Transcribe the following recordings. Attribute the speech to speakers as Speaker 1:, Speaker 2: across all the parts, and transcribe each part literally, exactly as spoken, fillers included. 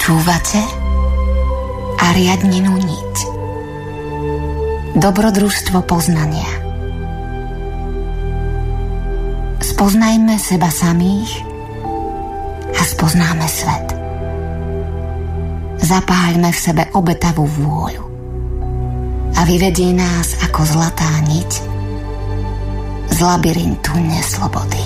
Speaker 1: Počúvate Ariadninu niť. Dobrodružstvo poznania. Spoznajme seba samých a spoznáme svet. Zapáľme v sebe obetavú vôľu a vyvedie nás ako zlatá niť z labyrintu neslobody.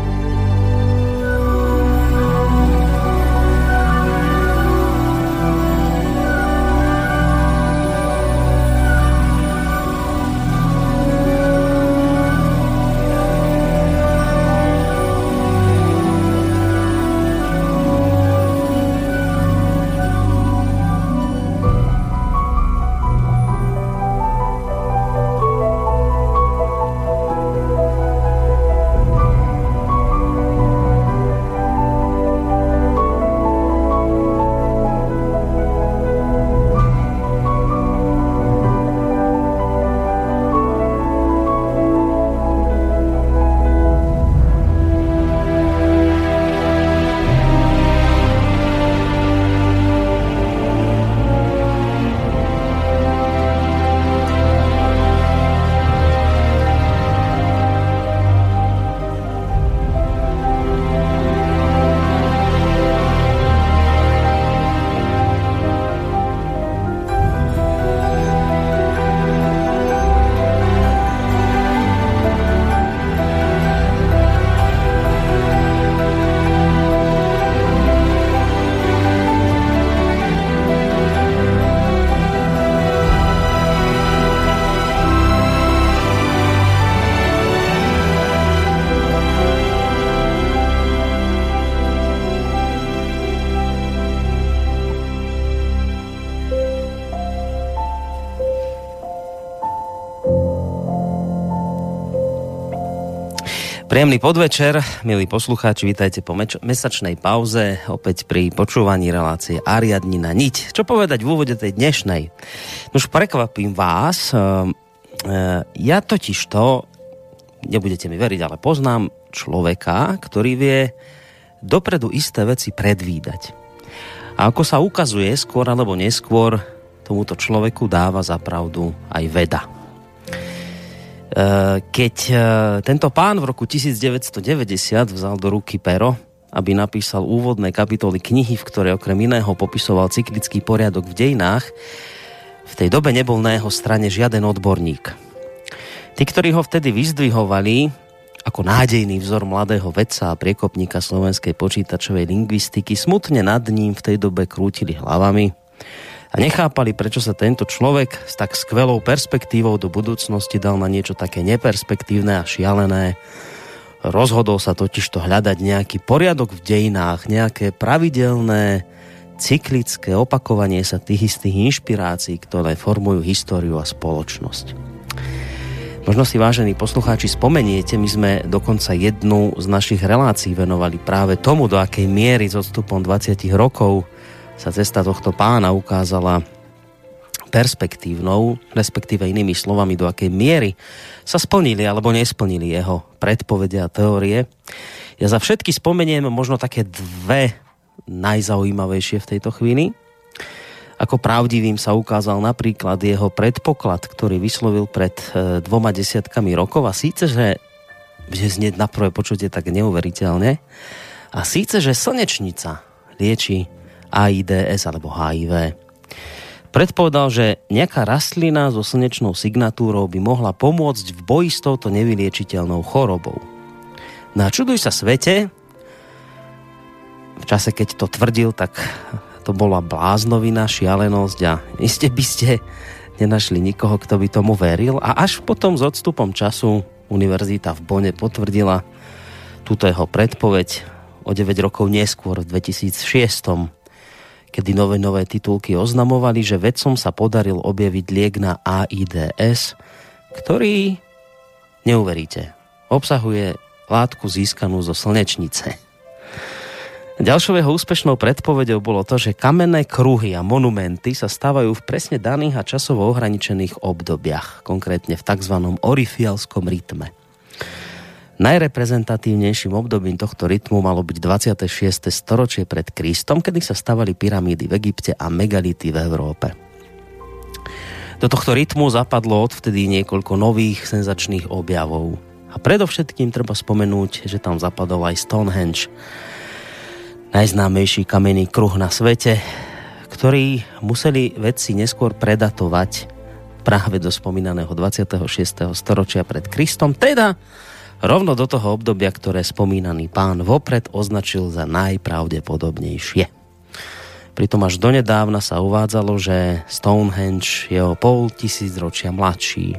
Speaker 2: Príjemný podvečer, milí poslucháči, vítajte po meč- mesačnej pauze, opäť pri počúvaní relácie Ariadnina niť. Čo povedať v úvode tej dnešnej? Už prekvapím vás, ja totiž to, nebudete mi veriť, ale poznám človeka, ktorý vie dopredu isté veci predvídať. A ako sa ukazuje, skôr alebo neskôr, tomuto človeku dáva za pravdu aj veda. Keď tento pán v roku devätnásťstodeväťdesiat vzal do ruky pero, aby napísal úvodné kapitoly knihy, v ktorej okrem iného popisoval cyklický poriadok v dejinách, v tej dobe nebol na jeho strane žiaden odborník. Tí, ktorí ho vtedy vyzdvihovali ako nádejný vzor mladého vedca a priekopníka slovenskej počítačovej lingvistiky, smutne nad ním v tej dobe krútili hlavami a nechápali, prečo sa tento človek s tak skvelou perspektívou do budúcnosti dal na niečo také neperspektívne a šialené. Rozhodol sa totižto hľadať nejaký poriadok v dejinách, nejaké pravidelné, cyklické opakovanie sa tých istých inšpirácií, ktoré formujú históriu a spoločnosť. Možno si, vážení poslucháči, spomeniete, my sme dokonca jednu z našich relácií venovali práve tomu, do akej miery s odstupom dvadsať rokov sa cesta tohto pána ukázala perspektívnou, respektíve inými slovami, do akej miery sa splnili alebo nesplnili jeho predpovede a teórie. Ja za všetky spomeniem možno také dve najzaujímavejšie v tejto chvíli. Ako pravdivým sa ukázal napríklad jeho predpoklad, ktorý vyslovil pred dvoma desiatkami rokov, a síce, že bude znieť na prvé počutie tak neuveriteľne, a síce, že slnečnica lieči AIDS alebo há í vé. Predpovedal, že nejaká rastlina so slnečnou signatúrou by mohla pomôcť v boji s touto nevyliečiteľnou chorobou. No a čuduj sa svete, v čase, keď to tvrdil, tak to bola bláznovina, šialenosť a iste by ste nenašli nikoho, kto by tomu veril. A až potom s odstupom času univerzita v Bonne potvrdila túto jeho predpoveď o deväť rokov neskôr, v dvetisícšesť, kedy nové nové titulky oznamovali, že vedcom sa podaril objaviť liek na AIDS, ktorý, neuveríte, obsahuje látku získanú zo slnečnice. Ďalšou jeho úspešnou predpovedou bolo to, že kamenné kruhy a monumenty sa stávajú v presne daných a časovo ohraničených obdobiach, konkrétne v tzv. Orifielskom rytme. Najreprezentatívnejším obdobím tohto rytmu malo byť dvadsiate šieste storočie pred Kristom, kedy sa stavali pyramídy v Egypte a megality v Európe. Do tohto rytmu zapadlo odvtedy niekoľko nových senzačných objavov. A predovšetkým treba spomenúť, že tam zapadol aj Stonehenge, najznámejší kamenný kruh na svete, ktorý museli vedci neskôr predatovať práve do spomínaného dvadsiateho šiesteho storočia pred Kristom, teda rovno do toho obdobia, ktoré spomínaný pán vopred označil za najpravdepodobnejšie. Pritom až donedávna sa uvádzalo, že Stonehenge je o pol tisícročia mladší.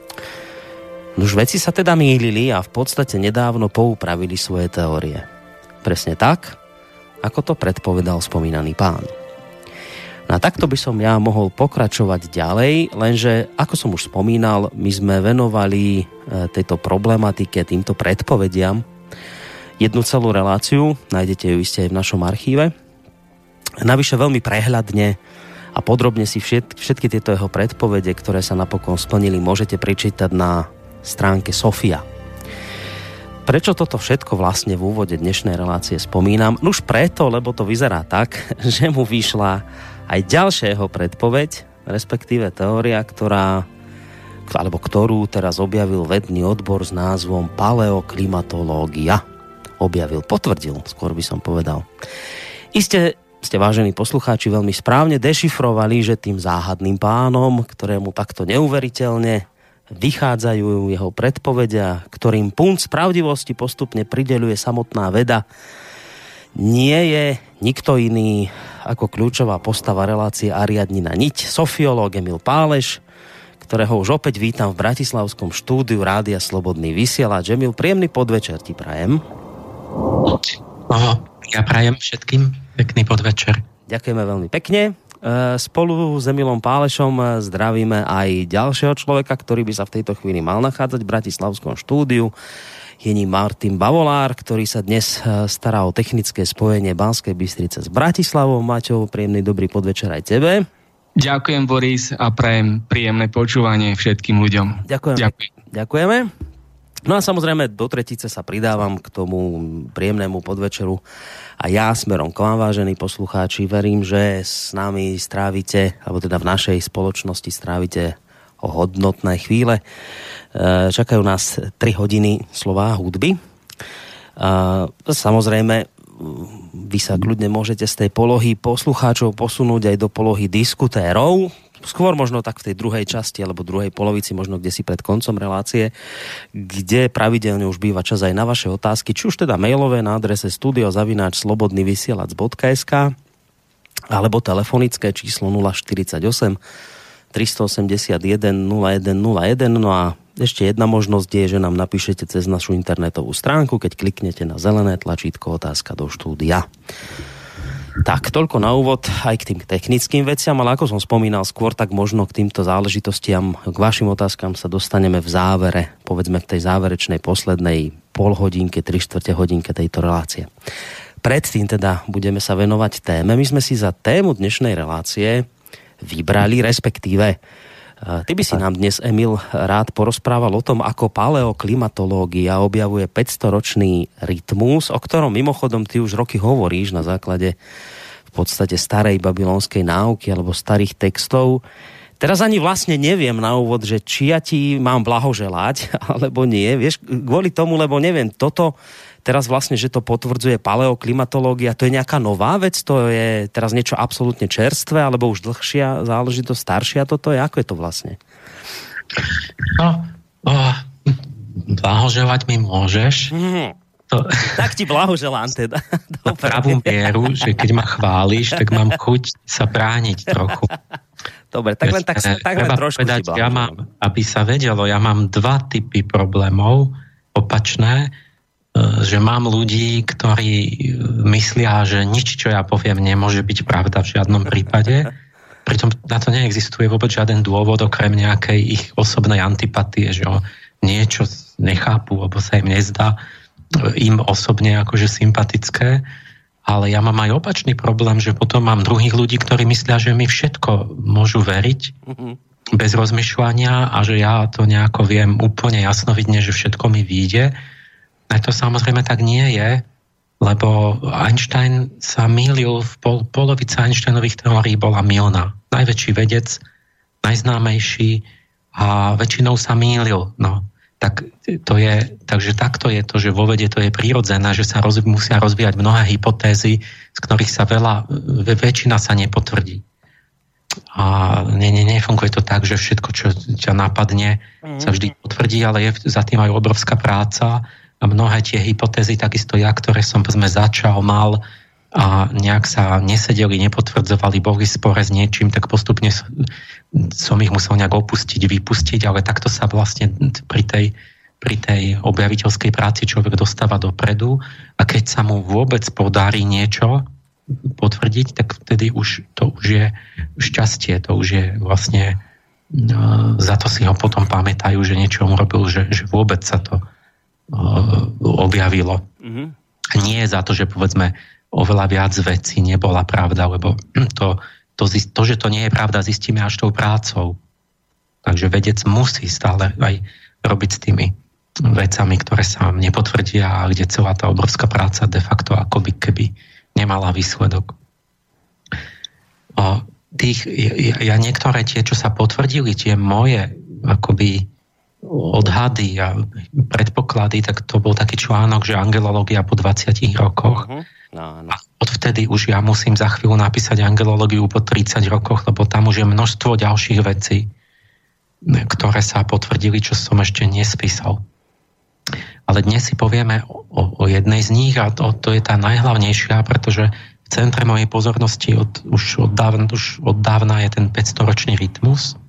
Speaker 2: Už vedci sa teda mýlili a v podstate nedávno poupravili svoje teórie. Presne tak, ako to predpovedal spomínaný pán. No a takto by som ja mohol pokračovať ďalej, lenže, ako som už spomínal, my sme venovali tejto problematike, týmto predpovediam jednu celú reláciu, nájdete ju iste aj v našom archíve. Navyše veľmi prehľadne a podrobne si všet, všetky tieto jeho predpovede, ktoré sa napokon splnili, môžete prečítať na stránke Sofia. Prečo toto všetko vlastne v úvode dnešnej relácie spomínam? Nuž preto, lebo to vyzerá tak, že mu vyšla aj ďalšia jeho predpoveď, respektíve teória, ktorá, alebo ktorú teraz objavil vedný odbor s názvom paleoklimatológia. Objavil, potvrdil, skôr by som povedal. Iste ste, vážení poslucháči, veľmi správne dešifrovali, že tým záhadným pánom, ktorému takto neuveriteľne vychádzajú jeho predpovedia, ktorým punt pravdivosti postupne prideľuje samotná veda, nie je nikto iný ako kľúčová postava relácie Ariadnina niť, sofiológ Emil Páleš, ktorého už opäť vítam v bratislavskom štúdiu Rádia Slobodný vysielač. Emil, príjemný podvečer ti prajem.
Speaker 3: Oh, ja prajem všetkým pekný podvečer.
Speaker 2: Ďakujeme veľmi pekne. Spolu s Emilom Pálešom zdravíme aj ďalšieho človeka, ktorý by sa v tejto chvíli mal nachádzať v bratislavskom štúdiu. Je ním Martin Bavolár, ktorý sa dnes stará o technické spojenie Banskej Bystrice s Bratislavou. Maťo, príjemný dobrý podvečer aj tebe.
Speaker 4: Ďakujem, Boris, a prajem príjemné počúvanie všetkým ľuďom.
Speaker 2: Ďakujeme. Ďakujem. Ďakujeme. No a samozrejme do tretice sa pridávam k tomu príjemnému podvečeru a ja smerom k vám, vážení poslucháči, verím, že s nami strávite, alebo teda v našej spoločnosti strávite o hodnotné chvíle. Čakajú nás tri hodiny slová hudby. Samozrejme, vy sa kľudne môžete z tej polohy poslucháčov posunúť aj do polohy diskutérov. Skôr možno tak v tej druhej časti alebo druhej polovici, možno kde si pred koncom relácie, kde pravidelne už býva čas aj na vaše otázky, či už teda mailové na adrese studio zavináč slobodný vysielač bodka es ká alebo telefonické číslo nula štyridsaťosem tristoosemdesiatjeden nula jeden nula jeden. No a ešte jedna možnosť je, že nám napíšete cez našu internetovú stránku, keď kliknete na zelené tlačítko otázka do štúdia. Tak, toľko na úvod aj k tým technickým veciam, ale ako som spomínal skôr, tak možno k týmto záležitostiam, k vašim otázkam sa dostaneme v závere, povedzme v tej záverečnej poslednej pol hodinke, tri štvrte hodinke tejto relácie. Predtým teda budeme sa venovať téme. My sme si za tému dnešnej relácie vybrali, respektíve ty by si nám dnes, Emil, rád porozprával o tom, ako paleoklimatológia objavuje päťstoročný rytmus, o ktorom mimochodom ty už roky hovoríš na základe v podstate starej babylonskej náuky alebo starých textov. Teraz ani vlastne neviem na úvod, že či ja ti mám blahoželať, alebo nie. Vieš, kvôli tomu, lebo neviem, toto teraz vlastne, že to potvrdzuje paleoklimatológia, to je nejaká nová vec? To je teraz niečo absolútne čerstvé, alebo už dlhšia záležitosť, staršia toto je? Ako je to vlastne?
Speaker 3: No, oh, blahoželať mi môžeš.
Speaker 2: Mm.
Speaker 3: To...
Speaker 2: Tak ti blahoželám teda.
Speaker 3: Na pravú mieru, že keď ma chváliš, tak mám chuť sa brániť trochu.
Speaker 2: Dobre, tak len, tak, tak len trošku
Speaker 3: povedať,
Speaker 2: si
Speaker 3: ja mám, aby sa vedelo, ja mám dva typy problémov opačné, že mám ľudí, ktorí myslia, že nič, čo ja poviem, nemôže byť pravda v žiadnom prípade. Pritom na to neexistuje vôbec žiaden dôvod, okrem nejakej ich osobnej antipatie, že niečo nechápu, alebo sa im nezdá im osobne akože sympatické. Ale ja mám aj opačný problém, že potom mám druhých ľudí, ktorí myslia, že mi všetko môžu veriť mm-hmm. bez rozmýšľania a že ja to nejako viem úplne jasnovidne, že všetko mi vyjde. A to samozrejme tak nie je, lebo Einstein sa mýlil, v pol, polovica Einsteinových teórií bola mylná. Najväčší vedec, najznámejší a väčšinou sa mýlil. No, tak to je, takže takto je to, že vo vede to je prirodzené, že sa roz, musia rozvíjať mnohé hypotézy, z ktorých sa veľa, väčšina sa nepotvrdí. A ne, ne, nefunguje to tak, že všetko, čo ťa napadne, sa vždy potvrdí, ale je za tým aj obrovská práca a mnohé tie hypotézy, takisto ja, ktoré som sme začal, mal a nejak sa nesedeli, nepotvrdzovali, boli v spore s niečím, tak postupne som ich musel nejak opustiť, vypustiť, ale takto sa vlastne pri tej, pri tej objaviteľskej práci človek dostáva dopredu a keď sa mu vôbec podarí niečo potvrdiť, tak vtedy už to už je šťastie, to už je vlastne za to si ho potom pamätajú, že niečo mu robil, že, že vôbec sa to objavilo. Mm-hmm. Nie za to, že povedzme oveľa viac vecí nebola pravda, lebo to, to, to, že to nie je pravda, zistíme až tou prácou. Takže vedec musí stále aj robiť s tými vecami, ktoré sa nepotvrdia a kde celá tá obrovská práca de facto akoby keby nemala výsledok. O tých, ja, ja niektoré tie, čo sa potvrdili, tie moje akoby odhady a predpoklady, tak to bol taký článok, že angelológia po dvadsiatich rokoch. Uh-huh. No, no. A odvtedy už ja musím za chvíľu napísať angelológiu po tridsať rokoch, lebo tam už je množstvo ďalších vecí, ktoré sa potvrdili, čo som ešte nespísal. Ale dnes si povieme o, o jednej z nich a to, to je tá najhlavnejšia, pretože v centre mojej pozornosti od, už, od dávna, už od dávna je ten päťstoročný rytmus.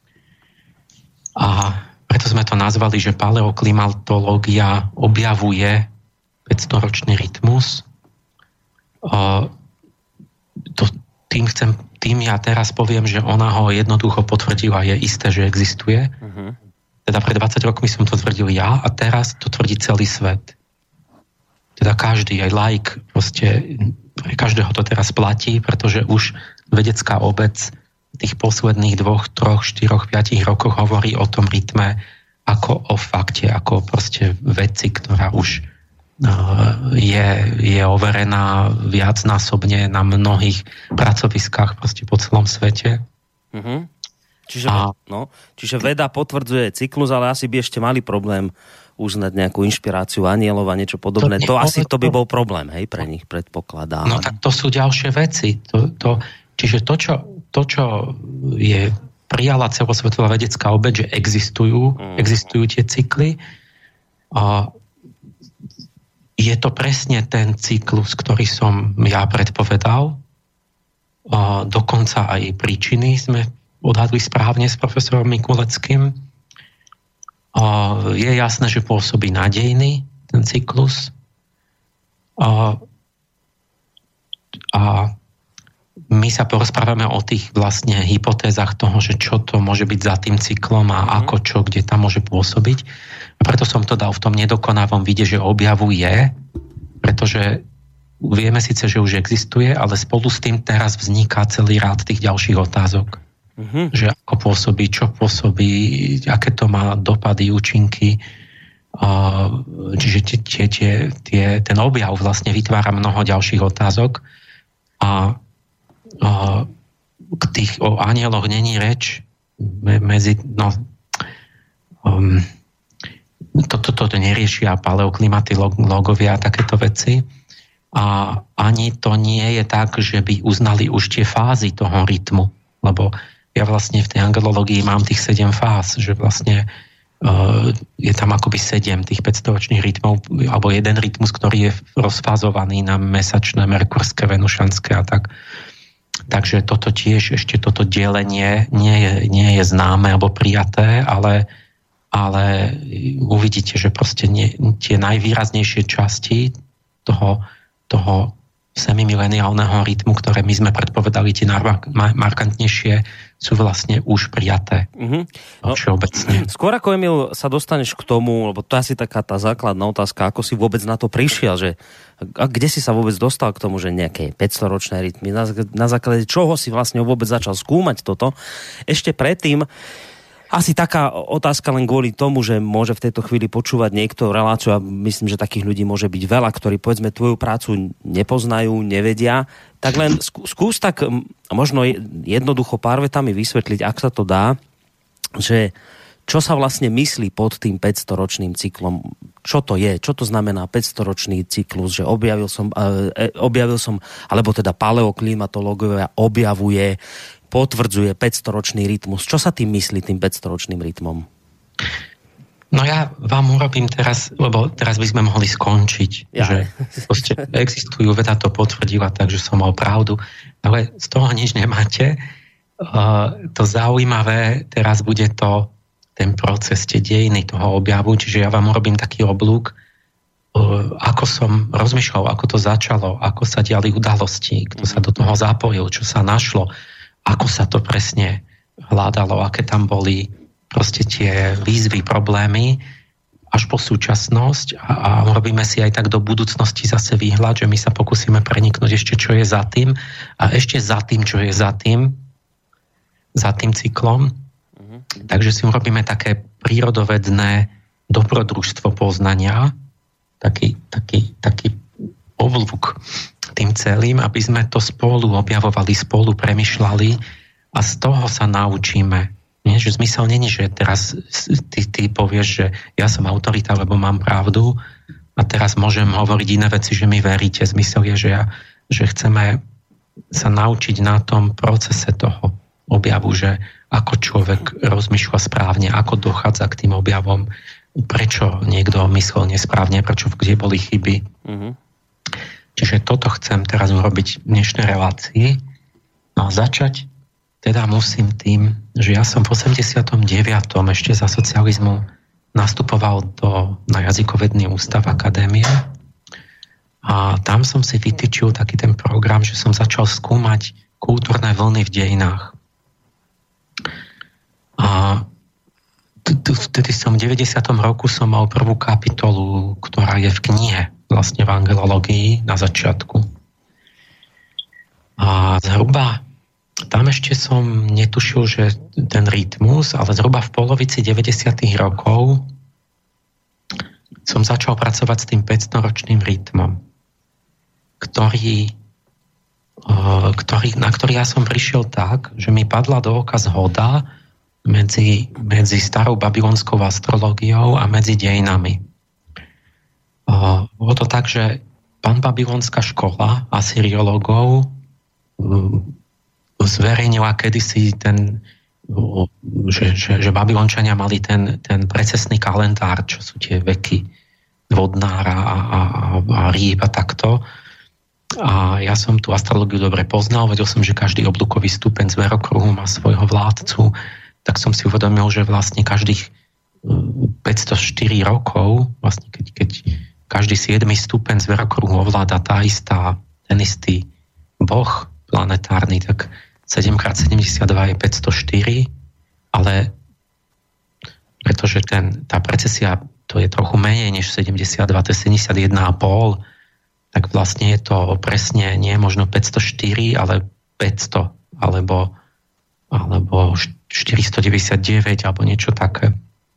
Speaker 3: A preto sme to nazvali, že paleoklimatológia objavuje päťstoročný rytmus. O, to, tým, chcem, tým ja teraz poviem, že ona ho jednoducho potvrdila, je isté, že existuje. Uh-huh. Teda pred dvadsať rokmi som to tvrdil ja a teraz to tvrdí celý svet. Teda každý, aj laik, proste pre každého to teraz platí, pretože už vedecká obec v tých posledných dvoch, troch, štyroch, piatich rokoch hovorí o tom rytme ako o fakte, ako proste veci, ktorá už uh, je, je overená viacnásobne na mnohých pracoviskách proste po celom svete.
Speaker 2: Mhm. Čiže, a... no, čiže veda potvrdzuje cyklus, ale asi by ešte mali problém uznať nejakú inšpiráciu anielov a niečo podobné. To, to asi to by bol problém, hej, pre nich, predpokladám.
Speaker 3: No tak to sú ďalšie veci. To, to, čiže to čo, to, čo je prijala celosvetová vedecká obec, že existujú, mm. existujú tie cykly, a je to presne ten cyklus, ktorý som ja predpovedal. A dokonca aj príčiny sme odhadli správne s profesorom Mikuleckým. A je jasné, že pôsobí nádejný ten cyklus. A, a my sa porozprávame o tých vlastne hypotézach toho, že čo to môže byť za tým cyklom a ako čo, kde tam môže pôsobiť. A preto som to dal v tom nedokonavom vide, že objavuje, pretože vieme síce, že už existuje, ale spolu s tým teraz vzniká celý rád tých ďalších otázok. Mm-hmm. Že ako pôsobí, čo pôsobí, aké to má dopady, účinky. Uh, čiže tie, tie, tie, ten objav vlastne vytvára mnoho ďalších otázok a uh, k tých o anieloch není reč me, medzi no um, toto to, to neriešia paleoklimatológovia a takéto veci a ani to nie je tak, že by uznali už tie fázy toho rytmu, lebo ja vlastne v tej angelológii mám tých sedem fáz, že vlastne uh, je tam akoby sedem tých päťstoročných rytmov, alebo jeden rytmus, ktorý je rozfázovaný na mesačné, merkurské, venušanské a tak. Takže toto tiež, ešte toto delenie nie je, nie je známe alebo prijaté, ale, ale uvidíte, že proste nie, tie najvýraznejšie časti toho, toho semimileniálneho rytmu, ktoré my sme predpovedali, tie markantnejšie, sú vlastne už prijaté. Mm-hmm. No, všeobecne.
Speaker 2: Skôr ako, Emil, sa dostaneš k tomu, lebo to je asi taká tá základná otázka, ako si vôbec na to prišiel, že a kde si sa vôbec dostal k tomu, že nejaké päťstoročné rytmy, na, na základe čoho si vlastne vôbec začal skúmať toto. Ešte predtým Asi taká otázka len kvôli tomu, že môže v tejto chvíli počúvať niekto reláciu a myslím, že takých ľudí môže byť veľa, ktorí povedzme tvoju prácu nepoznajú, nevedia. Tak len skús tak možno jednoducho pár vetami vysvetliť, ak sa to dá, že čo sa vlastne myslí pod tým päťstoročným cyklom? Čo to je? Čo to znamená päťstoročný cyklus? Že objavil som, e, objavil som alebo teda paleoklimatológovia objavuje, potvrdzuje päťstoročný rytmus. Čo sa tým myslí, tým päťstoročným rytmom?
Speaker 3: No ja vám urobím teraz, lebo teraz by sme mohli skončiť, ja. Že existujú, veda to potvrdila, takže som mal pravdu, ale z toho nič nemáte. Uh, to zaujímavé teraz bude to, ten proces, tie dejiny toho objavu, čiže ja vám urobím taký oblúk, uh, ako som rozmýšľal, ako to začalo, ako sa diali udalosti, kto sa do toho zapojil, čo sa našlo, ako sa to presne hľadalo, aké tam boli proste tie výzvy, problémy, až po súčasnosť a, a robíme si aj tak do budúcnosti zase výhľad, že my sa pokúsime preniknúť ešte, čo je za tým a ešte za tým, čo je za tým, za tým cyklom. Mm-hmm. Takže si urobíme také prírodovedné dobrodružstvo poznania, taký, taký, taký ovlúk tým celým, aby sme to spolu objavovali, spolu premyšľali a z toho sa naučíme. Nie, že zmysel není, že teraz ty, ty povieš, že ja som autorita, lebo mám pravdu a teraz môžem hovoriť iné veci, že mi veríte. Zmysel je, že, ja, že chceme sa naučiť na tom procese toho objavu, že ako človek rozmýšľa správne, ako dochádza k tým objavom, prečo niekto myslel nesprávne, prečo kde boli chyby. Mm-hmm. Čiže toto chcem teraz urobiť v dnešnej relácii. No a začať teda musím tým, že ja som v osemdesiatom deviatom ešte za socializmu nastupoval do, na jazykovedný ústav akadémie a tam som si vytýčil taký ten program, že som začal skúmať kultúrne vlny v dejinách. A vtedy som v deväťdesiatom roku som mal prvú kapitolu, ktorá je v knihe, vlastne v angelológii na začiatku. A zhruba tam ešte som netušil, že ten rytmus, ale zhruba v polovici deväťdesiatych rokov som začal pracovať s tým päťstoročným rytmom, ktorý, ktorý, na ktorý ja som prišiel tak, že mi padla do oka zhoda medzi, medzi starou babylonskou astrológiou a medzi dejinami. Bolo to tak, že panbabylonská škola asyriológov zverejnila kedysi ten, že, že, že Babylončania mali ten, ten precesný kalendár, čo sú tie veky vodnára a, a, a rýb a takto. A ja som tú astrológiu dobre poznal, vedel som, že každý oblúkový stupeň zverokruhu má svojho vládcu, tak som si uvedomil, že vlastne každých päťstoštyri rokov, vlastne keď, keď každý siedmy stupeň zverokruhu ovláda tá istá, ten istý boh planetárny, tak sedem krát sedemdesiatdva je päťstoštyri, ale pretože ten, tá precesia to je trochu menej než sedemdesiatdva, to je sedemdesiatjeden a pol, tak vlastne je to presne nie možno päťstoštyri, ale päťsto, alebo, alebo štyristodeväťdesiatdeväť, alebo niečo také.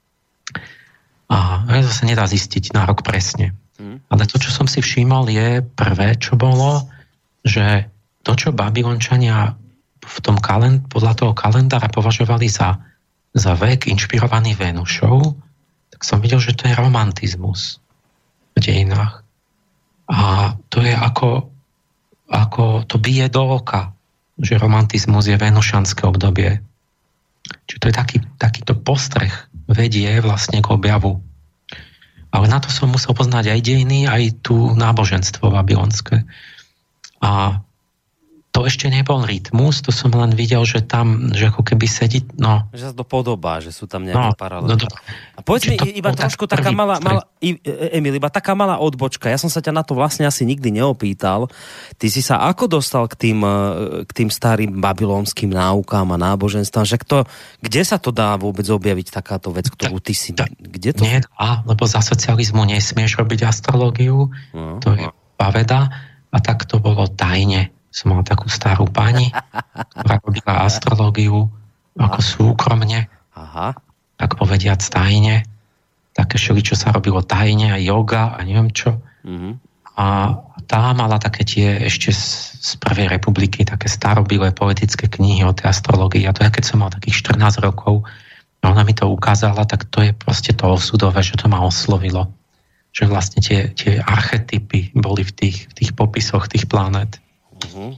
Speaker 3: A to sa nedá zistiť na rok presne. Hmm. Ale to, čo som si všímal, je prvé, čo bolo, že to, čo Babylončania v tom kalend- podľa toho kalendára považovali za, za vek inšpirovaný Venušou, tak som videl, že to je romantizmus v dejinách. A to je ako, ako to bije do oka, že romantizmus je venušanské obdobie. Čiže to je taký, takýto postreh vedie vlastne k objavu. Ale na to som musel poznať aj dejiny, aj tu náboženstvo babylonské. A to ešte nebol rytmus, to som len videl, že tam, že ako keby sedí, no... Že
Speaker 2: sa to podobá, že sú tam nejaké
Speaker 3: no,
Speaker 2: paralely.
Speaker 3: No,
Speaker 2: a povedz mi, iba trošku taká malá, malá, Emil, iba taká malá odbočka. Ja som sa ťa na to vlastne asi nikdy neopýtal. Ty si sa ako dostal k tým, k tým starým babylonským náukám a náboženstvám? Že kto, kde sa to dá vôbec objaviť takáto vec, ktorú ty si... Kde to?
Speaker 3: Nie, a, lebo za socializmu nesmieš robiť astrológiu, no, to je veda, a tak to bolo tajne. Som mal takú starú pani, ktorá robila astrológiu ako súkromne.
Speaker 2: Aha.
Speaker 3: Tak povediac tajne. Také šeli, čo sa robilo tajne, a yoga a neviem čo. Mm-hmm. A tá mala také tie ešte z, z prvej republiky, také starobilé poetické knihy o tej astrológii. A to ja, keď som mal takých štrnásť rokov, a ona mi to ukázala, tak to je proste to osudové, že to ma oslovilo. Že vlastne tie, tie archetypy boli v tých, v tých popisoch tých planét. Mm-hmm.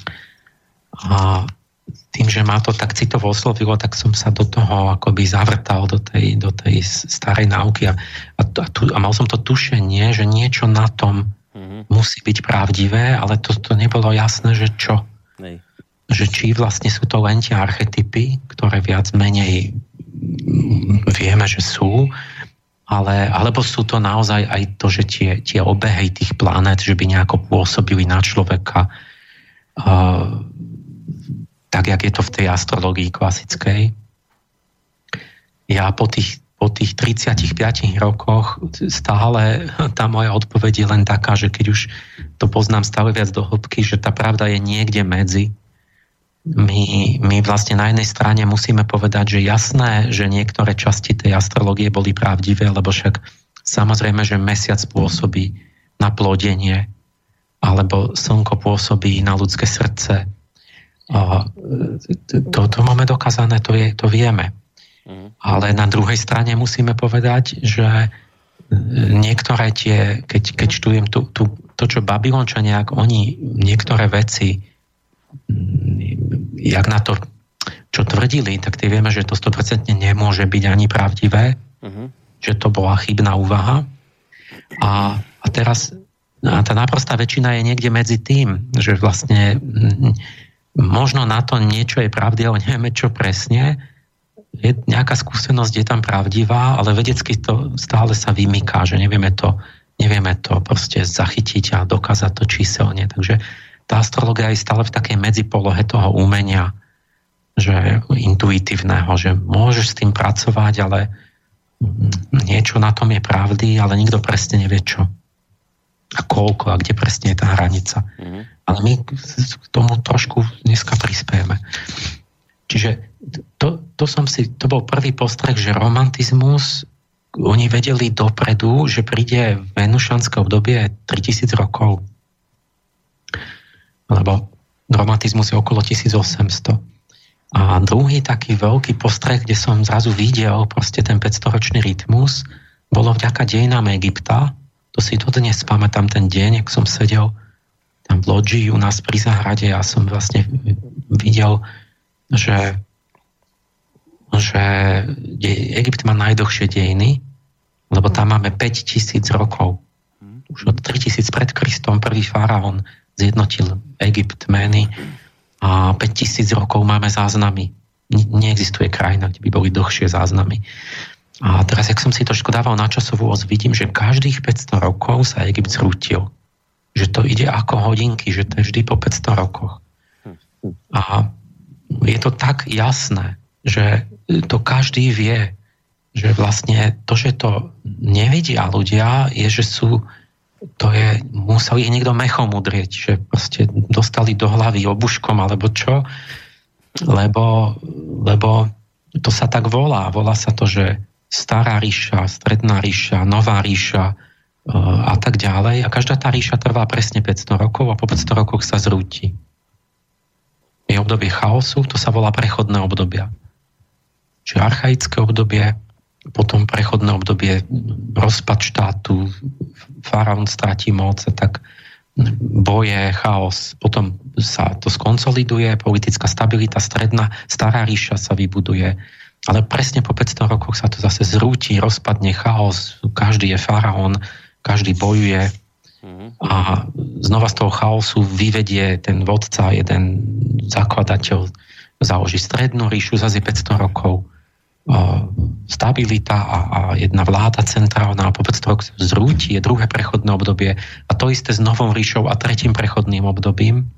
Speaker 3: A tým, že ma to tak citovo oslovilo, tak som sa do toho akoby zavrtal do tej, do tej starej náuky a, a, tu, a mal som to tušenie, že niečo na tom mm-hmm. musí byť pravdivé, ale to, to nebolo jasné, že čo. Nej. Že či vlastne sú to len tie archetypy, ktoré viac menej vieme, že sú, ale, alebo sú to naozaj aj to, že tie, tie obehy tých planét, že by nejako pôsobili na človeka uh, tak, jak je to v tej astrológii klasickej. Ja po tých, po tých tridsiatich piatich rokoch stále tá moja odpoveď je len taká, že keď už to poznám stále viac do hĺbky, že tá pravda je niekde medzi. My, my vlastne na jednej strane musíme povedať, že jasné, že niektoré časti tej astrológie boli pravdivé, lebo však samozrejme, že mesiac pôsobí na plodenie, alebo slnko pôsobí na ľudské srdce. To, to máme dokázané, to, je, to vieme. Ale na druhej strane musíme povedať, že niektoré tie, keď, keď študujem tu, tu, to, čo Babylončania, ak oni niektoré veci, jak na to, čo tvrdili, tak tie vieme, že to sto percent nemôže byť ani pravdivé, uh-huh. že to bola chybná úvaha. A, a teraz a tá naprostá väčšina je niekde medzi tým, že vlastne možno na to niečo je pravdy, ale nevieme, čo presne. Je, nejaká skúsenosť je tam pravdivá, ale vedecky to stále sa vymyká, že nevieme to, nevieme to proste zachytiť a dokázať to číselne. Takže tá astrológia je stále v takej medzipolohe toho umenia, že intuitívneho, že môžeš s tým pracovať, ale niečo na tom je pravdy, ale nikto presne nevie čo. A koľko, a kde presne je tá hranica. Mm-hmm. Ale my k tomu trošku dneska prispieme. Čiže to, to som si, to bol prvý postreh, že romantizmus, oni vedeli dopredu, že príde venušanské obdobie tritisíc rokov. Lebo romantizmus je okolo tisícosemsto. A druhý taký veľký postreh, kde som zrazu videl proste ten päťstoročný rytmus, bolo vďaka dejinám Egypta. To si to dnes pamätám, ten deň, ak som sedel tam v lodži u nás pri záhrade a som vlastne videl, že, že Egypt má najdlhšie dejiny, lebo tam máme päťtisíc rokov. Už od tritisíc pred Kristom prvý faraón zjednotil Egypt, Mény a päťtisíc rokov máme záznamy. Neexistuje krajina, kde by boli dlhšie záznamy. A teraz, jak som si to škodával na časovú os, vidím, že každých päťsto rokov sa Egypt zrútil. Že to ide ako hodinky, že to je vždy po päťsto rokoch. A je to tak jasné, že to každý vie, že vlastne to, že to nevidia ľudia, je, že sú, to je, musel ich niekto mechom udrieť, že proste dostali do hlavy obuškom alebo čo, lebo, lebo to sa tak volá. Volá sa to, že stará ríša, stredná ríša, nová ríša a tak ďalej. A každá tá ríša trvá presne päťsto rokov a po päťsto rokoch sa zrúti. Je obdobie chaosu, to sa volá prechodné obdobia. Čiže archaické obdobie, potom prechodné obdobie, rozpad štátu, faraón stratí moc a tak boje, chaos, potom sa to skonsoliduje, politická stabilita, stredná, stará ríša sa vybuduje. Ale presne po päťsto rokoch sa to zase zrúti, rozpadne chaos, každý je faraón, každý bojuje a znova z toho chaosu vyvedie ten vodca, jeden zakladateľ, založí strednú ríšu, zase päťsto rokov stabilita a, a jedna vláda centrálna a po päťsto rokov zrúti, je druhé prechodné obdobie a to isté s novou ríšou a tretím prechodným obdobím.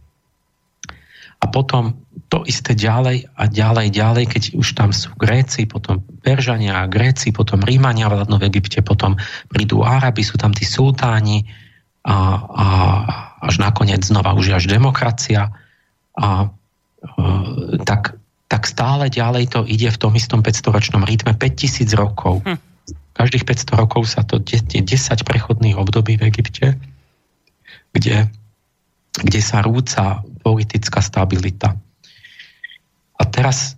Speaker 3: A potom to isté ďalej a ďalej, ďalej, keď už tam sú Gréci, potom Peržania a Gréci, potom Rímania vládnu v Egypte, potom prídu Árabi, sú tam tí sultáni a, a až nakoniec znova už je až demokracia. A, a tak tak stále ďalej to ide v tom istom päťstoročnom rytme päťtisíc rokov. Hm. Každých päťsto rokov sa to desať prechodných období v Egypte, kde, kde sa rúca politická stabilita. A teraz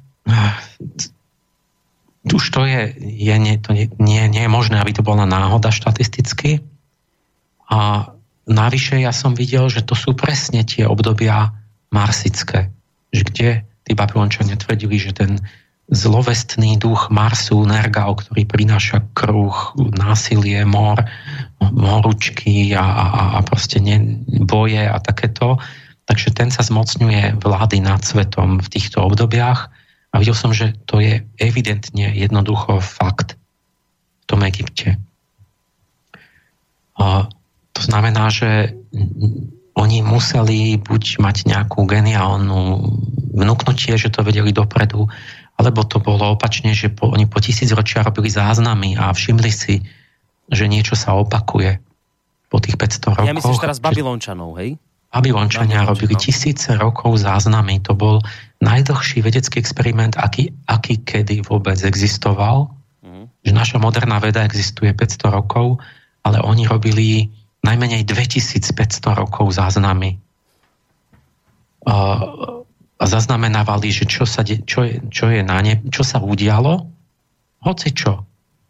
Speaker 3: už to je, je nie, to nie, nie, nie je možné, aby to bola náhoda štatisticky. A navyše ja som videl, že to sú presne tie obdobia marsické, že kde tí Babylončania tvrdili, že ten zlovestný duch Marsu, Nergao, ktorý prináša kruh, násilie, mor, moručky a, a, a proste ne, boje a takéto. Takže ten sa zmocňuje vlády nad svetom v týchto obdobiach a videl som, že to je evidentne jednoducho fakt v tom Egypte. A to znamená, že oni museli buď mať nejakú geniálnu vnúknutie, že to vedeli dopredu, alebo to bolo opačne, že po, oni po tisícročia robili záznamy a všimli si, že niečo sa opakuje po tých päťsto rokoch.
Speaker 2: Ja myslím, že teraz Babylončanov, hej?
Speaker 3: Babylončania robili tisíce rokov záznamy. To bol najdlhší vedecký experiment, aký, aký kedy vôbec existoval. Mm. Že naša moderná veda existuje päťsto rokov, ale oni robili najmenej dvetisícpäťsto rokov záznamy. A, a zaznamenávali, že čo sa, de, čo je, čo je na ne, čo sa udialo, hoci čo.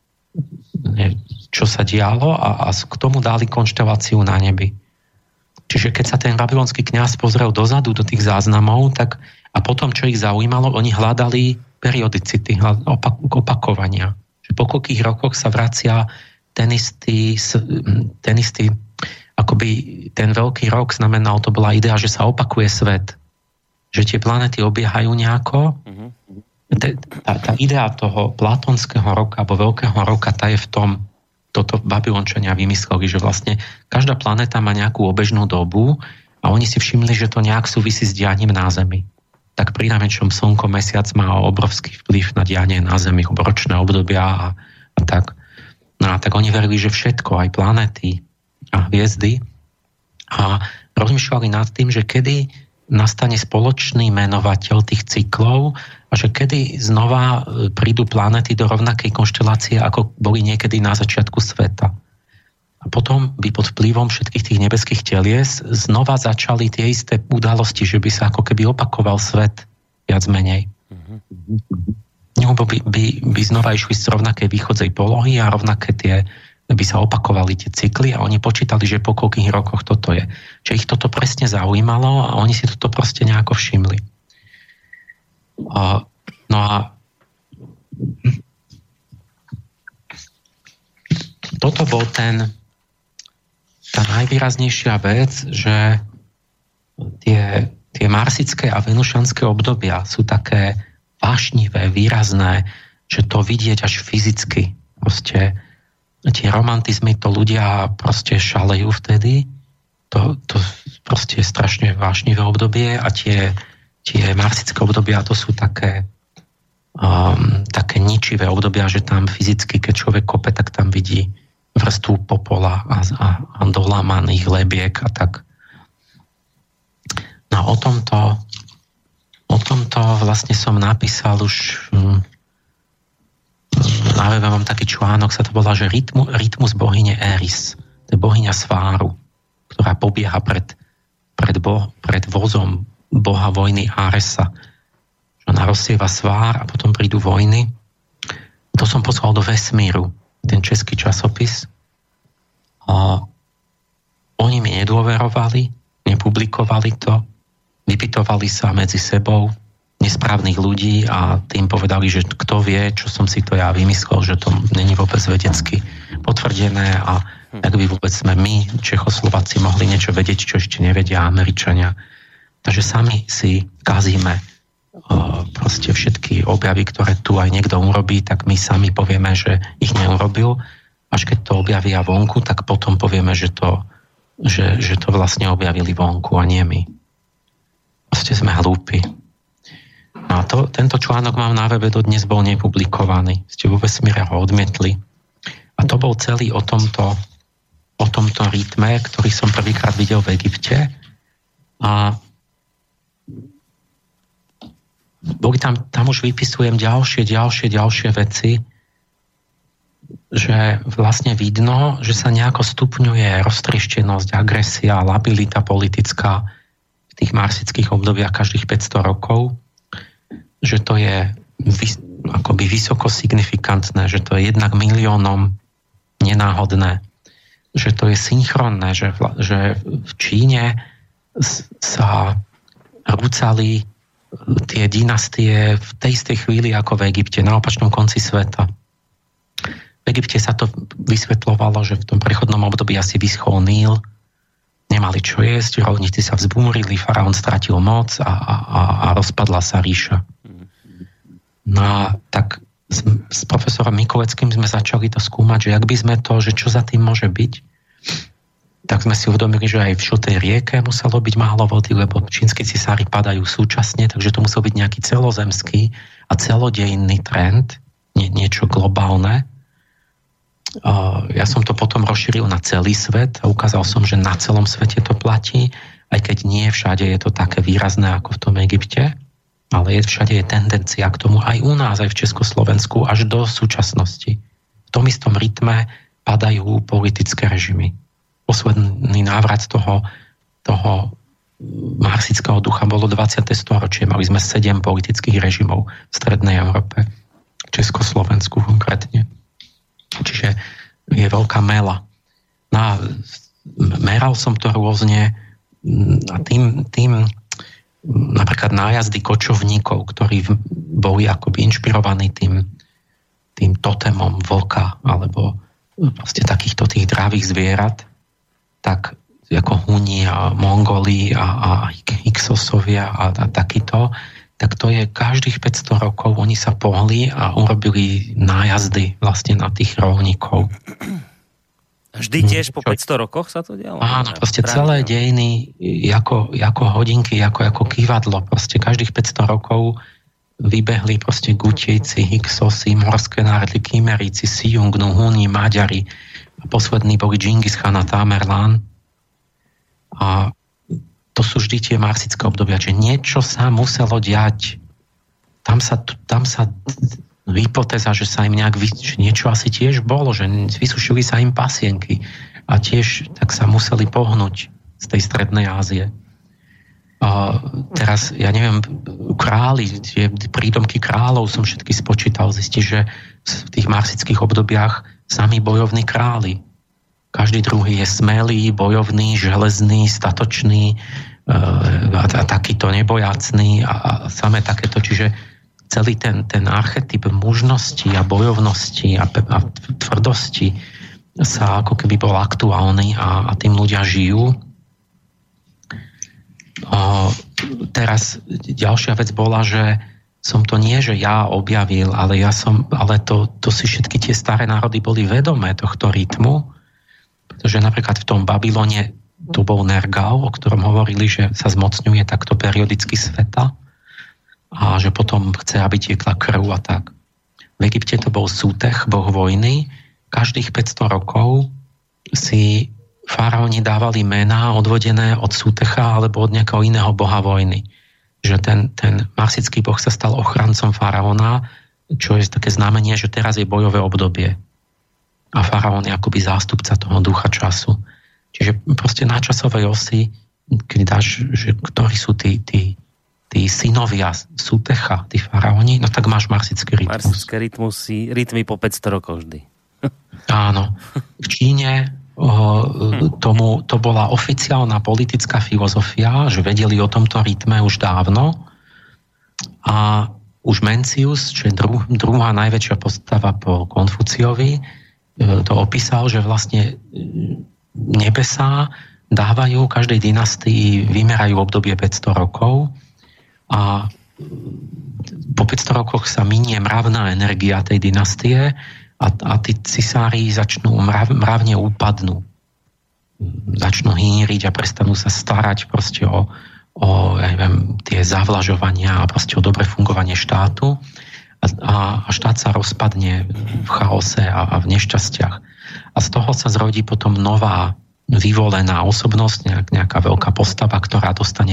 Speaker 3: Čo sa dialo a, a k tomu dali konšteláciu na nebi. Čiže keď sa ten babylonský kňaz pozrel dozadu do tých záznamov, tak a potom, čo ich zaujímalo, oni hľadali periodicity, opak, opakovania. Že po koľkých rokoch sa vracia ten istý, ten istý, akoby ten veľký rok znamenal, to bola idea, že sa opakuje svet. Že tie planety obiehajú nejako. Mm-hmm. Tá, tá idea toho platonského roka, alebo veľkého roka, tá je v tom, toto Babylončania vymysleli, že vlastne každá planéta má nejakú obežnú dobu a oni si všimli, že to nejak súvisí s dianím na Zemi. Tak pri najmenšom Slnko, Mesiac má obrovský vplyv na dianie na Zemi, ročné obdobia a, a tak. No a tak oni verili, že všetko, aj planéty a hviezdy. A rozmýšľali nad tým, že kedy nastane spoločný menovateľ tých cyklov a že kedy znova prídu planéty do rovnakej konštelácie, ako boli niekedy na začiatku sveta. A potom by pod vplyvom všetkých tých nebeských telies znova začali tie isté udalosti, že by sa ako keby opakoval svet viac menej. Mm-hmm. By, by, by znova išli z rovnakej východzej polohy a rovnaké tie, by sa opakovali tie cykly a oni počítali, že po koľkých rokoch toto je. Čiže ich toto presne zaujímalo a oni si toto proste nejako všimli. A, no a toto bol ten tá najvýraznejšia vec, že tie, tie marsické a venušanské obdobia sú také vášnivé, výrazné, že to vidieť až fyzicky. Proste tie romantizmy, to ľudia proste šalejú vtedy. To, to proste je strašne vášnivé obdobie a tie, tie marsické obdobia to sú také um, také ničivé obdobia, že tam fyzicky, keď človek kope, tak tam vidí vrstvu popola a, a, a dolámaných lebiek a tak. No o tomto O tomto vlastne som napísal už hm, na webe mám taký článok, sa to volá, že rytmu, rytmus bohyne Eris. To je bohyňa sváru, ktorá pobieha pred, pred, bo, pred vozom boha vojny Aresa. Ona rozsieva svár a potom prídu vojny. To som poslal do vesmíru, ten český časopis. A oni mi nedôverovali, nepublikovali to, vypytovali sa medzi sebou nesprávnych ľudí a tým povedali, že kto vie, čo som si to ja vymyslel, že to není vôbec vedecky potvrdené a tak by vôbec sme my, Čechoslováci, mohli niečo vedieť, čo ešte nevedia Američania. Takže sami si kazíme uh, proste všetky objavy, ktoré tu aj niekto urobí, tak my sami povieme, že ich neurobil. Až keď to objavia vonku, tak potom povieme, že to, že, že to vlastne objavili vonku a nie my. Proste sme hlúpi. No a to, tento článok mám na webe, dodnes bol nepublikovaný. Ste vo vesmíre ho odmietli. A to bol celý o tomto, o tomto rytme, ktorý som prvýkrát videl v Egypte. A boli tam, tam už vypisujem ďalšie, ďalšie, ďalšie veci, že vlastne vidno, že sa nejako stupňuje roztrieštenosť, agresia, labilita politická v tých marsických obdobiach každých päťsto rokov, že to je vys- akoby vysoko signifikantné, že to je jednak miliónom nenáhodné, že to je synchronné, že, vla- že v Číne sa rúcali tie dynastie v tej istej chvíli ako v Egypte, na opačnom konci sveta. V Egypte sa to vysvetľovalo, že v tom prechodnom období asi vyschol Níl, nemali čo jesť, rolníci sa vzbúrili, faraón stratil moc a, a, a rozpadla sa ríša. No a tak s, s profesorom Mikuleckým sme začali to skúmať, že ak by sme to, že čo za tým môže byť, tak sme si uvedomili, že aj v Žltej rieke muselo byť málo vody, lebo čínsky cisári padajú súčasne, takže to musel byť nejaký celozemský a celodejinný trend, nie, niečo globálne. Ja som to potom rozšíril na celý svet a ukázal som, že na celom svete to platí, aj keď nie všade je to také výrazné ako v tom Egypte, ale je, všade je tendencia k tomu aj u nás, aj v Československu, až do súčasnosti. V tom istom rytme padajú politické režimy. Posledný návrat toho, toho marsického ducha bolo dvadsiate storočie. Mali sme sedem politických režimov v strednej Európe, v Československu konkrétne. Čiže je veľká mela. No a meral som to rôzne a tým, tým napríklad nájazdy kočovníkov, ktorí boli akoby inšpirovaní tým, tým totémom vlka alebo proste takýchto tých dravých zvierat, tak ako Huni a Mongoli a, a Hyksos-ovia a, a takýto, tak to je každých päťsto rokov oni sa pohli a urobili nájazdy vlastne na tých rovníkov.
Speaker 2: Vždy tiež po päťsto rokoch sa to dialo?
Speaker 3: Áno, proste celé dejiny ako, ako hodinky, ako, ako kývadlo. Proste každých päťsto rokov vybehli proste Gutiejci, Hyksosi, morské národy, Kymeríci, Siungnu, Huni, Maďari. A poslední boli Džingis Khan a Tamerlán. A to sú vždy tie marsické obdobia, že niečo sa muselo diať. Tam sa, tam sa hypotéza, že sa im nejak, že niečo asi tiež bolo, že vysušili sa im pasienky a tiež tak sa museli pohnúť z tej strednej Ázie. A teraz, ja neviem, králi, tie prídomky kráľov som všetky spočítal, zistí, že v tých marsických obdobiach sami bojovní králi. Každý druhý je smelý, bojovný, železný, statočný a, a takýto nebojácný a, a samé takéto. Čiže celý ten, ten archetyp mužnosti a bojovnosti a, a tvrdosti sa ako keby bol aktuálny a, a tým ľudia žijú. O, teraz ďalšia vec bola, že som to nie, že ja objavil, ale ja som, ale to, to si všetky tie staré národy boli vedomé tohto rytmu. Pretože napríklad v tom Babylone to bol Nergal, o ktorom hovorili, že sa zmocňuje takto periodicky sveta a že potom chce, aby tiekla krv a tak. V Egypte to bol Sútech, boh vojny. Každých päťsto rokov si faraóni dávali mená odvodené od Sútecha alebo od nejakého iného boha vojny. Že ten, ten marsický boh sa stal ochrancom faraóna, čo je také znamenie, že teraz je bojové obdobie. A faraón je akoby zástupca toho ducha času. Čiže proste na časovej osi, keď dáš, že ktorí sú tí, tí, tí synovia Sútecha, tí faraóni, no tak máš marsický rytmus.
Speaker 2: Marsické rytmusy, rytmy po päťsto rokov vždy.
Speaker 3: Áno. V Číne o, tomu, to bola oficiálna politická filozofia, že vedeli o tomto rytme už dávno a už Mencius, čo je dru, druhá najväčšia postava po Konfuciovi, to opísal, že vlastne nebesá dávajú každej dynastii, vymerajú obdobie päťsto rokov a po päťsto rokoch sa minie mravná energia tej dynastie a, a tí cisári začnú mrav, mravne úpadnú. Začnú hýriť a prestanú sa starať proste o, o ja neviem, tie zavlažovania a proste o dobré fungovanie štátu. A, a štát sa rozpadne v chaose a, a v nešťastiach. A z toho sa zrodí potom nová vyvolená osobnosť, nejak, nejaká veľká postava, ktorá dostane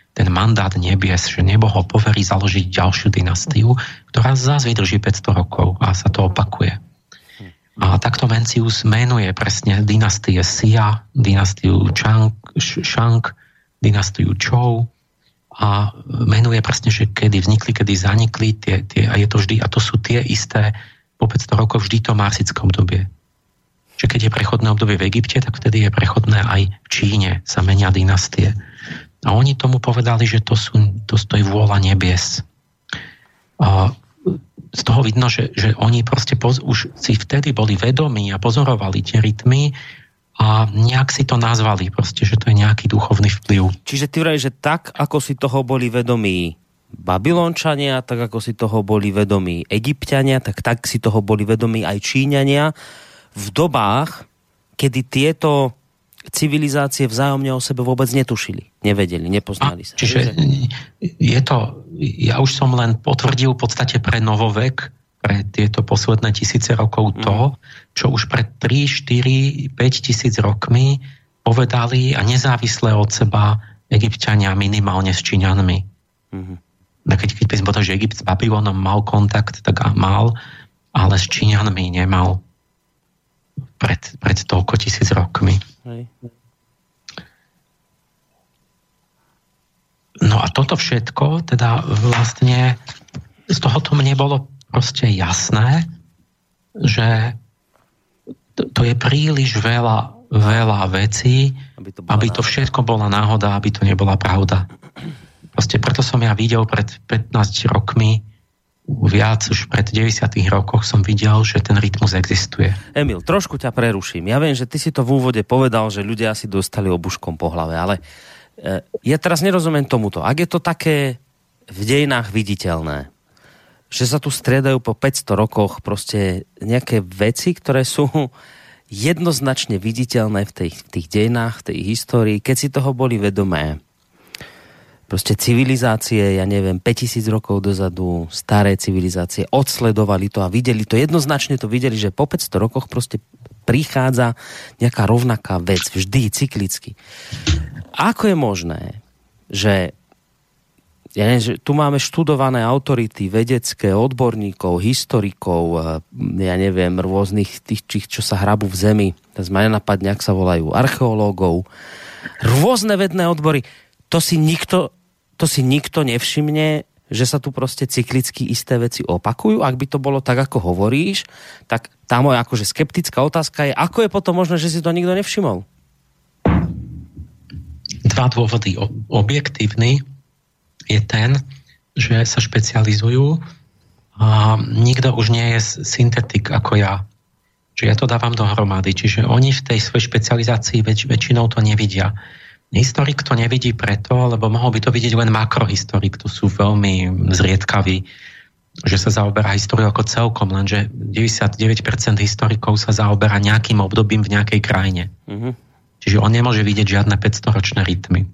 Speaker 3: ten mandát nebies, že nebo ho poverí založiť ďalšiu dynastiu, ktorá zás vydrží päťsto rokov a sa to opakuje. A takto Mencius menuje presne dynastie Sia, dynastiu Chang, Shang, dynastiu Chou a menuje presne, že kedy vznikli, kedy zanikli tie, tie, a je to vždy, a to sú tie isté po päťsto rokov vždy to marsické obdobie. Že keď je prechodné obdobie v Egypte, tak vtedy je prechodné aj v Číne, sa menia dynastie. A oni tomu povedali, že to, sú, to stojí vôľa nebies. A z toho vidno, že, že oni proste poz, už si vtedy boli vedomí a pozorovali tie rytmy a nejak si to nazvali proste, že to je nejaký duchovný vplyv.
Speaker 2: Čiže ty vraj, že tak, ako si toho boli vedomí Babylončania, tak ako si toho boli vedomí Egypťania, tak tak si toho boli vedomí aj Číňania v dobách, kedy tieto civilizácie vzájomne o sebe vôbec netušili, nevedeli, nepoznali sa.
Speaker 3: Čiže je to, ja už som len potvrdil v podstate pre novovek, pre tieto posledné tisíce rokov to, čo už pred tri, štyri, päť tisíc rokmi povedali a nezávisle od seba Egypťania minimálne s Číňanmi. Mm-hmm. Keď, keď by som povedal, že Egypt s Babylonom mal kontakt, tak mal, ale s Číňanmi nemal pred, pred toľko tisíc rokmi. Hej. No a toto všetko, teda vlastne z tohoto mne bolo proste jasné, že to, to je príliš veľa, veľa vecí, aby to, aby to všetko bola náhoda, aby to nebola pravda. Proste preto som ja videl pred pätnástimi rokmi, viac už pred deväťdesiatych rokoch som videl, že ten rytmus existuje.
Speaker 2: Emil, trošku ťa preruším. Ja viem, že ty si to v úvode povedal, že ľudia si dostali obuškom po hlave, ale e, ja teraz nerozumiem tomuto. Ak je to také v dejinách viditeľné, že sa tu striedajú po päťsto rokoch proste nejaké veci, ktoré sú jednoznačne viditeľné v, tej, v tých dejinách, v tej histórii, keď si toho boli vedomé. Proste civilizácie, ja neviem, päťtisíc rokov dozadu, staré civilizácie, odsledovali to a videli to, jednoznačne to videli, že po päťsto rokoch proste prichádza nejaká rovnaká vec, vždy, cyklicky. Ako je možné, že, ja neviem, že tu máme študované autority vedecké, odborníkov, historikov, ja neviem, rôznych tých, čo sa hrabú v zemi, teraz ma nenapadne, ak sa volajú, archeológov, rôzne vedné odbory, to si nikto to si nikto nevšimne, že sa tu proste cyklicky isté veci opakujú. Ak by to bolo tak, ako hovoríš, tak tá moja akože skeptická otázka je, ako je potom možné, že si to nikto nevšimol?
Speaker 3: Dva dôvody. Objektívny je ten, že sa špecializujú a nikto už nie je syntetik ako ja. Čiže ja to dávam dohromady. Čiže oni v tej svojej špecializácii väč- väčšinou to nevidia. Historik to nevidí preto, lebo mohol by to vidieť len makrohistorik, to sú veľmi zriedkaví, že sa zaoberá históriou ako celkom, lenže deväťdesiatdeväť percent historikov sa zaoberá nejakým obdobím v nejakej krajine. Mm-hmm. Čiže on nemôže vidieť žiadne päťstoročné rytmy.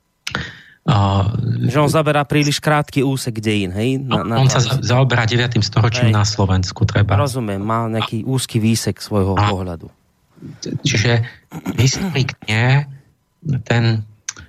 Speaker 3: Uh,
Speaker 2: že on zaberá príliš krátky úsek dejín, hej? Na, na
Speaker 3: on sa za, zaoberá deviatym storočím hej. Na Slovensku, treba.
Speaker 2: Rozumiem, má nejaký úzky výsek svojho a, pohľadu.
Speaker 3: Čiže historik nie, ten,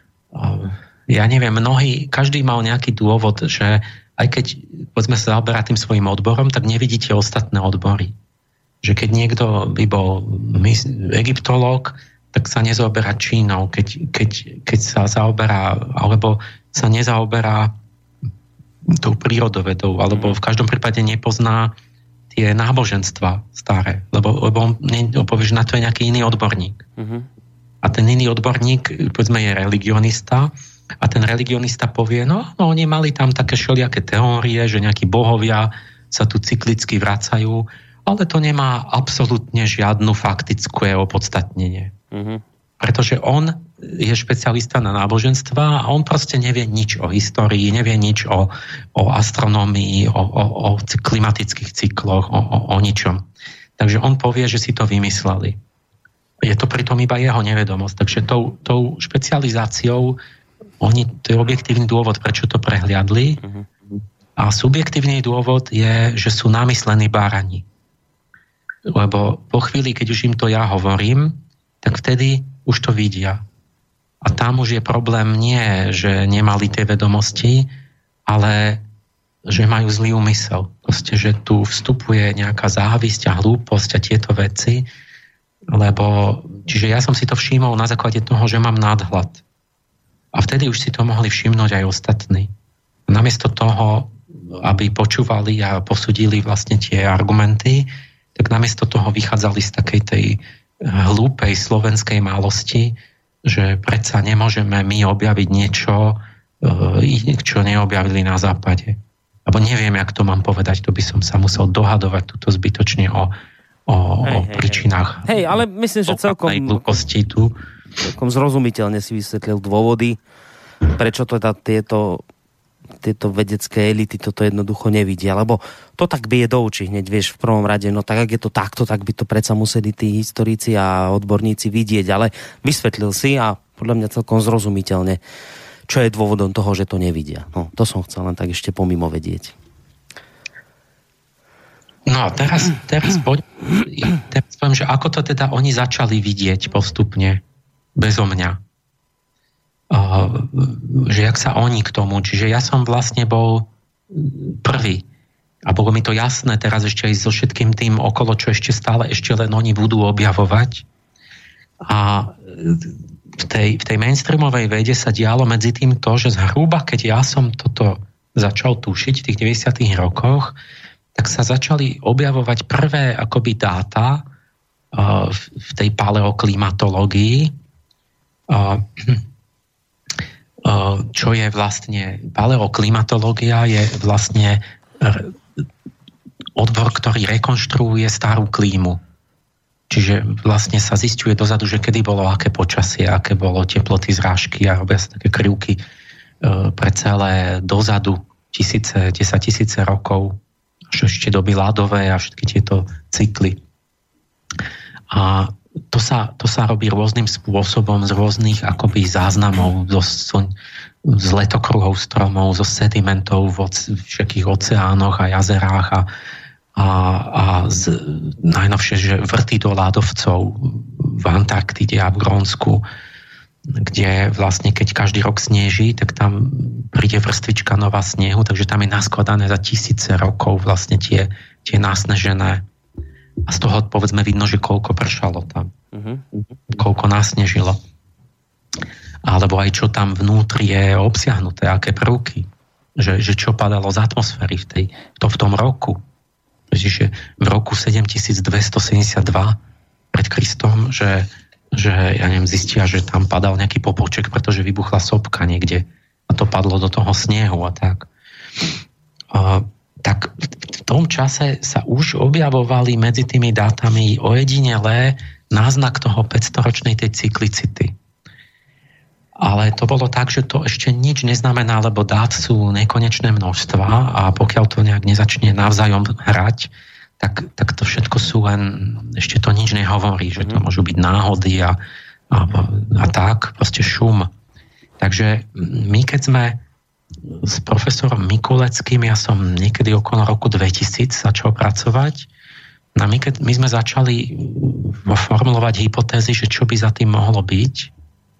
Speaker 3: ja neviem, mnohí, každý mal nejaký dôvod, že aj keď poďme sa zaoberať tým svojím odborom, tak nevidíte ostatné odbory. Že keď niekto by bol egyptológ, tak sa nezaoberá Čínou, keď, keď, keď sa zaoberá, alebo sa nezaoberá tou prírodovedou, alebo v každom prípade nepozná tie náboženstva staré, lebo, lebo on povie, že na to je nejaký iný odborník. Uh-huh. A ten iný odborník, povedzme, je religionista a ten religionista povie, no, no oni mali tam také všelijaké teórie, že nejakí bohovia sa tu cyklicky vracajú, ale to nemá absolútne žiadnu faktické opodstatnenie. Mm-hmm. Pretože on je špecialista na náboženstva a on proste nevie nič o histórii, nevie nič o, o astronómii, o, o, o klimatických cykloch, o, o, o ničom. Takže on povie, že si to vymysleli. Je to pritom iba jeho nevedomosť. Takže tou, tou špecializáciou oni, to je objektívny dôvod, prečo to prehliadli. Uh-huh. A subjektívny dôvod je, že sú namyslení bárani. Lebo po chvíli, keď už im to ja hovorím, tak vtedy už to vidia. A tam už je problém nie, že nemali tie vedomosti, ale že majú zlý úmysel. Proste, že tu vstupuje nejaká závisť a hlúposť a tieto veci, lebo, čiže ja som si to všimol na základe toho, že mám nadhľad. A vtedy už si to mohli všimnúť aj ostatní. Namiesto toho, aby počúvali a posudili vlastne tie argumenty, tak namiesto toho vychádzali z takej tej hlúpej slovenskej málosti, že predsa nemôžeme my objaviť niečo, čo neobjavili na západe. Alebo neviem, jak to mám povedať, to by som sa musel dohadovať tuto zbytočne o, o, hej, o hej, príčinách.
Speaker 2: Hej, ale myslím, že celkom,
Speaker 3: tu.
Speaker 2: celkom zrozumiteľne si vysvetlil dôvody, prečo teda tieto, tieto vedecké elity toto jednoducho nevidia. Lebo to tak bije do očí hneď, vieš, v prvom rade. No tak, ak je to takto, tak by to predsa museli tí historici a odborníci vidieť. Ale vysvetlil si a podľa mňa celkom zrozumiteľne, čo je dôvodom toho, že to nevidia. No, to som chcel len tak ešte pomimo vedieť.
Speaker 3: No a teraz, teraz, poď, teraz poviem, že ako to teda oni začali vidieť postupne bezo mňa. Uh, že jak sa oni k tomu, čiže ja som vlastne bol prvý. A bolo mi to jasné teraz ešte aj so všetkým tým okolo, čo ešte stále ešte len oni budú objavovať. A v tej, v tej mainstreamovej vede sa dialo medzi tým to, že zhruba, keď ja som toto začal tušiť v tých deväťdesiatych rokoch, tak sa začali objavovať prvé akoby dáta uh, v, v tej paleoklimatológii, uh, uh, čo je vlastne paleoklimatológia je vlastne odbor, ktorý rekonštruuje starú klímu. Čiže vlastne sa zisťuje dozadu, že kedy bolo aké počasie, aké bolo teploty, zrážky a robia sa také krivky e, pre celé dozadu tisíce, desaťtisíce rokov, až ešte doby ľadové a všetky tieto cykly. A to sa, to sa robí rôznym spôsobom z rôznych akoby záznamov, zo, z letokruhov stromov, zo sedimentov v všetkých oceánoch a jazerách a a, a z, najnovšie, že vrty do ľadovcov v Antarktide a v Grónsku, kde vlastne keď každý rok sneží, tak tam príde vrstvička nová snehu, takže tam je naskladané za tisíce rokov vlastne tie, tie nasnežené. A z toho povedzme vidno, že koľko pršalo tam. Uh-huh. Koľko nasnežilo. Alebo aj čo tam vnútri je obsiahnuté, aké prvky. Že, že čo padalo z atmosféry v, tej, to v tom roku. Čiže v roku sedemtisícdvestosedemdesiatdva pred Kristom, že, že ja neviem, zistia, že tam padal nejaký popoček, pretože vybuchla sopka niekde a to padlo do toho snehu a tak. A, tak v tom čase sa už objavovali medzi tými dátami ojedinelé náznak toho päťstoročnej tej cyklicity. Ale to bolo tak, že to ešte nič neznamená, lebo dát sú nekonečné množstva a pokiaľ to nejak nezačne navzájom hrať, tak, tak to všetko sú len, ešte to nič nehovorí, že to môžu byť náhody a, a, a tak, proste šum. Takže my keď sme s profesorom Mikuleckým, ja som niekedy okolo roku dvetisíc začal pracovať, no my, keď, my sme začali formulovať hypotézy, že čo by za tým mohlo byť.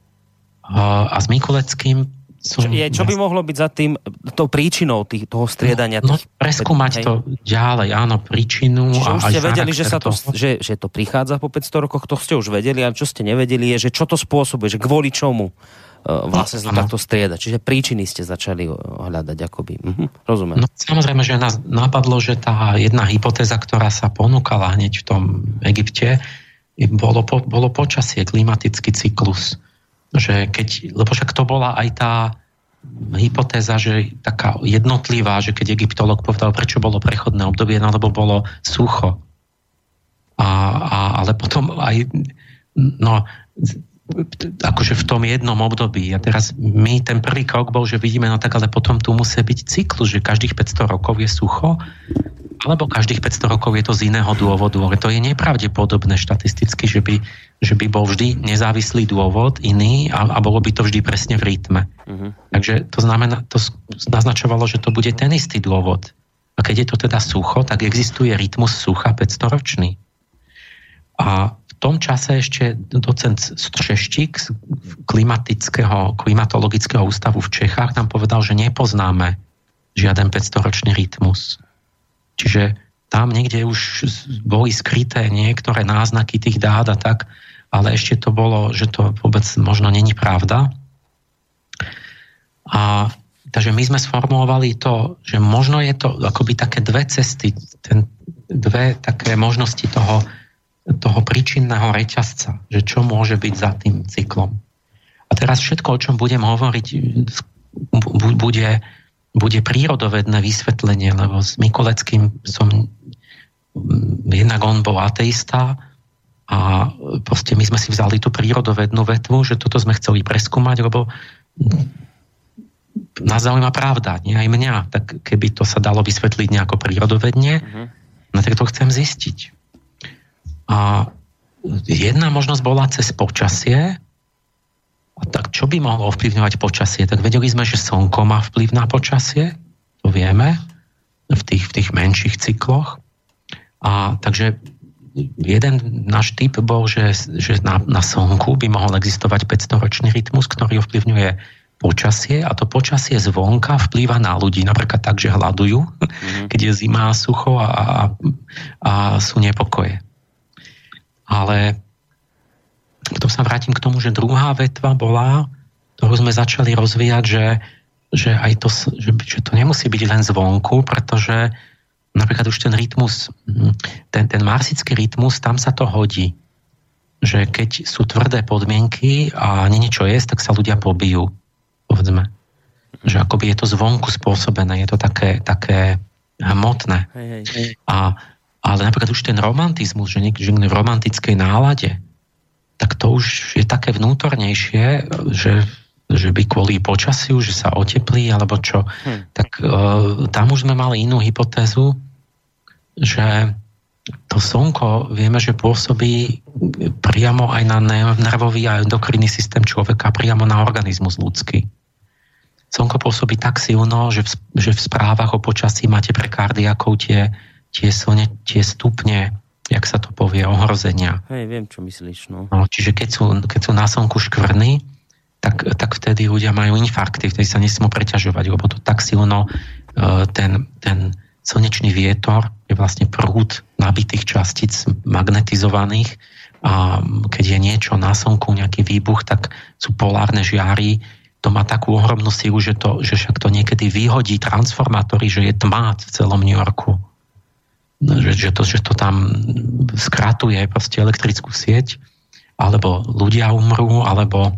Speaker 3: A s Mikuleckým som...
Speaker 2: Je, čo by mohlo byť za tým tou príčinou tých, toho striedania?
Speaker 3: No, no
Speaker 2: tých,
Speaker 3: preskúmať hej. to ďalej, áno, príčinu.
Speaker 2: Čiže
Speaker 3: a
Speaker 2: už ste vedeli, že, sa to,
Speaker 3: toho...
Speaker 2: že, že to prichádza po päťsto rokoch, to ste už vedeli, ale čo ste nevedeli je, že čo to spôsobuje, že kvôli čomu uh, vlastne sa no, takto strieda. Čiže príčiny ste začali hľadať akoby. Mhm, rozumiem.
Speaker 3: No samozrejme, že nás napadlo, že tá jedna hypotéza, ktorá sa ponúkala hneď v tom Egypte, bolo, po, bolo počasie, klimatický cyklus. Že keď, lebo však to bola aj tá hypotéza, že taká jednotlivá, že keď egyptológ povedal, prečo bolo prechodné obdobie, no lebo bolo sucho. A, a, ale potom aj no, akože v tom jednom období. A teraz my, ten prvý krok bol, že vidíme, no tak ale potom tu musí byť cyklus, že každých päťsto rokov je sucho, alebo každých päťsto rokov je to z iného dôvodu. Ale to je nepravdepodobné štatisticky, že by, že by bol vždy nezávislý dôvod iný a, a bolo by to vždy presne v rytme. Uh-huh. Takže to znamená, to naznačovalo, že to bude ten istý dôvod. A keď je to teda sucho, tak existuje rytmus sucha päťstoročný. A v tom čase ešte docent Střeštík z klimatického, klimatologického ústavu v Čechách nám povedal, že nepoznáme žiaden päťstoročný rytmus. Čiže tam niekde už boli skryté niektoré náznaky tých dát a tak, ale ešte to bolo, že to vôbec možno není pravda. A takže my sme sformulovali to, že možno je to akoby také dve cesty, ten, dve také možnosti toho, toho príčinného reťazca, že čo môže byť za tým cyklom. A teraz všetko, o čom budem hovoriť, bude, bude prírodovedné vysvetlenie, lebo s Mikuleckým som, jednak on bol ateista a proste my sme si vzali tú prírodovednú vetvu, že toto sme chceli preskúmať, lebo nás zaujíma pravda, nie aj mňa. Tak keby to sa dalo vysvetliť nejako prírodovedne, uh-huh. no tak to chcem zistiť. A jedna možnosť bola cez počasie. A tak čo by mohlo ovplyvňovať počasie? Tak vedeli sme, že slnko má vplyv na počasie. To vieme. V tých, v tých menších cykloch. A takže jeden náš typ bol, že, že na, na slnku by mohol existovať päťstoročný rytmus, ktorý ovplyvňuje počasie a to počasie zvonka vplýva na ľudí. Napríklad tak, že hľadujú, mm-hmm. keď je zima a sucho a, a, a sú nepokoje. Ale to sa vrátim k tomu, že druhá vetva bola, ktorú sme začali rozvíjať, že, že, aj to, že, že to nemusí byť len zvonku, pretože napríklad už ten rytmus, ten, ten marsický rytmus, tam sa to hodí. Že keď sú tvrdé podmienky a nie niečo jesť, tak sa ľudia pobijú. Povedzme. Že akoby je to zvonku spôsobené, je to také, také hmotné. Hej, hej, hej. A, ale napríklad už ten romantizmus, že niekde v romantickej nálade, tak to už je také vnútornejšie, že, že by kvôli počasiu, že sa oteplí, alebo čo. Hm. Tak uh, tam už sme mali inú hypotézu, že to slnko vieme, že pôsobí priamo aj na nervový a endokrinný systém človeka, priamo na organizmus ľudský. Slnko pôsobí tak silno, že v, že v správach o počasí máte pre kardiakov tie, tie, slne, tie stupne, jak sa to povie, ohrozenia.
Speaker 2: Hej, viem, čo myslíš. No.
Speaker 3: No, čiže keď sú, keď sú na slnku škvrny, tak, tak vtedy ľudia majú infarkty, vtedy sa nesmú preťažovať, lebo to tak silno uh, ten, ten slnečný vietor je vlastne prúd nabitých častíc magnetizovaných a keď je niečo na slnku, nejaký výbuch, tak sú polárne žiary. To má takú ohromnú silu, že, to, že však to niekedy vyhodí transformátory, že je tma v celom New Yorku. Že, že, to, že to tam skratuje proste elektrickú sieť, alebo ľudia umrú, alebo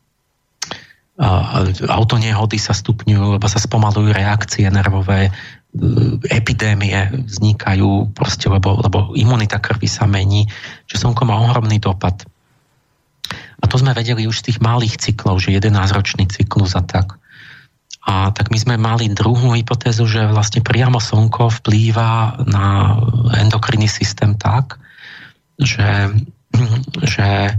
Speaker 3: uh, autonehody sa stupňujú, lebo sa spomalujú reakcie nervové, epidémie vznikajú, proste, lebo, lebo imunita krvi sa mení, že slnko má ohromný dopad. A to sme vedeli už z tých malých cyklov, že jedenásťročný cyklus a tak. A tak my sme mali druhú hypotézu, že vlastne priamo slnko vplýva na endokrinný systém tak, že, že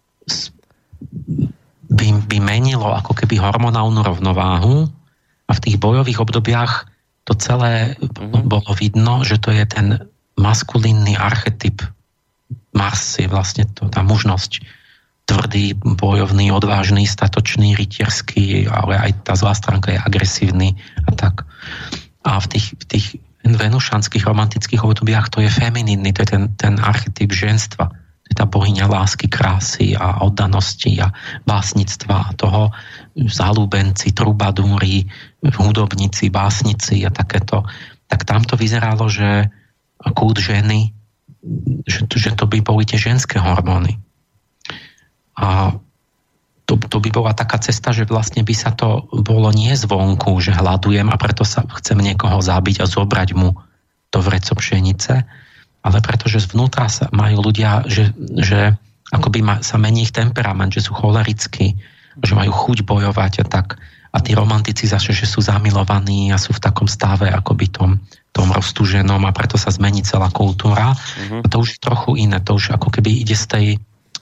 Speaker 3: by, by menilo ako keby hormonálnu rovnováhu a v tých bojových obdobiach to celé mm-hmm. bolo vidno, že to je ten maskulínny archetyp. Mars je vlastne to, tá mužnosť. Tvrdý, bojovný, odvážny, statočný, rytierský, ale aj tá zlá stránka je agresívny a tak. A v tých, v tých venušanských romantických obdobiach to je feminínny, to je ten, ten archetyp ženstva. To je tá bohyňa lásky, krásy a oddanosti a básnictva a toho zalúbenci, trubadúri, hudobníci, básnici a takéto. Tak tam to vyzeralo, že kult ženy, že, že to by boli tie ženské hormóny. A to, to by bola taká cesta, že vlastne by sa to bolo nie zvonku, že hľadujem a preto sa chcem niekoho zabiť a zobrať mu to vreco pšenice, ale pretože zvnútra sa majú ľudia, že, že akoby ma, sa mení ich temperament, že sú cholerickí, že majú chuť bojovať a tak. A tí romantici zase, že sú zamilovaní a sú v takom stave akoby tom, tom roztúženom a preto sa zmení celá kultúra. Uh-huh. A to už je trochu iné. To už ako keby ide z tej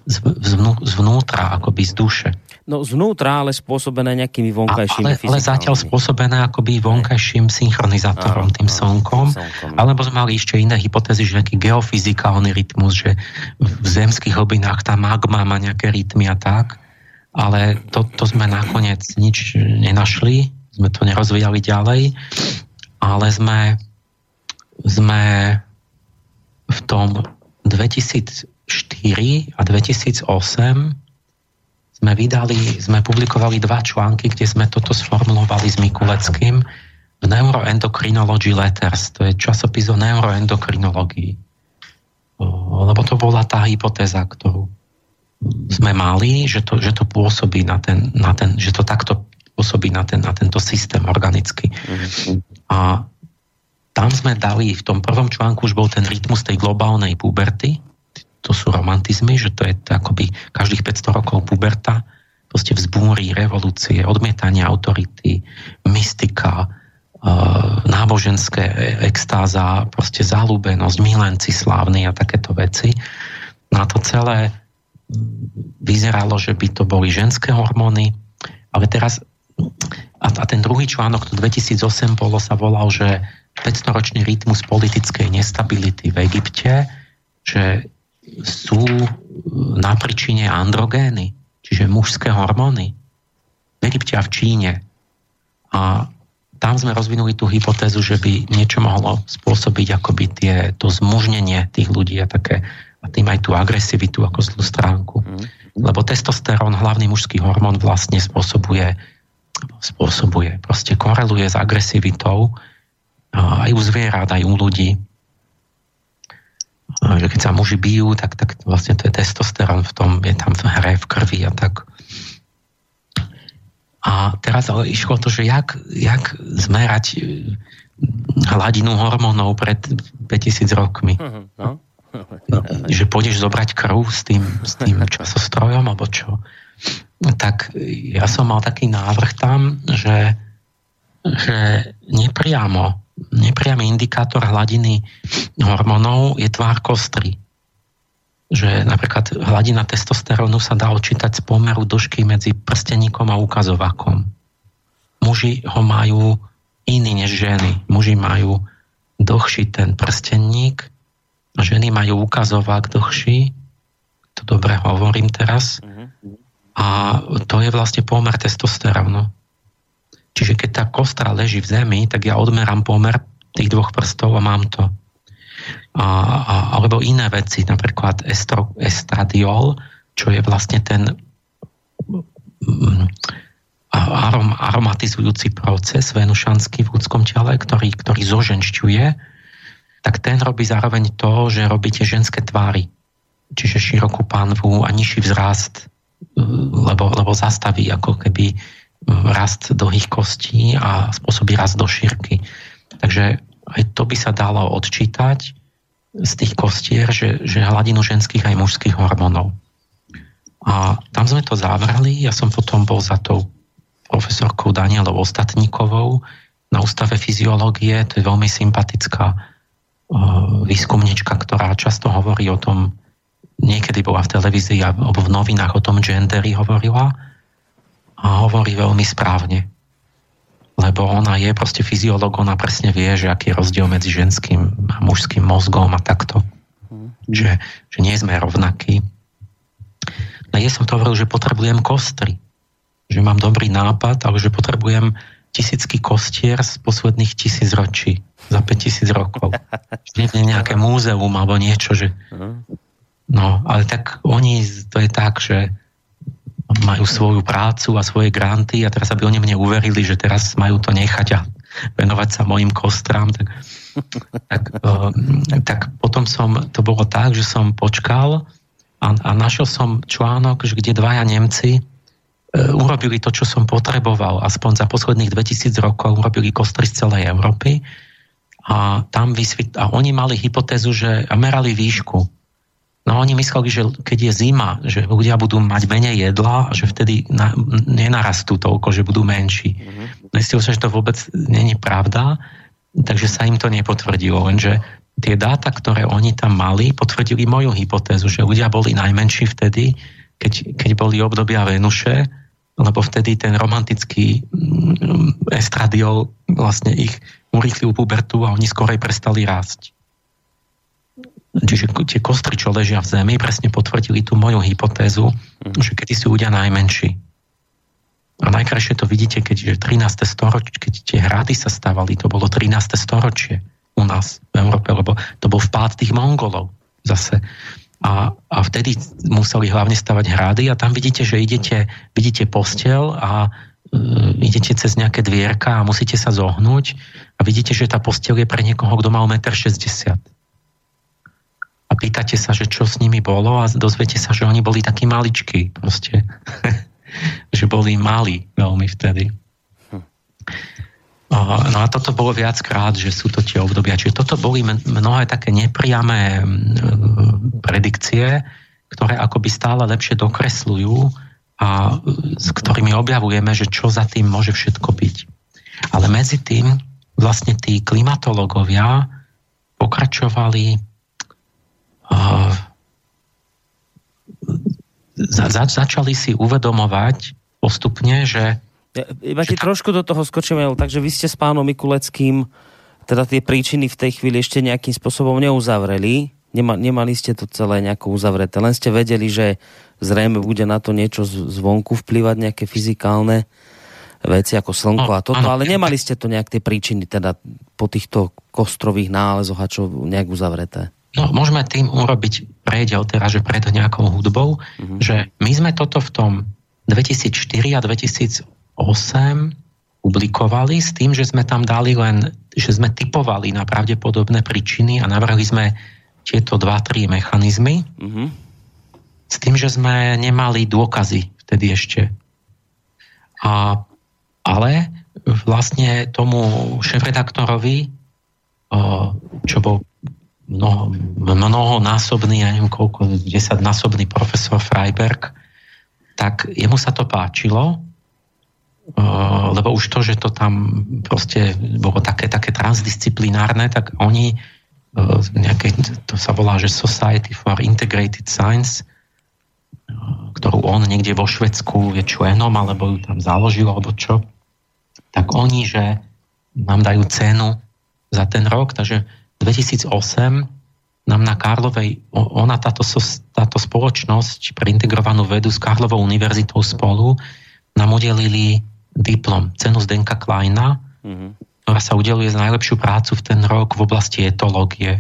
Speaker 3: zvnú, zvnútra, akoby z duše.
Speaker 2: No zvnútra, ale spôsobené nejakými vonkajšími
Speaker 3: fyzikálnymi. Ale zatiaľ spôsobené akoby vonkajším synchronizátorom, tým slnkom. Alebo sme mali ešte iné hypotézy, že nejaký geofyzikálny rytmus, že v zemských hlbinách tá magma má nejaké rytmy a tak. Ale to, to sme nakoniec nič nenašli. Sme to nerozvíjali ďalej. Ale sme, sme v tom dvetisícštyri a dvetisícosem sme vydali, sme publikovali dva články, kde sme toto sformulovali s Mikuleckým v Neuroendocrinology Letters. To je časopis o neuroendokrinológii. Lebo to bola tá hypotéza, ktorú sme mali, že to, že to pôsobí na ten, na ten, že to takto pôsobí na, ten, na tento systém organický. A tam sme dali, v tom prvom článku už bol ten rytmus tej globálnej puberty. To sú romantizmy, že to je to akoby každých päťsto rokov puberta, proste vzbúry, revolúcie, odmietanie autority, mystika, náboženské extáza, proste záľubenosť, milenci slávni a takéto veci. No a to celé vyzeralo, že by to boli ženské hormóny, ale teraz a, a ten druhý článok, to dvetisícosem bolo, sa volal, že päťstoročný rytmus politickej nestability v Egypte, že sú na príčine androgény, čiže mužské hormóny v Egypte a v Číne. A tam sme rozvinuli tú hypotézu, že by niečo mohlo spôsobiť akoby tie, to zmužnenie tých ľudí a také, a tým aj tú agresivitu ako zlú stránku. Mm. Lebo testosterón, hlavný mužský hormón, vlastne spôsobuje spôsobuje, proste koreluje s agresivitou aj u zvierat, aj u ľudí. Že keď sa muži bijú, tak, tak vlastne to je testosterón v tom, je tam v hre, v krvi a tak. A teraz ale išlo to, že jak, jak zmerať hladinu hormónov pred päťtisíc rokmi. No. No, že pôjdeš zobrať krv s tým, s tým časostrojom, alebo čo? Tak ja som mal taký návrh tam, že, že nepriamo nepriamy indikátor hladiny hormónov je tvár kostry. Že napríklad hladina testosterónu sa dá odčítať z pomeru dĺžky medzi prsteníkom a ukazovakom. Muži ho majú iný než ženy. Muži majú dlhší ten prsteník a ženy majú ukazovák dlhší. To dobre hovorím teraz. A to je vlastne pomer testosterónu. Čiže keď tá kostra leží v zemi, tak ja odmerám pomer tých dvoch prstov a mám to. A, a, alebo iné veci, napríklad estro, estradiol, čo je vlastne ten arom, aromatizujúci proces venušanský v ľudskom tele, ktorý, ktorý zoženšťuje, tak ten robí zároveň to, že robíte ženské tvary. Čiže širokú pánvu a nižší vzrast, lebo, lebo zastaví ako keby rast dlhých kostí a spôsobí rast do šírky. Takže aj to by sa dalo odčítať z tých kostier, že, že hladinu ženských aj mužských hormónov. A tam sme to zavrhli. Ja som potom bol za tou profesorkou Danielou Ostatníkovou na Ústave fyziológie. To je veľmi sympatická uh, výskumnička, ktorá často hovorí o tom, niekedy bola v televízii alebo v novinách o tom genderi hovorila, a hovorí veľmi správne. Lebo ona je proste fyziológ, ona presne vie, že aký je rozdiel medzi ženským a mužským mozgom a takto. Mm. Že, že nie sme rovnakí. A ja som to hovoril, že potrebujem kostry. Že mám dobrý nápad, ale že potrebujem tisícky kostier z posledných tisíc ročí. Za päťtisíc rokov. Nie je nejaké múzeum alebo niečo, že... No, ale tak oni, to je tak, že majú svoju prácu a svoje granty a teraz aby oni mne uverili, že teraz majú to nechať a venovať sa mojim kostrám, tak, tak, uh, tak potom som, to bolo tak, že som počkal a, a našiel som článok, že kde dvaja Nemci uh, urobili to, čo som potreboval, aspoň za posledných dvetisíc rokov urobili kostry z celej Európy a tam vysvit, a oni mali hypotézu, že a merali výšku. No oni mysleli, že keď je zima, že ľudia budú mať menej jedla a že vtedy na, nenarastú toľko, že budú menší. Mm-hmm. Zistilo sa, že to vôbec není pravda, takže sa im to nepotvrdilo. Lenže tie dáta, ktoré oni tam mali, potvrdili moju hypotézu, že ľudia boli najmenší vtedy, keď, keď boli obdobia Venuše, lebo vtedy ten romantický estradiol vlastne ich urýchlil pubertu a oni skorej prestali rásť. Čiže tie kostry, čo ležia v zemi, presne potvrdili tú moju hypotézu, mm. že kedy sú ľudia najmenší. A najkrajšie to vidíte, keď trináste storočie, keď tie hrady sa stávali, to bolo trináste storočie u nás v Európe, lebo to bol vpád tých Mongolov zase. A, a vtedy museli hlavne stavať hrady a tam vidíte, že idete, vidíte posteľ a uh, idete cez nejaké dvierka a musíte sa zohnúť a vidíte, že tá posteľ je pre niekoho, kto mal jeden šesťdesiat metra. A pýtate sa, že čo s nimi bolo a dozviete sa, že oni boli takí maličkí proste. Že boli malí veľmi vtedy. No a toto bolo viackrát, že sú to tie obdobia. Čiže toto boli mnohé také nepriame predikcie, ktoré akoby stále lepšie dokresľujú a s ktorými objavujeme, že čo za tým môže všetko byť. Ale medzi tým vlastne tí klimatológovia pokračovali uh, za, za, začali si uvedomovať postupne, že
Speaker 2: Iba ti trošku do toho skočím, takže vy ste s pánom Mikuleckým teda tie príčiny v tej chvíli ešte nejakým spôsobom neuzavreli. Nema, nemali ste to celé nejako uzavreté. Len ste vedeli, že zrejme bude na to niečo zvonku vplyvať, nejaké fyzikálne veci ako slnko a toto, ale nemali ste to nejak tie príčiny teda po týchto kostrových nálezoch a čo nejak uzavreté.
Speaker 3: No, môžeme tým urobiť prediel teraz, že pred nejakou hudbou, mm-hmm. že my sme toto v tom dvetisícštyri a dvetisícosem publikovali s tým, že sme tam dali len, že sme tipovali na pravdepodobné príčiny a navrhli sme tieto dva, tri mechanizmy mm-hmm. s tým, že sme nemali dôkazy vtedy ešte. A, ale vlastne tomu šéfredaktorovi, čo bol mnoho, mnohonásobný, ja neviem koľko, desaťnásobný profesor Freiberg, tak jemu sa to páčilo, lebo už to, že to tam proste bolo také, také transdisciplinárne, tak oni nejaké, to sa volá, že Society for Integrated Science, ktorú on niekde vo Švédsku je členom, alebo ju tam založil, alebo čo, tak oni, že nám dajú cenu za ten rok, takže dvetisícosem nám na Karlovej, ona táto, táto spoločnosť pre integrovanú vedu s Karlovou univerzitou spolu nám udelili diplom, cenu Zdenka Kleina, mm-hmm. ktorá sa udeluje za najlepšiu prácu v ten rok v oblasti etológie.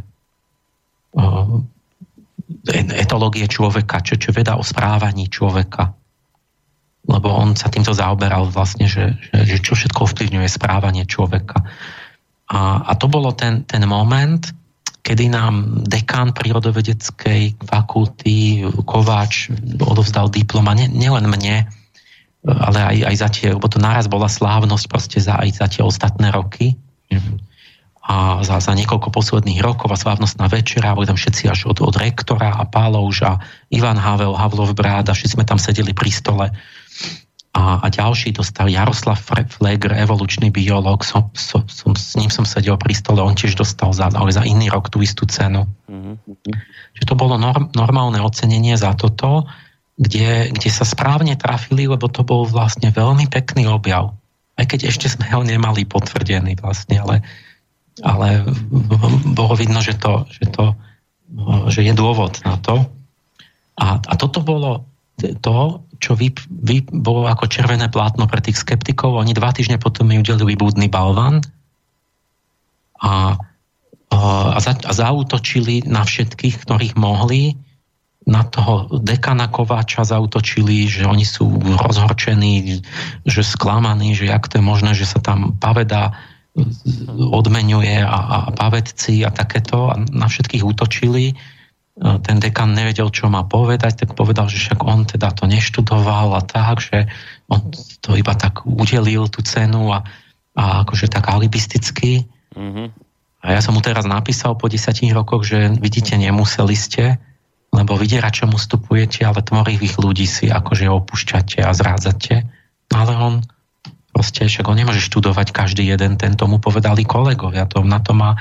Speaker 3: Etológie človeka, čo, čo veda o správaní človeka. Lebo on sa týmto zaoberal vlastne, že, že, že čo všetko ovplyvňuje správanie človeka. A, a to bolo ten, ten moment, kedy nám dekán prírodovedeckej fakulty Kováč odovzdal diplom, a nie, nielen mne, ale aj, aj za tie, lebo to naraz bola slávnosť proste za, aj za tie ostatné roky a za, za niekoľko posledných rokov a slávnostná večera, boli tam všetci až od, od rektora a Pálouž a Ivan Havel, Havlov Bráda, všetci sme tam sedeli pri stole a, a ďalší dostal Jaroslav Flegr, evolučný biológ, som, som, som, s ním som sedel pri stole, on tiež dostal za, ale za iný rok tú istú cenu. Mm-hmm. Čiže to bolo norm, normálne ocenenie za toto, Kde, kde sa správne trafili, lebo to bol vlastne veľmi pekný objav. Aj keď ešte sme ho nemali potvrdený vlastne, ale, ale bolo vidno, že, to, že, to, že je dôvod na to. A, a toto bolo to, čo vy, vy bolo ako červené plátno pre tých skeptikov. Oni dva týždne potom mi udelili búdny balvan a, a, za, a zaútočili na všetkých, ktorých mohli. Na toho dekana Kováča zautočili, že oni sú rozhorčení, že sklamaní, že jak to je možné, že sa tam paveda odmenuje a, a pavedci a takéto. A na všetkých útočili. Ten dekan nevedel, čo má povedať, tak povedal, že však on teda to neštudoval a tak, že on to iba tak udelil tú cenu a, a akože tak alibisticky. Mm-hmm. A ja som mu teraz napísal po desiatich rokoch, že vidíte, nemuseli ste, lebo vydieračom ustupujete, ale tvorivých ľudí si akože opúšťate a zrádzate. Ale on proste, však on nemôže študovať každý jeden, ten tomu povedali kolegovia. To, na to má tí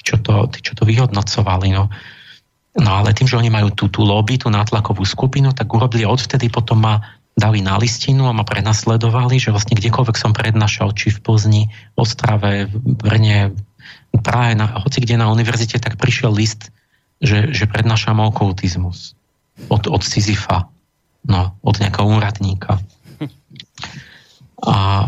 Speaker 3: čo to, tí, čo to vyhodnocovali. No. no ale tým, že oni majú tú, tú lobby, tú nátlakovú skupinu, tak urobili odvtedy, potom ma dali na listinu a ma prenasledovali, že vlastne kdekoľvek som prednášal, či v Plzni, Ostrave, v Brne, v Prahe, na, hoci kde na univerzite, tak prišiel list, že, že prednášam okultizmus od, od Sisyfa, no, od nejakého úradníka. A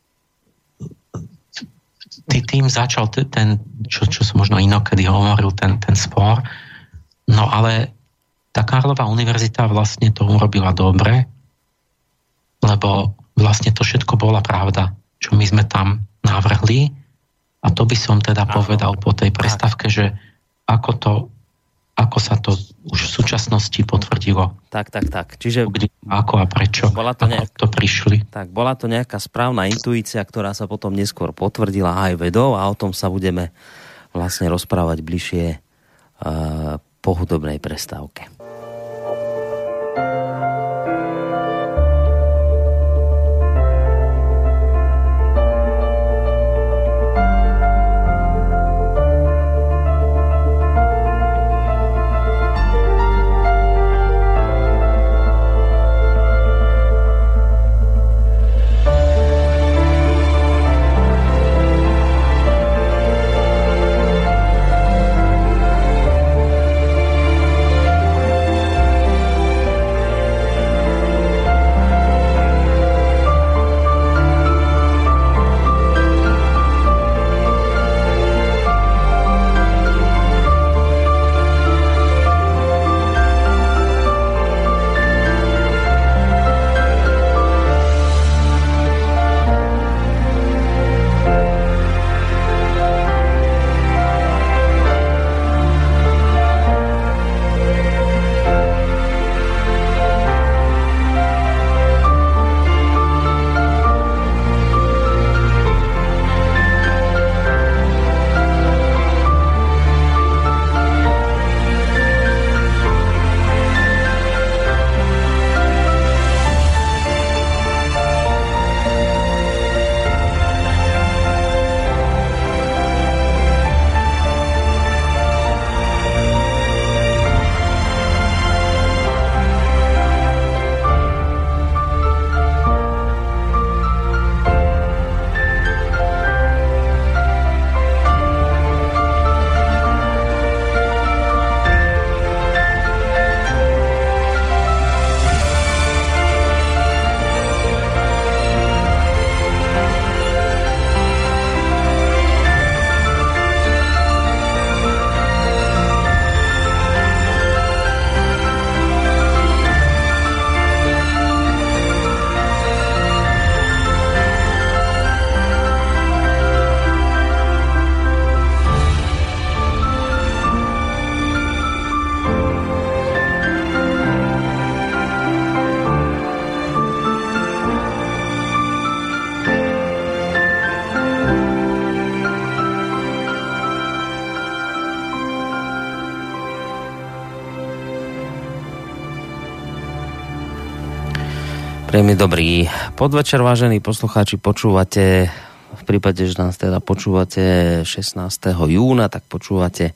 Speaker 3: tým začal ten, čo, čo som možno inokedy hovoril, ten, ten spor. No ale tá Karlova univerzita vlastne to urobila dobre, lebo vlastne to všetko bola pravda, čo my sme tam navrhli. A to by som teda Aha. povedal po tej prestávke, že ako to ako sa to už v súčasnosti potvrdilo.
Speaker 2: Tak, tak, tak. Čiže
Speaker 3: kde, ako a prečo,
Speaker 2: bola to
Speaker 3: nejak,
Speaker 2: nejak,
Speaker 3: to prišli.
Speaker 2: Tak, bola to nejaká správna intuícia, ktorá sa potom neskôr potvrdila aj vedou a o tom sa budeme vlastne rozprávať bližšie uh, po hudobnej prestávke. Príjemný dobrý podvečer, vážení poslucháči, počúvate, v prípade, že nás teda počúvate šestnásteho júna, tak počúvate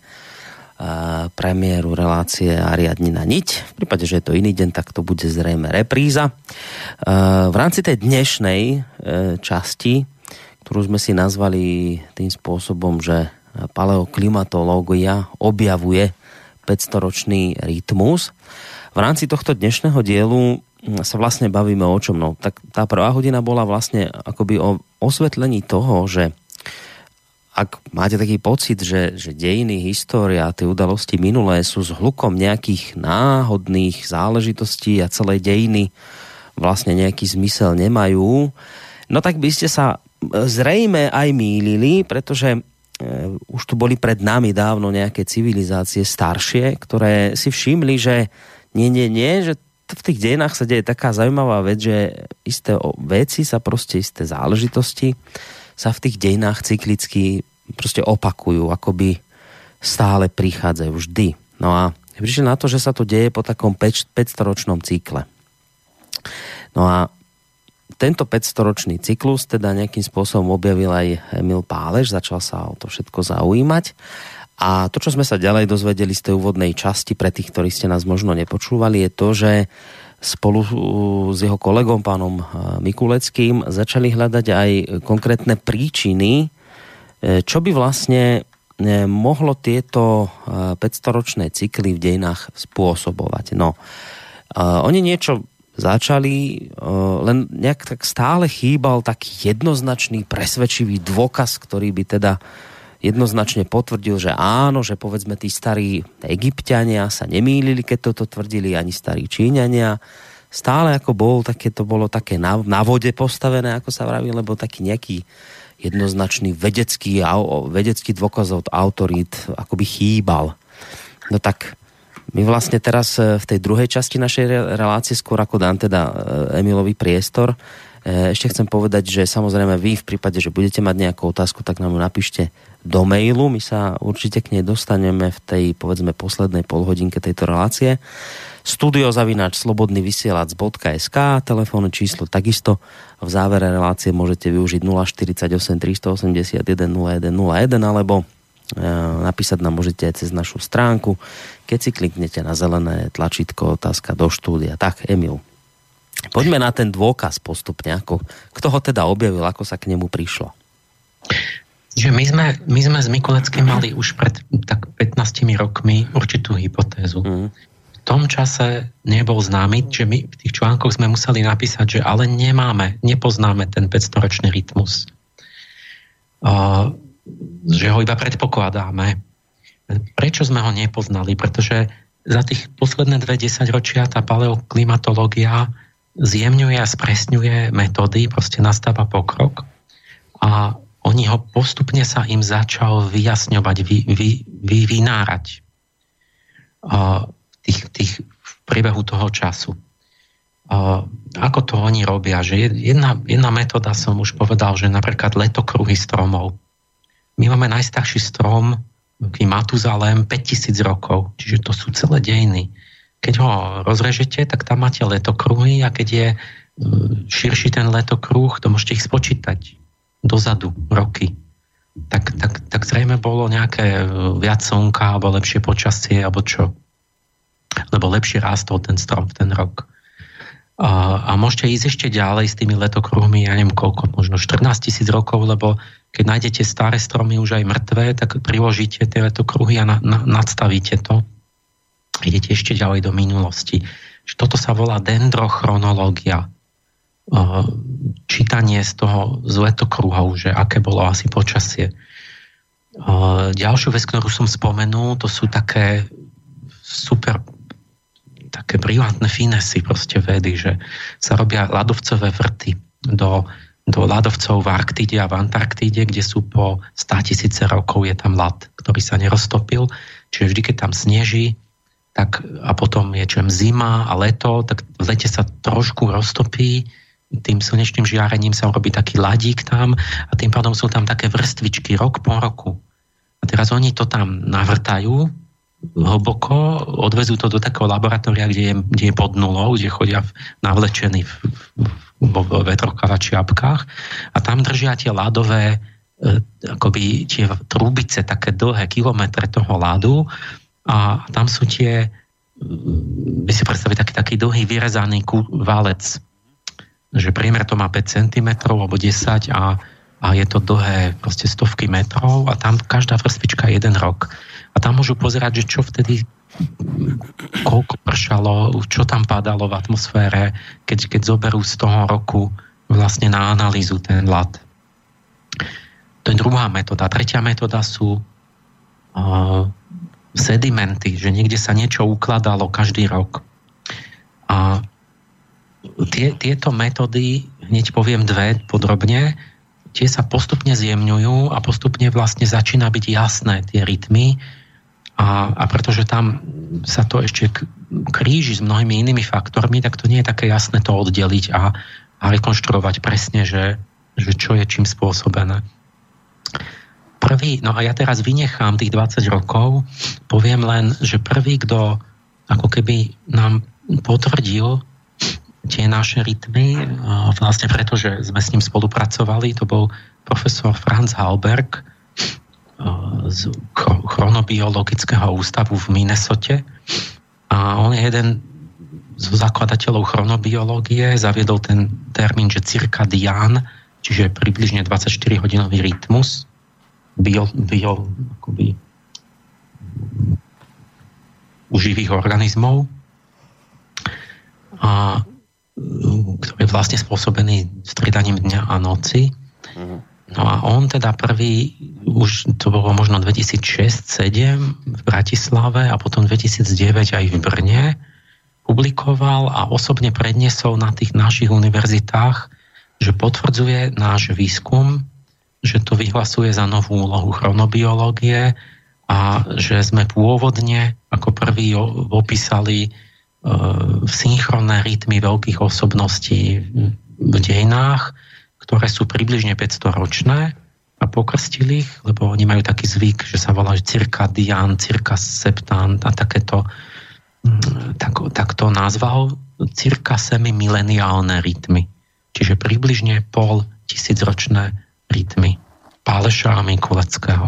Speaker 2: uh, premiéru relácie Ariadnina niť. V prípade, že je to iný deň, tak to bude zrejme repríza. Uh, v rámci tej dnešnej uh, časti, ktorú sme si nazvali tým spôsobom, že paleoklimatológia objavuje päťstoročný rytmus, v rámci tohto dnešného dielu sa vlastne bavíme o čom? No, tak tá prvá hodina bola vlastne akoby o osvetlení toho, že ak máte taký pocit, že, že dejiny, história, tie udalosti minulé sú s hlukom nejakých náhodných záležitostí a celé dejiny vlastne nejaký zmysel nemajú, no tak by ste sa zrejme aj mýlili, pretože už tu boli pred nami dávno nejaké civilizácie staršie, ktoré si všimli, že nie, nie, nie, že v tých dejinách sa deje taká zaujímavá vec, že isté veci sa proste, isté záležitosti sa v tých dejinách cyklicky proste opakujú, akoby stále prichádzajú vždy. No a prišli na to, že sa to deje po takom päťstoročnom cykle. No a tento päťstoročný cyklus teda nejakým spôsobom objavil aj Emil Páleš, začal sa o to všetko zaujímať A to, čo sme sa ďalej dozvedeli z tej úvodnej časti, pre tých, ktorí ste nás možno nepočúvali, je to, že spolu s jeho kolegom, pánom Mikuleckým, začali hľadať aj konkrétne príčiny, čo by vlastne mohlo tieto päťstoročné cykly v dejinách spôsobovať. No, oni niečo začali, len nejak tak stále chýbal taký jednoznačný, presvedčivý dôkaz, ktorý by teda jednoznačne potvrdil, že áno, že povedzme tí starí Egypťania sa nemýlili, keď toto tvrdili, ani starí Číňania. Stále ako bol, také to bolo také na, na vode postavené, ako sa vraví, lebo taký nejaký jednoznačný vedecký, vedecký dôkaz od autorít akoby chýbal. No tak my vlastne teraz v tej druhej časti našej relácie, skôr ako dám teda Emilovi priestor, ešte chcem povedať, že samozrejme vy v prípade, že budete mať nejakú otázku, tak nám ju napíšte do mailu. My sa určite k nej dostaneme v tej, povedzme, poslednej polhodinke tejto relácie. studio zavináč slobodný vysielač bodka es ká, telefónne číslo takisto v závere relácie môžete využiť nula štyridsaťosem tristoosemdesiatjeden nula jeden nula jeden alebo e, napísať nám môžete aj cez našu stránku, keď si kliknete na zelené tlačítko otázka do štúdia. Tak, Emil, poďme na ten dôkaz postupne. Ako, kto ho teda objavil, ako sa k nemu prišlo?
Speaker 3: Že my sme, my sme s Mikuleckým mali už pred tak pätnástimi rokmi určitú hypotézu. Mm. V tom čase nebol známy, že my v tých článkoch sme museli napísať, že ale nemáme, nepoznáme ten päťstoročný rytmus. Uh, že ho iba predpokladáme. Prečo sme ho nepoznali? Pretože za tých posledné dve desaťročia tá paleoklimatológia zjemňuje a spresňuje metódy, proste nastáva pokrok a oni ho postupne sa im začal vyjasňovať, vy, vy, vy, vynárať uh, tých, tých, v priebehu toho času. Uh, ako to oni robia? Že jedna, jedna metóda som už povedal, že napríklad letokruhy stromov. My máme najstarší strom, Matuzalem, päťtisíc rokov, čiže to sú celé dejiny. Keď ho rozrežete, tak tam máte letokruhy a keď je širší ten letokruh, to môžete ich spočítať dozadu, roky. Tak, tak, tak zrejme bolo nejaké viac slnka, alebo lepšie počasie, alebo čo. Lebo lepšie rástol ten strom v ten rok. A, a môžete ísť ešte ďalej s tými letokruhmi, ja neviem koľko, možno štrnásť tisíc rokov, lebo keď nájdete staré stromy už aj mŕtvé, tak priložíte tie letokruhy a na, na, nadstavíte to. Idete ešte ďalej do minulosti. Toto sa volá dendrochronológia. Čítanie z toho z letokruhov, že aké bolo asi počasie. Ďalšiu vec, ktorú som spomenul, to sú také super také brilantné finesy proste vedy, že sa robia ľadovcové vrty do, do ľadovcov v Arktide a v Antarktíde, kde sú po státisíce rokov je tam ľad, ktorý sa neroztopil. Čiže vždy, keď tam sneží, tak, a potom je čem zima a leto, tak v lete sa trošku roztopí, tým slnečným žiarením sa robí taký ľadík tam a tým pádom sú tam také vrstvičky rok po roku. A teraz oni to tam navrtajú hlboko, odvezú to do takého laboratória, kde je, kde je pod nulou, kde chodia navlečení v, v, v vetrokavači apkách a tam držia tie ľadové e, akoby tie trúbice, také dlhé kilometre toho ľadu a tam sú tie, by si predstaviť taký, taký dlhý vyrezaný válec, že priemer to má päť centimetrov alebo desať a, a je to dlhé proste stovky metrov a tam každá vrstvička je jeden rok. A tam môžu pozerať, že čo vtedy, koľko pršalo, čo tam padalo v atmosfére, keď, keď zoberú z toho roku vlastne na analýzu ten ľad. To je druhá metóda. Tretia metóda sú uh, sedimenty, že niekde sa niečo ukladalo každý rok. A tie, tieto metódy, hneď poviem dve podrobne, tie sa postupne zjemňujú a postupne vlastne začína byť jasné tie rytmy a, a pretože tam sa to ešte kríži s mnohými inými faktormi, tak to nie je také jasné to oddeliť a, a rekonštruovať presne, že, že čo je čím spôsobené. Prvý, no a ja teraz vynechám tých dvadsať rokov, poviem len, že prvý, kto ako keby nám potvrdil tie naše rytmy, vlastne preto, že sme s ním spolupracovali, to bol profesor Franz Halberg, z chronobiologického ústavu v Minnesote a on je jeden z zakladateľov chronobiológie, zaviedol ten termín, že cirkadián, čiže približne dvadsaťštyrihodinový rytmus bio, bio akoby, u živých organizmov, a, ktorý je vlastne spôsobený striedaním dňa a noci. No a on teda prvý, už to bolo možno dvetisícšesť sedem v Bratislave a potom dvetisícdeväť aj v Brne, publikoval a osobne predniesol na tých našich univerzitách, že potvrdzuje náš výskum, že to vyhlasuje za novú úlohu chronobiológie a že sme pôvodne ako prví opísali e, synchronné rytmy veľkých osobností v dejinách, ktoré sú približne päťstoročné a pokrstili ich, lebo oni majú taký zvyk, že sa volá cirkadián, cirkaseptán a takéto tak, tak to nazval cirka semimileniálne rytmy. Čiže približne pol tisícročné rytmy Páleša a Mikuleckého.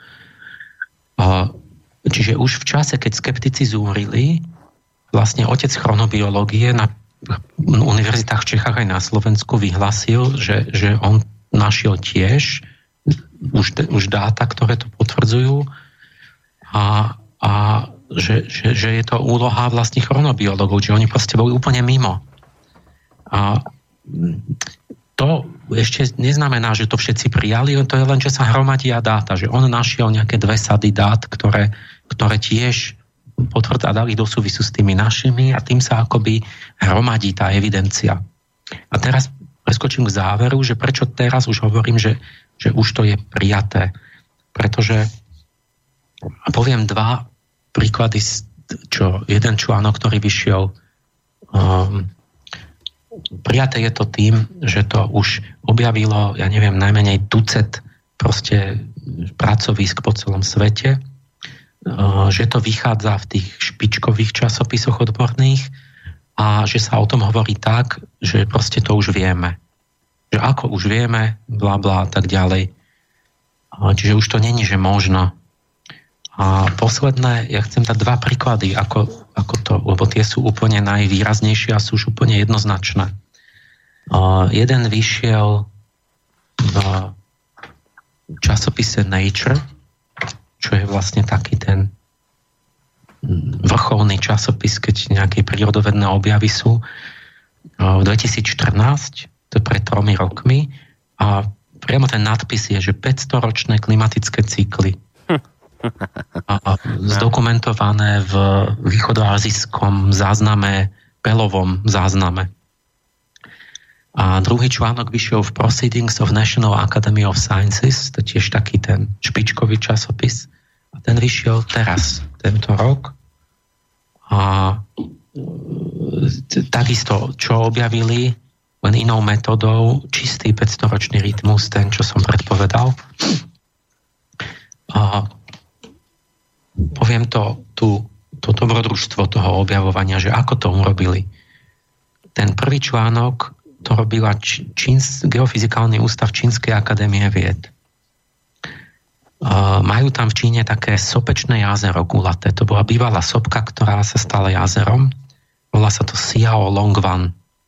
Speaker 3: Čiže už v čase, keď skeptici zúrili, vlastne otec chronobiológie na univerzitách v Čechách aj na Slovensku vyhlasil, že, že on našiel tiež už, už dáta, ktoré to potvrdzujú a, a že, že, že je to úloha vlastne chronobiológov, že oni proste boli úplne mimo. A to ešte neznamená, že to všetci prijali, to je len, že sa hromadia dáta, že on našiel nejaké dve sady dát, ktoré, ktoré tiež potvrdili a dali do súvisu s tými našimi a tým sa akoby hromadí tá evidencia. A teraz preskočím k záveru, že prečo teraz už hovorím, že, že už to je prijaté. Pretože a poviem dva príklady, čo jeden článok, ktorý vyšiel um, prijaté je to tým, že to už objavilo, ja neviem, najmenej tucet proste pracovísk po celom svete, uh, že to vychádza v tých špičkových časopisoch odborných a že sa o tom hovorí tak, že proste to už vieme. Že ako už vieme, bla bla a tak ďalej. Uh, čiže už to není, že možno. A posledné, ja chcem dať dva príklady, ako, ako to, lebo tie sú úplne najvýraznejšie a sú už úplne jednoznačné. Uh, jeden vyšiel v časopise Nature, čo je vlastne taký ten vrcholný časopis, keď nejaké prírodovedné objavy sú. Uh, v dvetisícštrnásť, to je pred tromi rokmi, a priamo ten nadpis je, že päťstoročné klimatické cykly a zdokumentované v východoazijskom zázname, pelovom zázname. A druhý článok vyšiel v Proceedings of National Academy of Sciences, to je tiež taký ten špičkový časopis. A ten vyšiel teraz, tento rok. A takisto, čo objavili, len inou metodou, čistý päťstoročný rytmus, ten, čo som predpovedal. A poviem to, tú, to dobrodružstvo toho objavovania, že ako to urobili. Ten prvý článok to robila Číns, Geofyzikálny ústav Čínskej akadémie vied. Uh, majú tam v Číne také sopečné jazero gulaté. To bola bývalá sopka, ktorá sa stala jazerom. Volá sa to Xiao Longwan.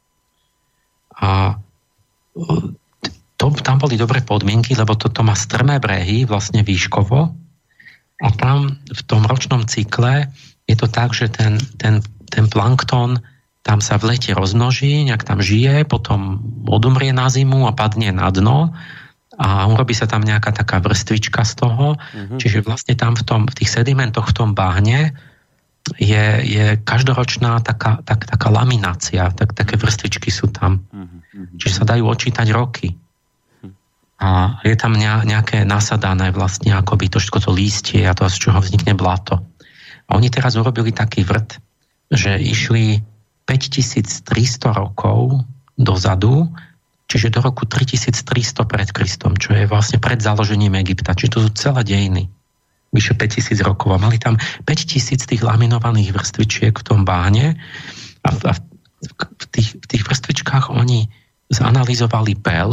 Speaker 3: A to, tam boli dobré podmienky, lebo toto má strmé brehy, vlastne výškovo. A tam v tom ročnom cykle je to tak, že ten, ten, ten plankton tam sa v lete rozmnoží, nejak tam žije, potom odumrie na zimu a padne na dno a urobí sa tam nejaká taká vrstvička z toho. Mm-hmm. Čiže vlastne tam v, tom, v tých sedimentoch, v tom bahne je, je každoročná taká, tak, taká laminácia, tak, také vrstvičky sú tam. Mm-hmm. Čiže sa dajú odčítať roky. A je tam nejaké nasadané vlastne akoby to všetko to lístie a to, z čoho vznikne blato. A oni teraz urobili taký vrt, že išli päťtisíctristo rokov dozadu, čiže do roku tritisíctristo pred Kristom, čo je vlastne pred založením Egypta. Čiže to sú celé dejiny. Vyše päťtisíc rokov. A mali tam päťtisíc tých laminovaných vrstvičiek v tom báne a v, v, tých, v tých vrstvičkách oni zanalizovali pel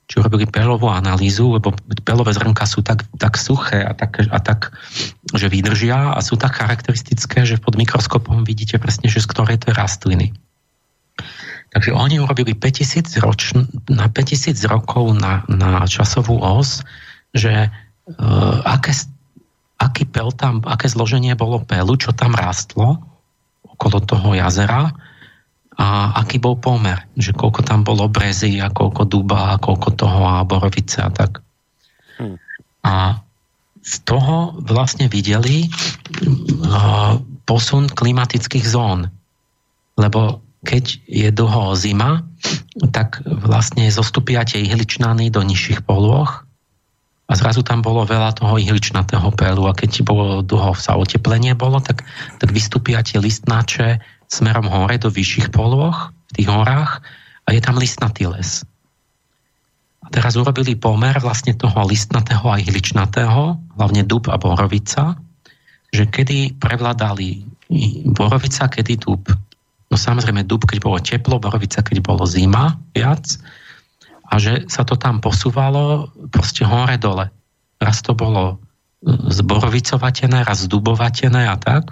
Speaker 3: či urobili peľovú analýzu, lebo peľové zrnka sú tak, tak suché a tak, a tak, že vydržia a sú tak charakteristické, že pod mikroskopom vidíte presne, že z ktorej to je rastliny. Takže oni urobili päťtisíc roč, na päťtisíc rokov na, na časovú os, že uh, aké, aký pel tam, aké zloženie bolo pelu, čo tam rástlo okolo toho jazera, a aký bol pomer, že koľko tam bolo brezy a koľko duba a koľko toho a borovice a tak. Hmm. A z toho vlastne videli uh, posun klimatických zón. Lebo keď je dlho zima, tak vlastne zostupia tie ihličnany do nižších polôch a zrazu tam bolo veľa toho ihličnatého pelu a keď bolo dlho sa oteplenie bolo, tak, tak vystúpia tie listnáče smerom hore do vyšších polôch v tých horách a je tam listnatý les. A teraz urobili pomer vlastne toho listnatého a ihličnatého, hlavne dub a borovica, že kedy prevládali borovica, kedy dub. No samozrejme dub, keď bolo teplo, borovica, keď bolo zima viac a že sa to tam posúvalo proste hore-dole. Raz to bolo zborovicovatené, raz zdubovatené a tak.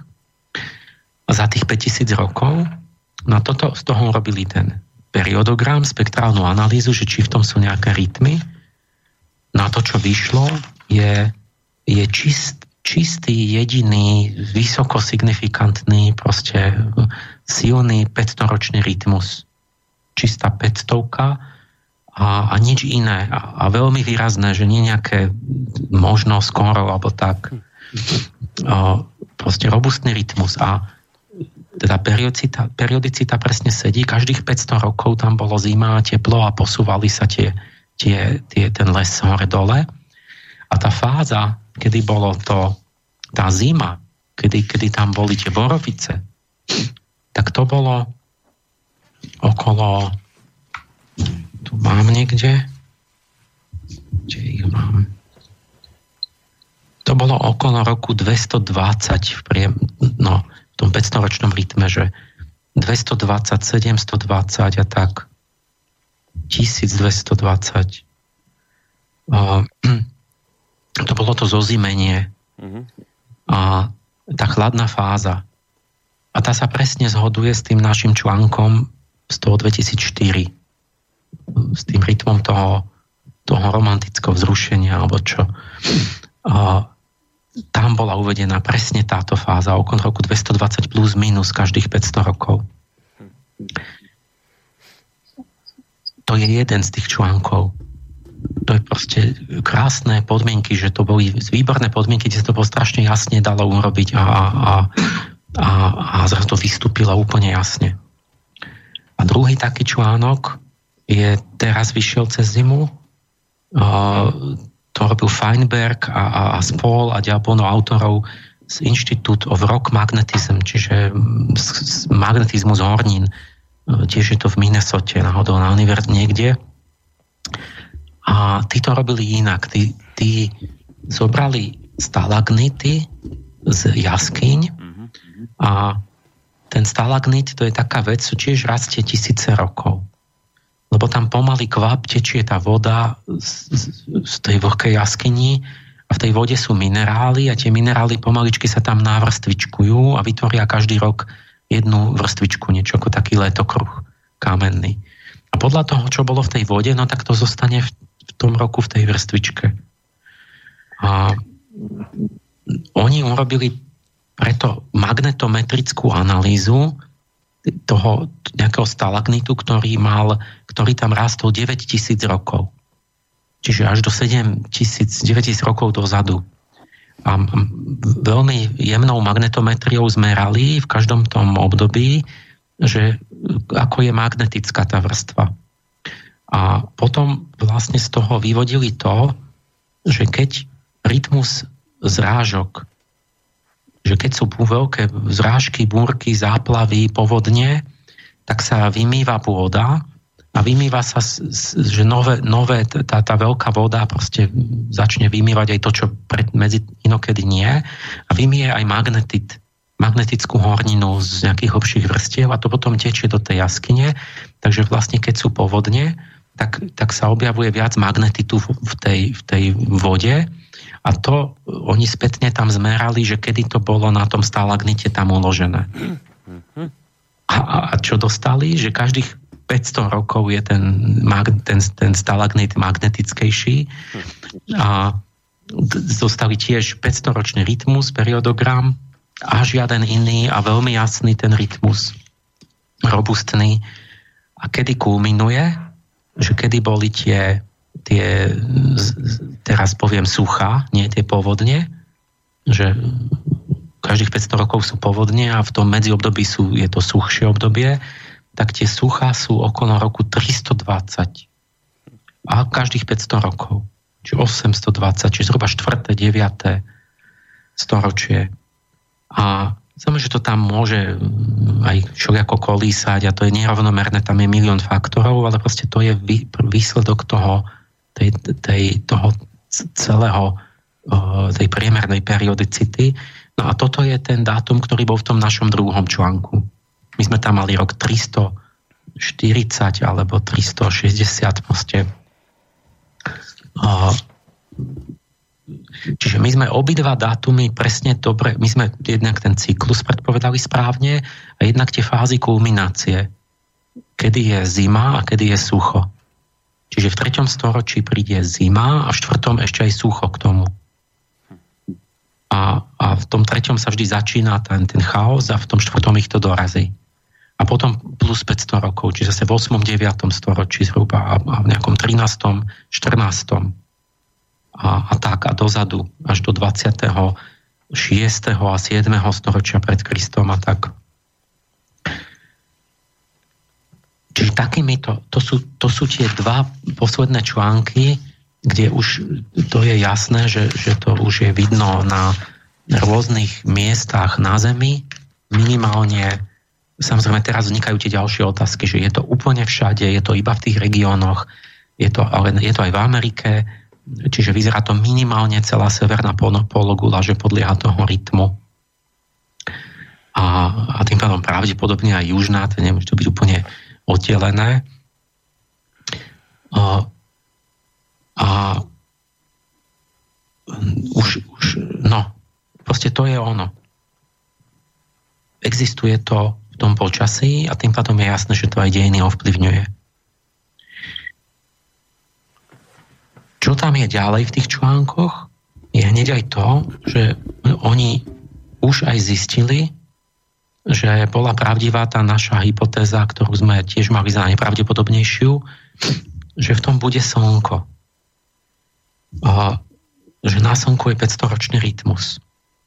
Speaker 3: Za tých päťtisíc rokov. Na toto z toho robili ten periodogram, spektrálnu analýzu, že či v tom sú nejaké rytmy. Na to, čo vyšlo, je, je čist, čistý, jediný, vysoko signifikantný, proste silný päťstoročný rytmus. Čistá päťstovka a, a nič iné. A, a veľmi výrazné, že nie nejaké možno skoro, alebo tak. A, proste robustný rytmus. A teda periodicita, periodicita presne sedí, každých päťsto rokov tam bolo zima a teplo a posúvali sa tie, tie, tie, ten les hore-dole. A tá fáza, kedy bolo to, tá zima, kedy, kedy tam boli tie borovice, tak to bolo okolo, tu mám niekde, kde ich mám, to bolo okolo roku dvestodvadsať v priem, no, v tom päťstoročnom rytme, že dvestodvadsať, sedemstodvadsať a tak tisícdvestodvadsať. Uh, to bolo to zozimenie uh-huh. a tá chladná fáza. A tá sa presne zhoduje s tým našim článkom z toho dvetisícštyri. S tým rytmom toho, toho romantického vzrušenia alebo čo. Uh, tam bola uvedená presne táto fáza okolo roku dvestodvadsať plus minus každých päťsto rokov. To je jeden z tých článkov. To je proste krásne podmienky, že to boli výborné podmienky, kde sa to bolo strašne jasne dalo urobiť a, a, a, a zrazu to vystúpilo úplne jasne. A druhý taký článok je teraz vyšiel cez zimu. Uh, To robil Feinberg a, a, a spol a ďalej autorov z Institute of Rock Magnetism, čiže z, z magnetizmus hornín. Tiež je to v Minnesote, náhodou na univerzite niekde. A tí to robili inak. Tí, tí zobrali stalagnity z jaskyň a ten stalagnit, to je taká vec, čo tiež rastie tisíce rokov. Lebo tam pomaly kvap tečie tá voda z, z, z tej vlhkej jaskyni a v tej vode sú minerály a tie minerály pomaličky sa tam navrstvičkujú a vytvoria každý rok jednu vrstvičku, niečo ako taký letokruh kamenný. A podľa toho, čo bolo v tej vode, no tak to zostane v, v tom roku v tej vrstvičke. A oni urobili preto magnetometrickú analýzu toho nejakého stalagnitu, ktorý mal, ktorý tam rástol deväťtisíc rokov. Čiže až do sedemtisíc, deväťtisíc rokov dozadu. A veľmi jemnou magnetometriou zmerali v každom tom období, že ako je magnetická tá vrstva. A potom vlastne z toho vyvodili to, že keď rytmus zrážok, že keď sú veľké zrážky, búrky, záplavy, povodne, tak sa vymýva pôda a vymýva sa, že nové, nové tá, tá veľká voda proste začne vymývať aj to, čo pred, medzi inokedy nie a vymýje aj magnetit, magnetickú horninu z nejakých hlbších vrstiev a to potom tečie do tej jaskyne. Takže vlastne keď sú povodne, tak, tak sa objavuje viac magnetitu v tej, v tej vode a to oni spätne tam zmerali, že kedy to bolo na tom stalagnite tam uložené. A, a čo dostali? Že každých päťsto rokov je ten, ten, ten stalagnit magnetickejší a dostali tiež päťstoročný rytmus, periodogram a žiaden iný a veľmi jasný ten rytmus, robustný. A kedy kulminuje, že kedy boli tie, tie teraz poviem suchá, nie tie povodne, že každých päťsto rokov sú povodne a v tom medziobdobí sú, je to suchšie obdobie, tak tie suchá sú okolo roku tristodvadsať. A každých päťsto rokov. Čiže osemstodvadsať, čiže zhruba štvrté, deviate storočie. A samozrejme, že to tam môže aj všelijako kolísať a to je nerovnomerné, tam je milión faktorov, ale proste to je výsledok toho, tej, tej, toho celého, tej priemernej periodicity. No a toto je ten dátum, ktorý bol v tom našom druhom článku. My sme tam mali rok tristoštyridsať alebo tristošesťdesiat proste. Čiže my sme obidva dátumy presne dobre, my sme jednak ten cyklus predpovedali správne a jednak tie fázy kulminácie. Kedy je zima a kedy je sucho. Čiže v treťom storočí príde zima a v štvrtom ešte aj sucho k tomu. A, a v tom treťom sa vždy začína ten, ten chaos a v tom štvrtom ich to dorazí. A potom plus päťsto rokov, čiže zase v ôsmom deviatom storočí zhruba a, a v nejakom trinástom štrnástom A, a tak a dozadu až do dvadsiateho šiesteho a siedmeho storočia pred Kristom a tak. Čiže takýmito, to sú, to sú tie dva posledné články, kde už to je jasné, že, že to už je vidno na rôznych miestach na Zemi. Minimálne, samozrejme teraz vznikajú tie ďalšie otázky, že je to úplne všade, je to iba v tých regiónoch, je to, ale je to aj v Amerike, čiže vyzerá to minimálne celá severná pologula, že podlieha toho rytmu. A, a tým pádom pravdepodobne aj južná, to nemôže to byť úplne oddelené. A, a už, už, no, proste to je ono. Existuje to v tom počasí a tým pádom je jasné, že to aj dejiny ovplyvňuje. Čo tam je ďalej v tých článkoch? Je hneď aj to, že oni už aj zistili, že bola pravdivá tá naša hypotéza, ktorú sme tiež mali za najpravdepodobnejšiu, že v tom bude slnko. A že na slnku je päťstoročný rytmus.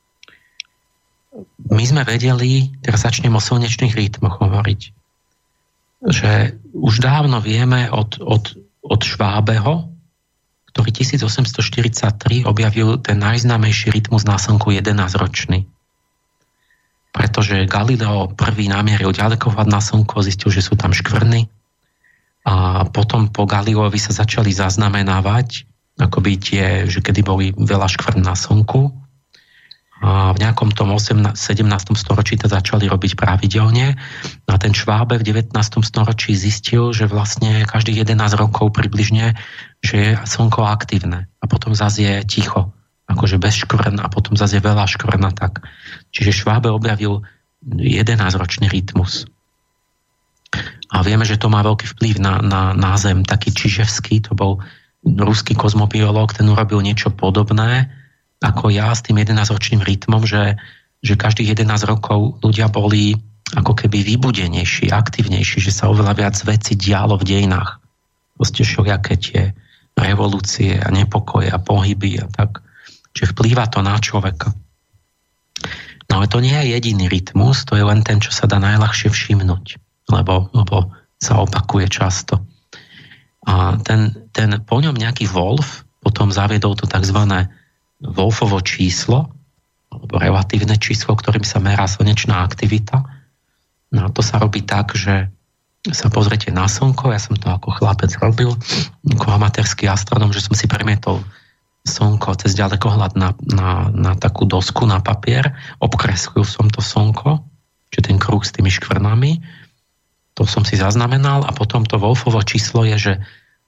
Speaker 3: My sme vedeli, teraz začnem o slnečných rytmoch hovoriť, že už dávno vieme od, od, od Švábeho, ktorý tisícosemstoštyridsaťtri objavil ten najznámejší rytmus na slnku jedenásťročný. Pretože Galileo prvý namieril ďalekohľad na slnko, zistil, že sú tam škvrny a potom po Galileovi sa začali zaznamenávať akoby tie, že kedy boli veľa škvrn na slnku a v nejakom tom sedemnástom storočí to začali robiť pravidelne a ten Švábe v devätnástom storočí zistil, že vlastne každých jedenásť rokov približne, že je slnko aktívne a potom zase je ticho, akože bez škvrn a potom zase je veľa škvrn a tak. Čiže Švábe objavil jedenásťročný rytmus. A vieme, že to má veľký vplyv na, na, na Zem. Taký Čiževský, to bol ruský kozmobiológ, ten urobil niečo podobné ako ja s tým jedenásťročným rytmom, že, že každých jedenásť rokov ľudia boli ako keby vybudenejší, aktívnejší, že sa oveľa viac vecí dialo v dejinách. Proste všelijaké tie revolúcie a nepokoje a pohyby a tak. Čiže vplýva to na človeka. No ale to nie je jediný rytmus, to je len ten, čo sa dá najľahšie všimnúť, lebo, lebo sa opakuje často. A ten, ten po ňom nejaký Wolf potom zaviedol to tzv. Wolfovo číslo, alebo relatívne číslo, ktorým sa merá slnečná aktivita. No a to sa robí tak, že sa pozriete na slnko, ja som to ako chlapec robil, ako amatérský astronom, že som si premietol slnko cez ďalekohľad na, na, na takú dosku, na papier, obkreslil som to slnko, čiže ten kruh s tými škvrnami, to som si zaznamenal a potom to Wolfovo číslo je, že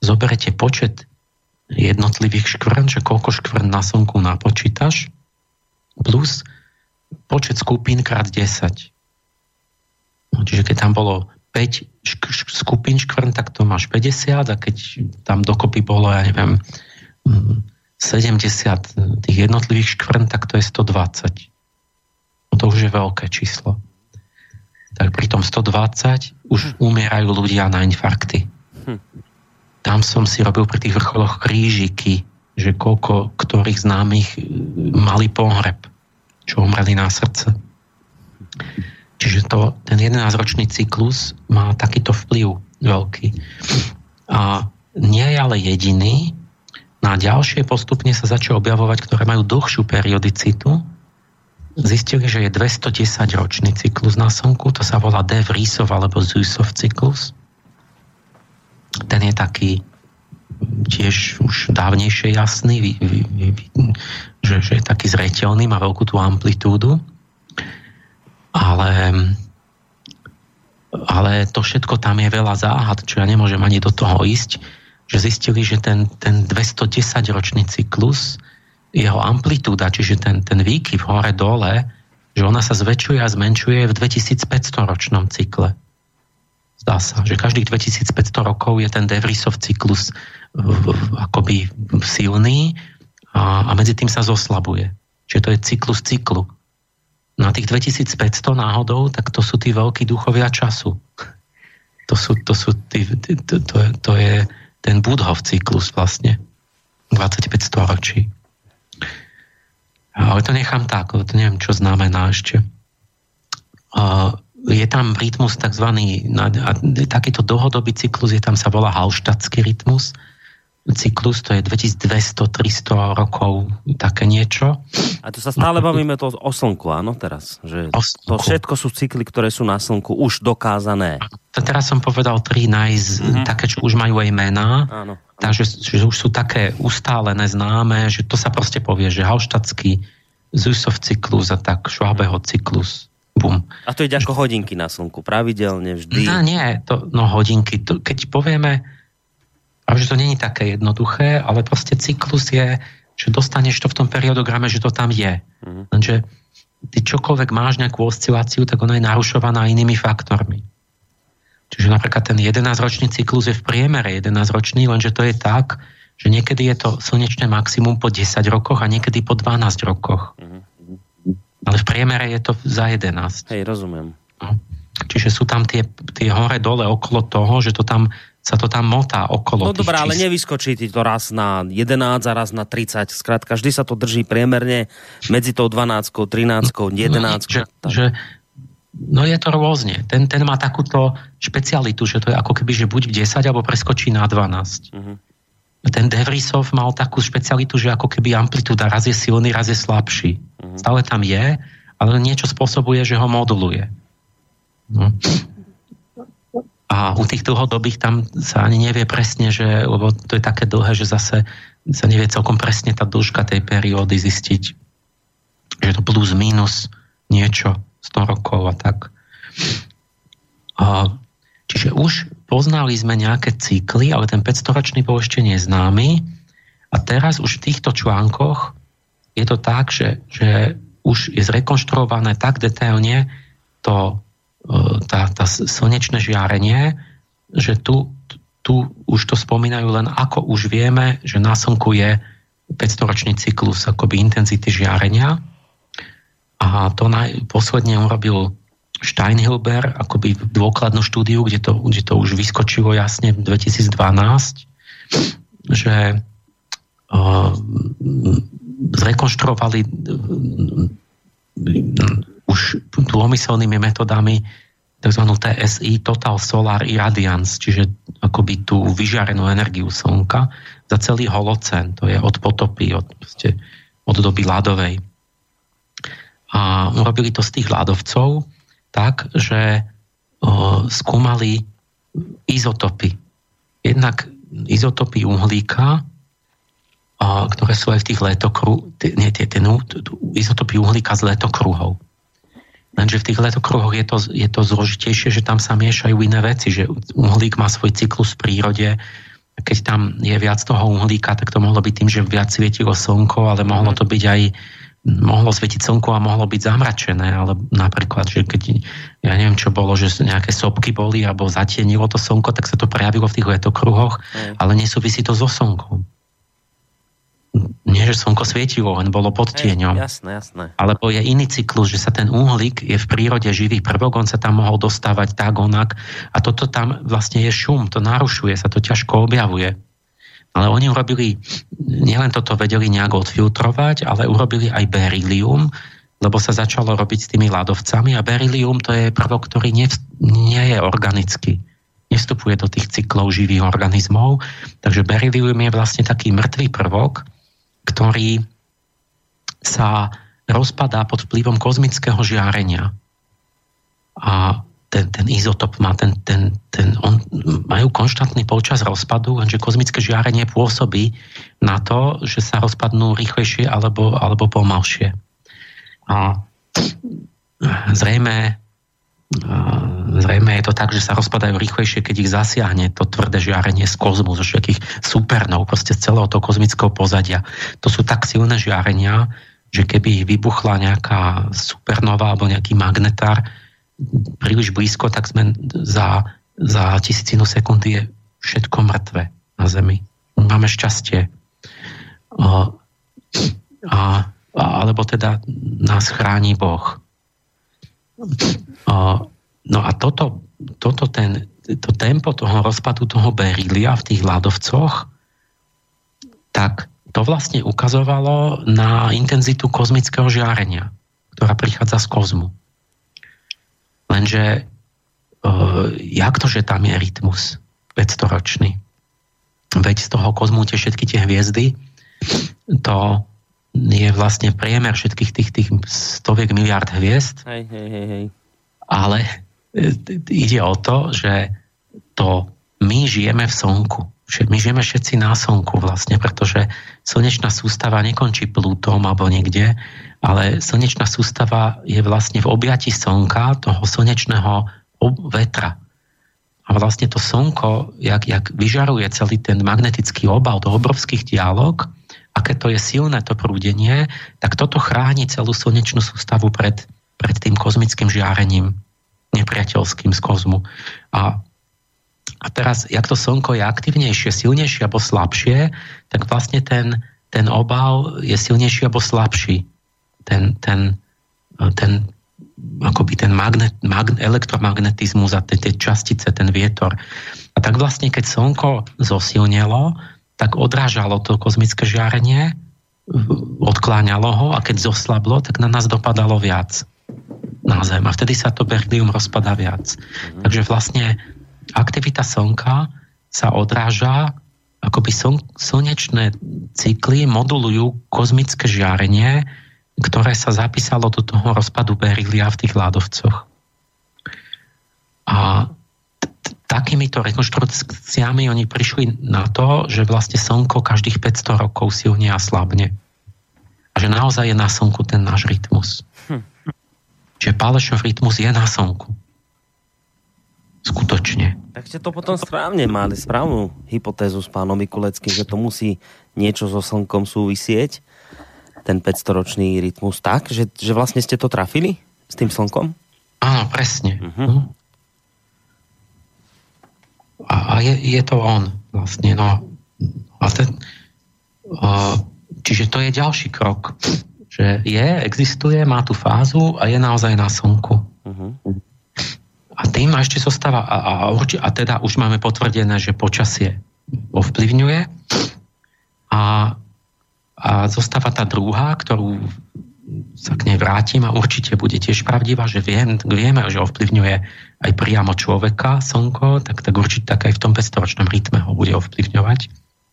Speaker 3: zoberete počet jednotlivých škvrn, že koľko škvrn na slnku napočítaš, plus počet skupín krát desať. No, čiže keď tam bolo päť šk- skupín škvrn, tak to máš päťdesiat, a keď tam dokopy bolo, ja neviem, sedemdesiat tých jednotlivých škvrn, tak to je stodvadsať. No to už je veľké číslo. Tak pri tom stodvadsať už umierajú ľudia na infarkty. Hm. Tam som si robil pri tých vrcholoch krížiky, že koľko ktorých známych mali pohreb, čo umreli na srdce. Čiže to, ten jedenásťročný cyklus má takýto vplyv veľký. A nie je ale jediný. Na ďalšie postupne sa začalo objavovať, ktoré majú dlhšiu periodicitu. Zistili, že je dvestodesaťročný cyklus na slnku. To sa volá De Vriesov alebo Zuesov cyklus. Ten je taký tiež už dávnejšie jasný, vy, vy, vy, že, že je taký zreteľný, má veľkú tú amplitúdu. Ale, ale to všetko tam je veľa záhad, čo ja nemôžem ani do toho ísť, že zistili, že ten, ten dvestodesaťročný cyklus, jeho amplitúda, čiže ten, ten výkyv hore-dole, že ona sa zväčšuje a zmenšuje v dvetisícpäťsto-ročnom cykle. Zdá sa, že každých dvetisícpäťsto rokov je ten De Vriesov cyklus v, v, akoby silný a, a medzi tým sa zoslabuje. Čiže to je cyklus cyklu. Na tých dvetisícpäťsto náhodou, tak to sú tí veľkí duchovia času. To sú, to sú tí, to, to, je, to je ten Budhov cyklus vlastne. dvadsaťpäť storočí. Ale to nechám tak, to neviem, čo znamená ešte. Je tam rytmus takzvaný, takýto dlhodobý cyklus, je tam sa volá Hallstattský rytmus. Cyklus, to je dvetisícdvesto tristo rokov, také niečo.
Speaker 2: A to sa stále bavíme to o slnku, áno, teraz? Že to všetko sú cykly, ktoré sú na slnku už dokázané.
Speaker 3: To teraz som povedal tri naj, mm-hmm. také, čo už majú aj mená. Áno. Takže že už sú také ustálené, známe, že to sa proste povie, že Hallstattský, Zuesov cyklus a tak, Schwabeho cyklus. Bum.
Speaker 2: A to ide ako hodinky na slnku, pravidelne vždy?
Speaker 3: No nie, to, no hodinky, to, keď povieme, že to nie je také jednoduché, ale proste cyklus je, že dostaneš to v tom periodograme, že to tam je. Mm-hmm. Lenže ty čokoľvek máš nejakú osciláciu, tak ona je narušovaná inými faktormi. Čiže napríklad ten jedenásťročný cyklus je v priemere jedenásťročný, lenže to je tak, že niekedy je to slnečné maximum po desať rokoch a niekedy po dvanásť rokoch. Mm-hmm. Ale v priemere je to za jedenásť.
Speaker 2: Hej, rozumiem.
Speaker 3: No. Čiže sú tam tie, tie hore-dole okolo toho, že to tam sa to tam motá okolo.
Speaker 2: No dobré, ale nevyskočí ti to raz na jedenásť a raz na tridsať. Skrátka, vždy sa to drží priemerne medzi tou dvanáctkou, trináctkou, jedenáctkou.
Speaker 3: No, že, že, no je to rôzne. Ten, ten má takúto špecialitu, že to je ako keby, že buď v desať, alebo preskočí na dvanásť. Uh-huh. Ten De Vriesov mal takú špecialitu, že ako keby amplitúda raz je silný, raz je slabší. Uh-huh. Stále tam je, ale niečo spôsobuje, že ho moduluje. No. A u tých dlhodobých tam sa ani nevie presne, že, lebo to je také dlhé, že zase sa nevie celkom presne tá dĺžka tej periódy zistiť. Že to plus minus niečo, sto rokov a tak. A, čiže už poznali sme nejaké cykly, ale ten päťstoročný bol ešte neznámy. A teraz už v týchto článkoch je to tak, že, že už je zrekonštruované tak detailne to Tá, tá slnečné žiarenie, že tu, tu už to spomínajú len ako už vieme, že na slnku je päťstoročný cyklus akoby intenzity žiarenia. A to naj, posledne urobil Steinhilber akoby dôkladnú štúdiu, kde to, kde to už vyskočilo jasne v dvetisícdvanásť, že uh, zrekonštruovali uh, už dômyselnými metodami tzv. T S I, Total Solar Irradiance, čiže akoby tú vyžiarenú energiu slnka za celý holocén, to je od potopy, od, proste, od doby ľadovej. A urobili to z tých ľadovcov tak, že o, skúmali izotopy. Jednak izotopy uhlíka, o, ktoré sú aj v tých letokruhoch, nie, tie, tie, izotopy uhlíka z letokruhov. Lenže v tých letokruhoch je to, je to zložitejšie, že tam sa miešajú iné veci, že uhlík má svoj cyklus v prírode, keď tam je viac toho uhlíka, tak to mohlo byť tým, že viac svietilo slnko, ale mohlo to byť aj mohlo svietiť slnko a mohlo byť zamračené, ale napríklad, že keď, ja neviem, čo bolo, že nejaké sopky boli alebo zatienilo to slnko, tak sa to prejavilo v tých letokruhoch, mm. ale nesúvisí to so slnkom. Nie, že slnko svietilo, len bolo pod tieňom.
Speaker 2: Ej, jasné, jasné.
Speaker 3: Alebo je iný cyklus, že sa ten uhlík je v prírode živý prvok, on sa tam mohol dostávať tak, onak a toto tam vlastne je šum, to narušuje, sa to ťažko objavuje. Ale oni urobili, nielen toto vedeli nejak odfiltrovať, ale urobili aj berylium, lebo sa začalo robiť s tými ľadovcami a berylium to je prvok, ktorý nie, nie je organický. Nevstupuje do tých cyklov živých organizmov. Takže berylium je vlastne taký mŕtvý prvok, ktorý sa rozpadá pod vplyvom kozmického žiarenia. A ten, ten izotop má ten, ten, ten, on, majú konštantný polčas rozpadu, lenže kozmické žiarenie pôsobí na to, že sa rozpadnú rýchlejšie alebo, alebo pomalšie. A zrejme, zrejme je to tak, že sa rozpadajú rýchlejšie, keď ich zasiahne to tvrdé žiarenie z kozmu, zo všetkých supernov, proste z celého toho kozmického pozadia. To sú tak silné žiarenia, že keby vybuchla nejaká supernova alebo nejaký magnetár príliš blízko, tak sme za, za tisícinu sekundy je všetko mŕtve na Zemi. Máme šťastie. A, a, alebo teda nás chráni Boh. A, no a toto, toto ten, to tempo toho rozpadu toho berylia v tých ľadovcoch, tak to vlastne ukazovalo na intenzitu kozmického žiarenia, ktorá prichádza z kozmu. Lenže uh, jak to, že tam je rytmus päťstoročný? Veď z toho kozmu tie všetky tie hviezdy, to je vlastne priemer všetkých tých, tých stoviek miliard hviezd.
Speaker 2: Hej, hej, hej, hej.
Speaker 3: Ale ide o to, že to my žijeme v slnku. My žijeme všetci na slnku vlastne, pretože slnečná sústava nekončí Plutom alebo niekde, ale slnečná sústava je vlastne v objati slnka, toho slnečného vetra. A vlastne to slnko, jak, jak vyžaruje celý ten magnetický obal do obrovských diálok, a keď to je silné to prúdenie, tak toto chráni celú slnečnú sústavu pred, pred tým kozmickým žiarením nepriateľským z kozmu. A A teraz, jak to slnko je aktívnejšie, silnejšie alebo slabšie, tak vlastne ten, ten obal je silnejší alebo slabší. Ten, ten, ten akoby ten magnet, magnet, elektromagnetizmus a tie, tie častice, ten vietor. A tak vlastne, keď slnko zosilnelo, tak odrážalo to kozmické žiarenie, odkláňalo ho a keď zoslablo, tak na nás dopadalo viac na Zem. A vtedy sa to berylium rozpadá viac. Mm. Takže vlastne aktivita slnka sa odráža, akoby sln- slnečné cykly modulujú kozmické žiarenie, ktoré sa zapísalo do toho rozpadu berylia v tých ľadovcoch. A t- takýmito rekonštrukciami oni prišli na to, že vlastne slnko každých päťsto rokov silne a slabne. A že naozaj je na slnku ten náš rytmus. Hm. Čiže Pálešov rytmus je na slnku. Skutočne.
Speaker 2: Tak ste to potom správne mali, správnu hypotézu s pánom Mikuleckým, že to musí niečo so slnkom súvisieť, ten päťstoročný rytmus, tak, že, že vlastne ste to trafili s tým slnkom?
Speaker 3: Áno, presne.
Speaker 2: Uh-huh.
Speaker 3: A, a je, je to on vlastne. No, a ten, uh, čiže to je ďalší krok, že je, existuje, má tú fázu a je naozaj na slnku. Uh-huh. A tým ešte zostáva, a, a, a teda už máme potvrdené, že počasie ovplyvňuje a, a zostáva tá druhá, ktorú sa k nej vrátim a určite bude tiež pravdivá, že viem, vieme, že ovplyvňuje aj priamo človeka, slnko, tak, tak určite tak aj v tom päťstoročnom rytme ho bude ovplyvňovať.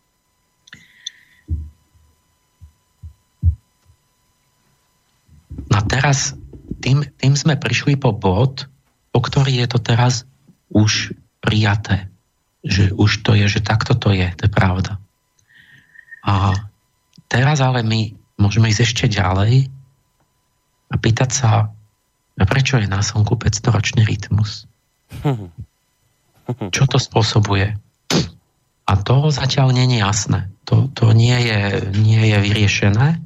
Speaker 3: A teraz tým, tým sme prišli po bod, po ktorý je to teraz už prijaté. Že už to je, že takto to je, to je pravda. A teraz ale my môžeme ísť ešte ďalej a pýtať sa, prečo je na slnku päťstoročný rytmus? Čo to spôsobuje? A to zatiaľ nie je jasné. To, to nie, je, nie je vyriešené.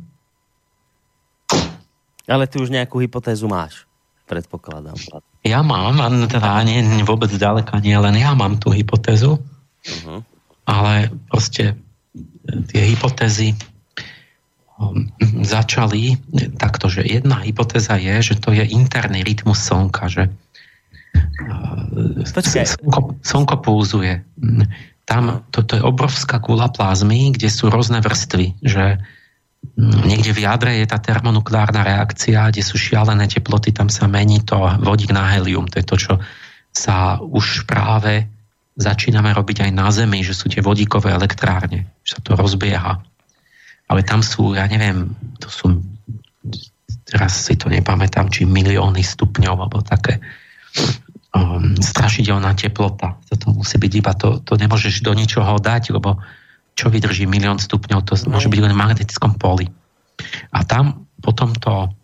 Speaker 2: Ale ty už nejakú hypotézu máš, predpokladám.
Speaker 3: Ja mám, a teda nie, vôbec ďaleka nie, len ja mám tú hypotézu. Uh-huh. Ale proste tie hypotézy um, začali takto, že jedna hypotéza je, že to je interný rytmus slnka, že uh, slnko, slnko pulzuje. Tam, toto je obrovská kula plazmy, kde sú rôzne vrstvy, že niekde v jadre je tá termonukleárna reakcia, kde sú šialené teploty, tam sa mení to vodík na helium. To je to, čo sa už práve začíname robiť aj na Zemi, že sú tie vodíkové elektrárne, že sa to rozbieha. Ale tam sú, ja neviem, to sú, teraz si to nepamätám, či milióny stupňov, alebo také um, strašidelná teplota. To musí byť iba, to, to nemôžeš do ničoho dať, lebo čo vydrží milión stupňov, to no. môže byť len v magnetickom poli. A tam potom to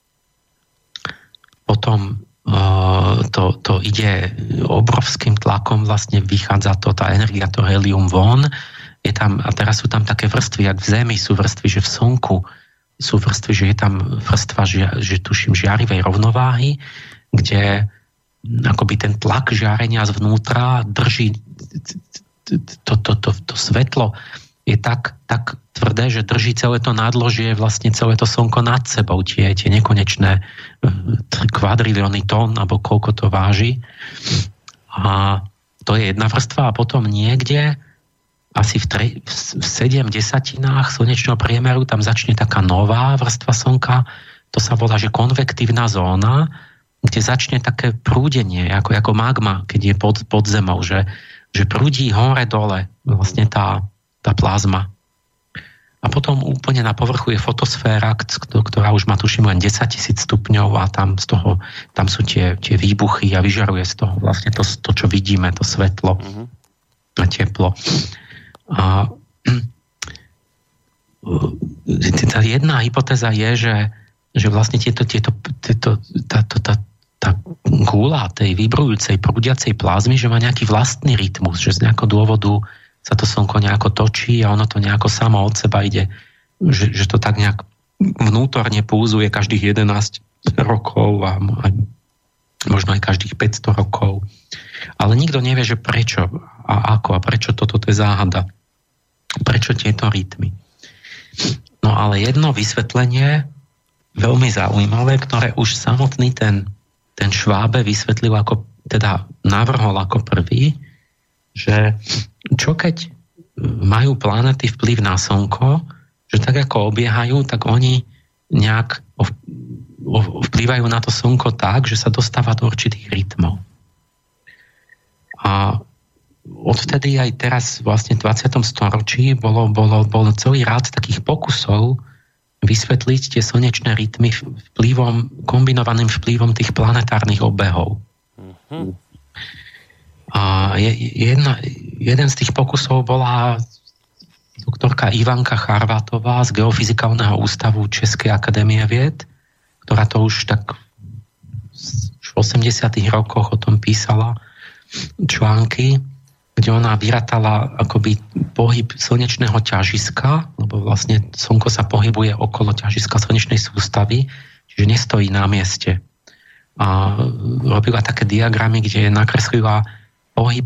Speaker 3: potom uh, to, to ide obrovským tlakom, vlastne vychádza to, tá energia, to helium von, je tam, a teraz sú tam také vrstvy, jak v Zemi sú vrstvy, že v Slnku sú vrstvy, že je tam vrstva, že, že tuším, žiarivej rovnováhy, kde akoby ten tlak žiarenia zvnútra drží to, to, to, to svetlo je tak, tak tvrdé, že drží celé to nádložie, vlastne celé to slnko nad sebou, tie, tie nekonečné kvadrilióny tón, alebo koľko to váži. A to je jedna vrstva a potom niekde asi v, tre, v sedem desatinách slnečného priemeru tam začne taká nová vrstva slnka, to sa volá, že konvektívna zóna, kde začne také prúdenie, ako, ako magma, keď je pod, pod zemou, že že prúdi hore-dole vlastne tá, tá plazma. A potom úplne na povrchu je fotosféra, ktorá už má tuším len desaťtisíc stupňov a tam, z toho, tam sú tie, tie výbuchy a vyžaruje z toho vlastne to, to čo vidíme, to svetlo mm-hmm. a teplo. A tá jedna hypotéza je, že, že vlastne tieto, tieto, tieto tá, tá, tá tá gula tej vibrujúcej, prúdiacej plazmy, že má nejaký vlastný rytmus, že z nejakého dôvodu sa to slnko nejako točí a ono to nejako samo od seba ide, že, že to tak nejak vnútorne pulzuje každých jedenásť rokov a aj, možno aj každých päťsto rokov. Ale nikto nevie, že prečo a ako a prečo toto je záhada. Prečo tieto rytmy. No ale jedno vysvetlenie veľmi zaujímavé, ktoré už samotný ten ten Schwabe vysvetlil ako, teda navrhol ako prvý, že čo keď majú planety vplyv na Slnko, že tak ako obiehajú, tak oni nejak vplyvajú na to Slnko tak, že sa dostáva do určitých rytmov. A odvtedy aj teraz vlastne v dvadsiatom storočí bolo, bolo, bolo celý rád takých pokusov vysvetliť tie slnečné rytmy vplyvom, kombinovaným vplyvom tých planetárnych obehov. Mm-hmm. A je, jedna, jeden z tých pokusov bola doktorka Ivanka Charvátová z Geofyzikálneho ústavu Českej akadémie vied, ktorá to už tak v osemdesiatych rokoch o tom písala články, kde ona vyratala akoby pohyb slnečného ťažiska, lebo vlastne slnko sa pohybuje okolo ťažiska slnečnej sústavy, čiže nestojí na mieste. A robila také diagramy, kde nakreslila pohyb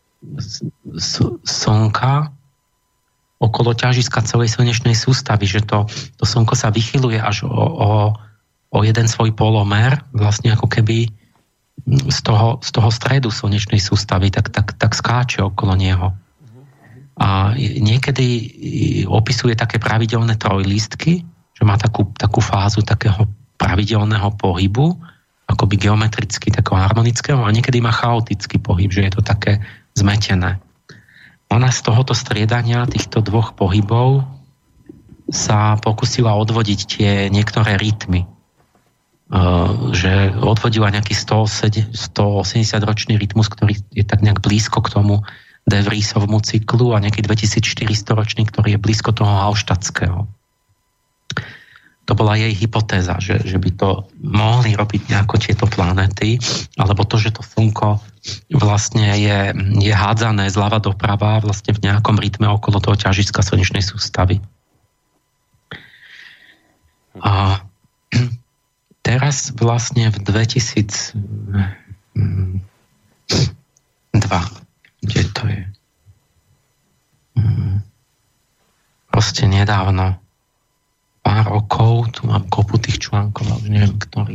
Speaker 3: slnka okolo ťažiska celej slnečnej sústavy, že to, to slnko sa vychyluje až o, o, o jeden svoj polomer, vlastne ako keby z toho, z toho stredu slnečnej sústavy, tak, tak, tak skáče okolo neho. A niekedy opisuje také pravidelné trojlístky, že má takú, takú fázu takého pravidelného pohybu, akoby geometricky, takého harmonického, a niekedy má chaotický pohyb, že je to také zmetené. Ona z tohoto striedania týchto dvoch pohybov sa pokusila odvodiť tie niektoré rytmy. Uh, že odvodila nejaký stoosemdesiat ročný rytmus, ktorý je tak nejak blízko k tomu De Vriesovmu cyklu a nejaký dvetisícštyristo ročný, ktorý je blízko toho Hallstattského. to bola jej hypotéza, že, že by to mohli robiť nejako tieto planéty, alebo to, že to slnko vlastne je, je hádzané zľava doprava vlastne v nejakom rytme okolo toho ťažiska slnečnej sústavy. A teraz vlastne v dvetisícdva, kde to je? Proste nedávno, pár rokov, tu mám kopu tých článkov, ale už neviem, ktorý.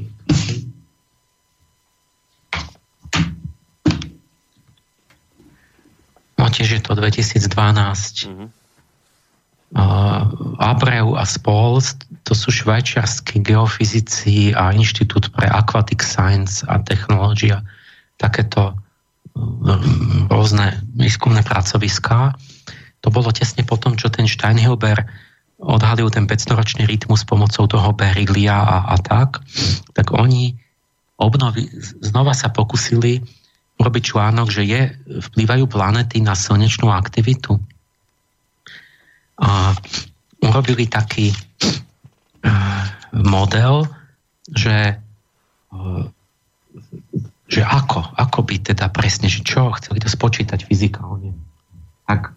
Speaker 3: No tiež je to dvetisícdvanásť. Mm-hmm. Uh, Abreu a spol, to sú švajčiarski geofyzici a Inštitút pre Aquatic Science a technológia, takéto um, rôzne výskumné pracoviská. To bolo tesne po tom, čo ten Steinhilber odhalil ten päťstoročný rytmus pomocou toho Beriglia a, a tak, tak oni obnovi, znova sa pokusili urobiť článok, že je, vplyvajú planety na slnečnú aktivitu. A urobili taký uh, model, že, uh, že ako, ako by teda presne, že čo, chceli to spočítať fyzikálne. Tak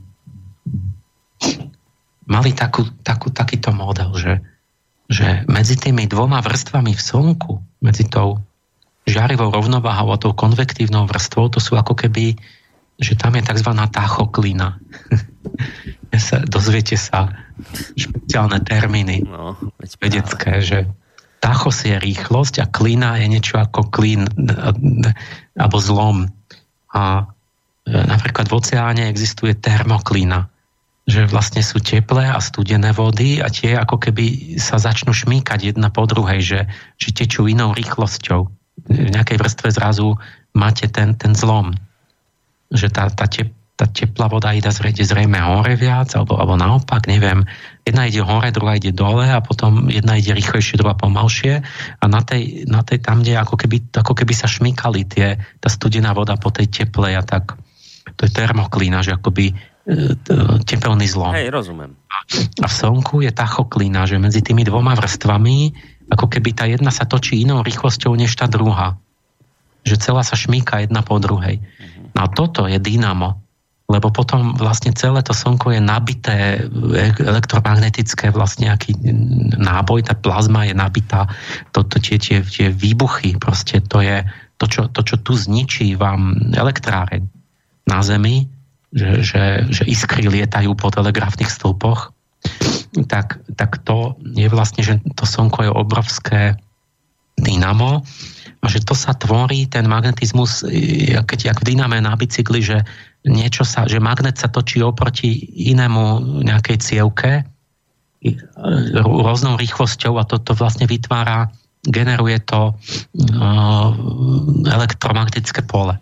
Speaker 3: mali takú, takú, takýto model, že, že medzi tými dvoma vrstvami v slnku, medzi tou žiarivou rovnováhou a tou konvektívnou vrstvou, to sú ako keby, že tam je tzv. Tachoklína. sa, dozviete sa špeciálne termíny no, vedecké, že tachos je rýchlosť a klína je niečo ako klín alebo zlom. A napríklad v oceáne existuje termoklína, že vlastne sú teplé a studené vody a tie ako keby sa začnú šmýkať jedna po druhej, že, že tečú inou rýchlosťou. V nejakej vrstve zrazu máte ten, ten zlom. Že tá, tá, tep, tá teplá voda ide zrejme hore viac, alebo, alebo naopak, neviem. Jedna ide hore, druhá ide dole a potom jedna ide rýchlejšie, druhá pomalšie a na tej, na tej tam, kde ako keby, ako keby sa šmýkali tie, tá studená voda po tej teplej a tak. To je termoklína, že akoby tepelný zlom.
Speaker 2: Hej, rozumiem.
Speaker 3: A v slnku je tachoklína, že medzi tými dvoma vrstvami ako keby tá jedna sa točí inou rýchlosťou než tá druhá. Že celá sa šmýka jedna po druhej. No a toto je dynamo, lebo potom vlastne celé to slnko je nabité elektromagnetické vlastne nejaký náboj, tá plazma je nabitá, to, to, tie, tie, tie výbuchy, proste to je to čo, to, čo tu zničí vám elektráreň na Zemi, Že, že, že iskry lietajú po telegrafných stĺpoch, tak, tak to je vlastne, že to slnko je obrovské dynamo a že to sa tvorí, ten magnetizmus, keď jak v dyname na bicykli, že niečo sa, že magnet sa točí oproti inému nejakej cievke rôznou rýchlosťou a to, to vlastne vytvára, generuje to uh, elektromagnetické pole.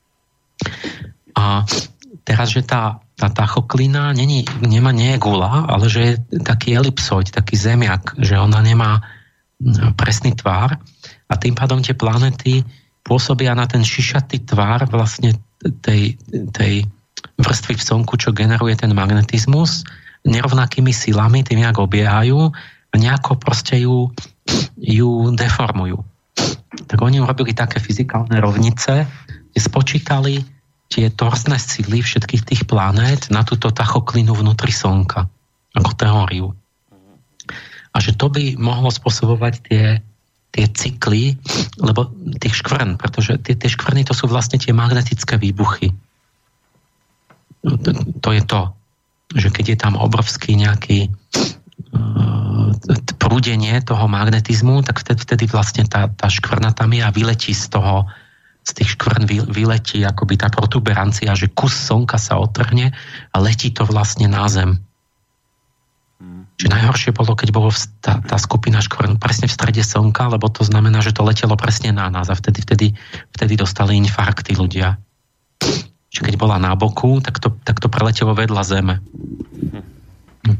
Speaker 3: A teraz, že tá, tá tachoklína není, nemá, nie je gula, ale že je taký elipsoid, taký zemiak, že ona nemá presný tvár a tým pádom tie planety pôsobia na ten šišatý tvár vlastne tej, tej vrstvy v slnku, čo generuje ten magnetizmus, nerovnakými silami, tým nejak obiehajú a nejako proste ju, ju deformujú. Tak oni urobili také fyzikálne rovnice, kde spočítali tie torzné síly všetkých tých planét na túto tachoklínu vnútri Slnka, ako teóriu. A že to by mohlo spôsobovať tie, tie cykly, lebo tých škvrn, pretože tie, tie škvrny to sú vlastne tie magnetické výbuchy. To, to je to, že keď je tam obrovský nejaký uh, prúdenie toho magnetizmu, tak vtedy, vtedy vlastne tá, tá škvrna tam je a vyletí z toho z tých škvrn vyletí akoby tá protuberancia, že kus slnka sa otrhne a letí to vlastne na Zem. Mm. Čiže najhoršie bolo, keď bolo tá, tá skupina škvrn presne v strede slnka, lebo to znamená, že to letelo presne na nás a vtedy, vtedy, vtedy dostali infarkty ľudia. Čiže keď bola na boku, tak to, tak to preletelo vedľa Zeme. Mm.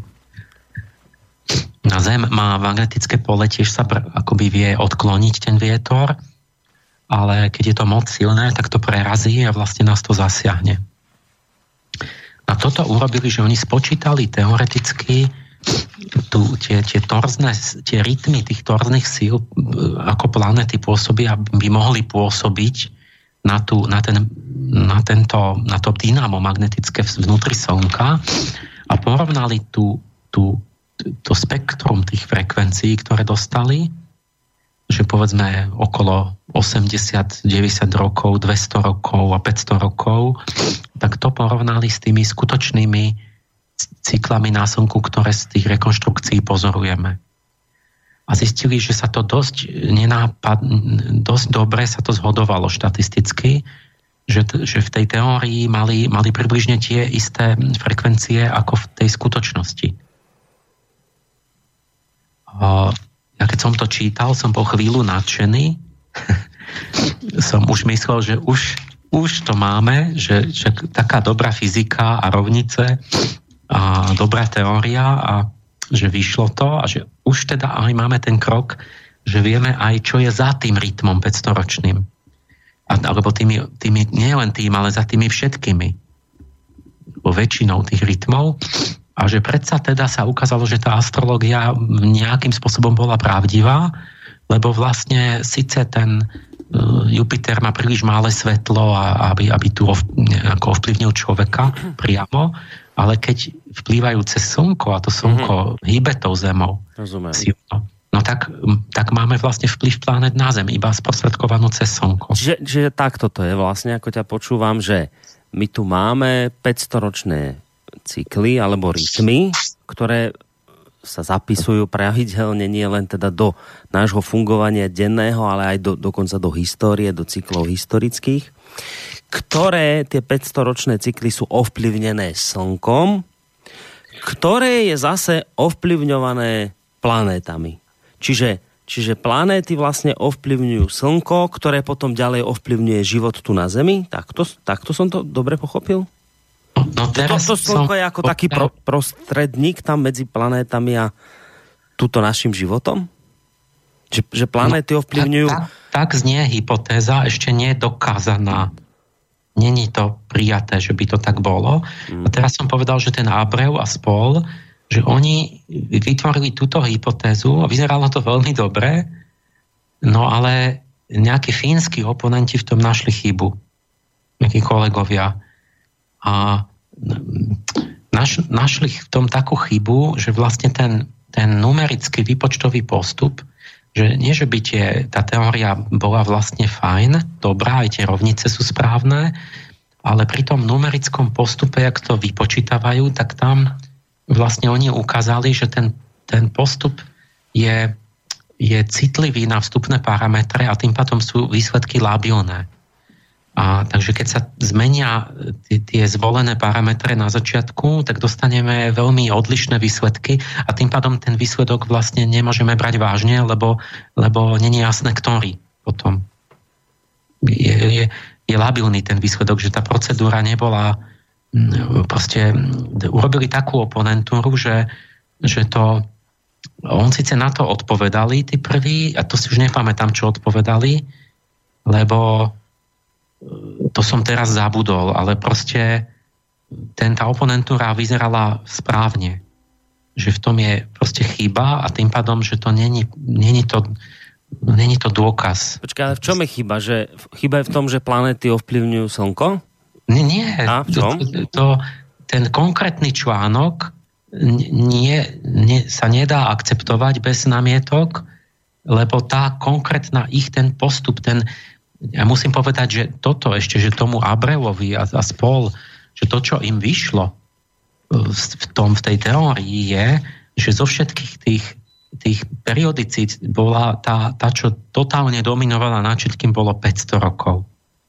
Speaker 3: Na Zem má magnetické pole, tiež sa akoby vie odkloniť ten vietor, ale keď je to moc silné, tak to prerazí a vlastne nás to zasiahne. A toto urobili, že oni spočítali teoreticky tu, tie, tie, torzné, tie rytmy tých torzných síl, ako planéty pôsobia, by mohli pôsobiť na, tú, na, ten, na, tento, na to dynamo magnetické vnútri Slnka a porovnali tú, tú, to spektrum tých frekvencií, ktoré dostali, že povedzme okolo osemdesiat deväťdesiat rokov, dvesto rokov a päťsto rokov, tak to porovnali s tými skutočnými cyklami na Slnku, ktoré z tých rekonštrukcií pozorujeme. A zistili, že sa to dosť nenápad, dosť dobre sa to zhodovalo štatisticky, že, že v tej teórii mali, mali približne tie isté frekvencie ako v tej skutočnosti. A ja keď som to čítal, som bol chvíľu nadšený. Som už myslel, že už, už to máme, že, že taká dobrá fyzika a rovnice a dobrá teória a že vyšlo to a že už teda aj máme ten krok, že vieme aj, čo je za tým rytmom päťstoročným. A, alebo tými, tými, nie len tým, ale za tými všetkými. Bo väčšinou tých rytmov. A že predsa teda sa ukázalo, že tá astrológia nejakým spôsobom bola pravdivá, lebo vlastne síce ten Jupiter má príliš malé svetlo, a aby, aby tu ov, nejako ovplyvnil človeka priamo, ale keď vplývajú cez Slnko a to Slnko mm-hmm. hýbe tou Zemou, silno, no tak, tak máme vlastne vplyv planet na Zem, iba sprostredkovanú cez Slnko.
Speaker 2: Čiže, čiže takto to je vlastne, ako ťa počúvam, že my tu máme päťstoročné cykly alebo rytmy, ktoré sa zapisujú pravidelne nie len teda do nášho fungovania denného, ale aj do, dokonca do histórie, do cyklov historických, ktoré tie päťstoročné cykly sú ovplyvnené Slnkom, ktoré je zase ovplyvňované planétami. Čiže, čiže planéty vlastne ovplyvňujú Slnko, ktoré potom ďalej ovplyvňuje život tu na Zemi. Takto, takto som to dobre pochopil?
Speaker 3: No teraz
Speaker 2: to, to Slnko je ako taký pro, prostredník tam medzi planétami a túto našim životom? Že, že planéty no, ovplyvňujú...
Speaker 3: Tak, tak, tak znie hypotéza, ešte nie je dokázaná. Není to prijaté, že by to tak bolo. Hmm. A teraz som povedal, že ten Abreu a spol, že oni vytvorili túto hypotézu a vyzeralo to veľmi dobre, no ale nejakí fínsky oponenti v tom našli chybu. Nejakí kolegovia. A naš, našli v tom takú chybu, že vlastne ten, ten numerický výpočtový postup, že nie, že by tie, tá teória bola vlastne fajn, dobrá, aj tie rovnice sú správne, ale pri tom numerickom postupe, jak to vypočítavajú, tak tam vlastne oni ukázali, že ten, ten postup je, je citlivý na vstupné parametre a tým pádom sú výsledky labilné. A takže keď sa zmenia tie, tie zvolené parametre na začiatku, tak dostaneme veľmi odlišné výsledky a tým pádom ten výsledok vlastne nemôžeme brať vážne, lebo, lebo nie je jasné, ktorý potom. Je, je, je labilný ten výsledok, že tá procedúra nebola proste urobili takú oponentúru, že, že to on síce na to odpovedali tí prví, a to si už nepamätám, čo odpovedali, lebo to som teraz zabudol, ale proste ten, tá oponentúra vyzerala správne. Že v tom je proste chyba a tým pádom, že to není, není to není to dôkaz.
Speaker 2: Počkaj, ale v čom je chyba? Že chyba je v tom, že planéty ovplyvňujú Slnko?
Speaker 3: Nie, nie.
Speaker 2: A v čom?
Speaker 3: To, to, ten konkrétny článok nie, nie, sa nedá akceptovať bez namietok, lebo tá konkrétna ich ten postup, ten ja musím povedať, že toto ešte, že tomu Abreuovi a, a spol, že to, čo im vyšlo v, tom, v tej teórii je, že zo všetkých tých, tých periodicít bola tá, tá, čo totálne dominovala nad všetkým, bolo päťsto rokov.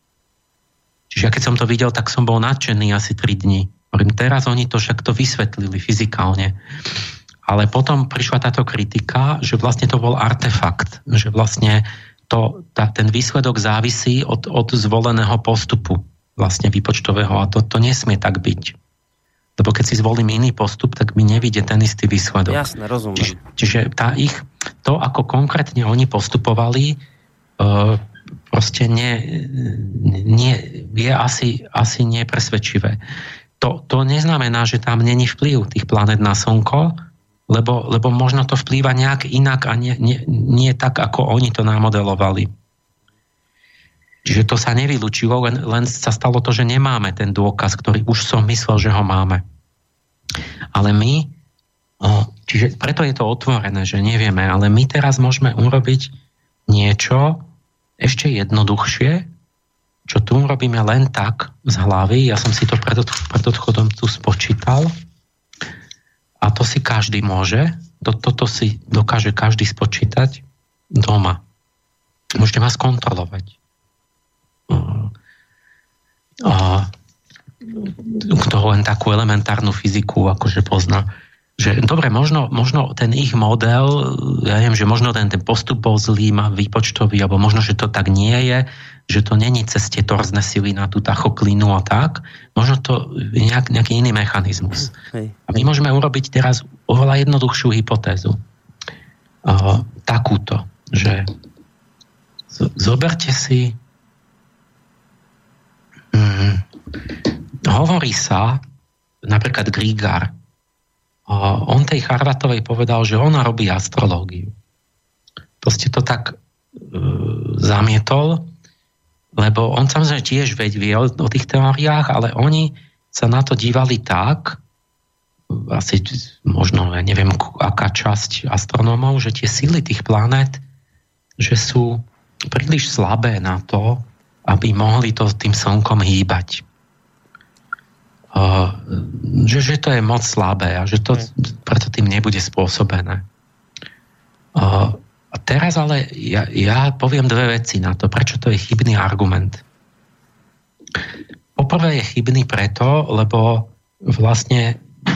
Speaker 3: Čiže ja keď som to videl, tak som bol nadšený asi tri dni. Hovorím, teraz oni to však to vysvetlili fyzikálne. Ale potom prišla táto kritika, že vlastne to bol artefakt, že vlastne To, tá, ten výsledok závisí od, od zvoleného postupu vlastne výpočtového a to, to nesmie tak byť. Lebo keď si zvolím iný postup, tak mi nevidie ten istý výsledok.
Speaker 2: Jasné, rozumiem.
Speaker 3: Čiže, čiže tá ich, to, ako konkrétne oni postupovali, uh, proste nie, nie, je asi, asi nepresvedčivé. To, to neznamená, že tam není vplyv tých planet na Slnko, lebo, lebo možno to vplýva nejak inak a nie, nie, nie tak, ako oni to namodelovali. Čiže to sa nevylúčilo, len, len sa stalo to, že nemáme ten dôkaz, ktorý už som myslel, že ho máme. Ale my, čiže preto je to otvorené, že nevieme, ale my teraz môžeme urobiť niečo ešte jednoduchšie, čo tu urobíme len tak z hlavy. Ja som si to pred, pred odchodom tu spočítal a to si každý môže, to, toto si dokáže každý spočítať doma. Môžete vás kontrolovať. A kto len takú elementárnu fyziku akože pozná, že dobre, možno, možno ten ich model, ja neviem, že možno ten, ten postup bol zlý, výpočtový, alebo možno, že to tak nie je, že to není cez tie torzné sily na tú tachoklínu a tak, možno to je nejak, nejaký iný mechanizmus. Hej. A my môžeme urobiť teraz oveľa jednoduchšiu hypotézu. Uh, takúto, že z- zoberte si hmm, hovorí sa, napríklad Grigár, on tej Charvatovej povedal, že ona robí astrológiu. Proste to tak e, zamietol, lebo on samozrejme tiež vie o, o tých teóriách, ale oni sa na to dívali tak, asi možno, ja neviem, aká časť astronómov, že tie síly tých planét, že sú príliš slabé na to, aby mohli to tým slnkom hýbať. Uh, že, že to je moc slabé a že to preto tým nebude spôsobené. Uh, a teraz ale ja, ja poviem dve veci na to, prečo to je chybný argument. Poprvé je chybný preto, lebo vlastne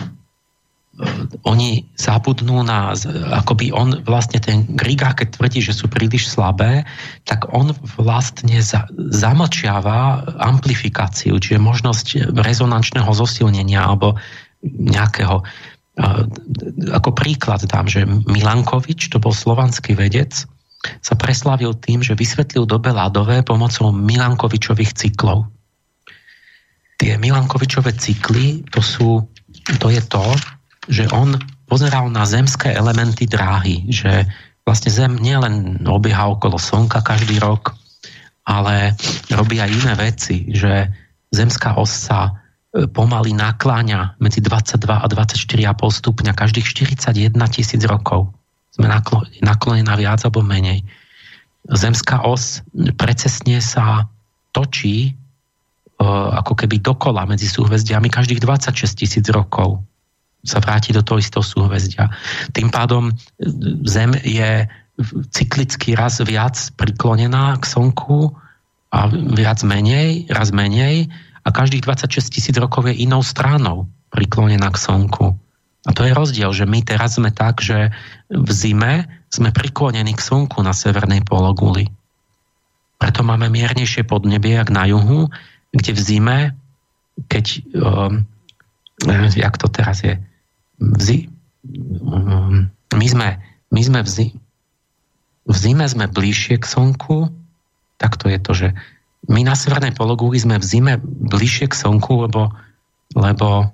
Speaker 3: oni zabudnú na, akoby on vlastne ten Grigár, keď tvrdí, že sú príliš slabé, tak on vlastne za, zamlčiava amplifikáciu, čiže možnosť rezonančného zosilnenia alebo nejakého, ako príklad dám, že Milankovič, to bol slovanský vedec, sa preslávil tým, že vysvetlil dobe ľadové pomocou Milankovičových cyklov. Tie Milankovičové cykly, to sú, to je to, že on pozeral na zemské elementy dráhy, že vlastne Zem nielen obieha okolo Slnka každý rok, ale robí aj iné veci, že zemská os sa pomaly nakláňa medzi dvadsaťdva a dvadsaťštyri celá päť stupňa každých štyridsaťjeden tisíc rokov. Sme naklonená viac alebo menej. Zemská os precesne sa točí ako keby dokola medzi súhvezdiami každých dvadsaťšesť tisíc rokov. Sa vráti do toho istého súhvezdia. Tým pádom Zem je cyklicky raz viac priklonená k Slnku a viac menej, raz menej a každých dvadsaťšesť tisíc rokov je inou stranou priklonená k Slnku. A to je rozdiel, že my teraz sme tak, že v zime sme priklonení k Slnku na severnej pologuli. Preto máme miernejšie podnebie, jak na juhu, kde v zime, keď um, jak to teraz je, Vzi, um, my sme, my sme v, zi, v zime sme bližšie k Slnku, tak to je to, že my na severnej pologuli sme v zime bližšie k Slnku, lebo, lebo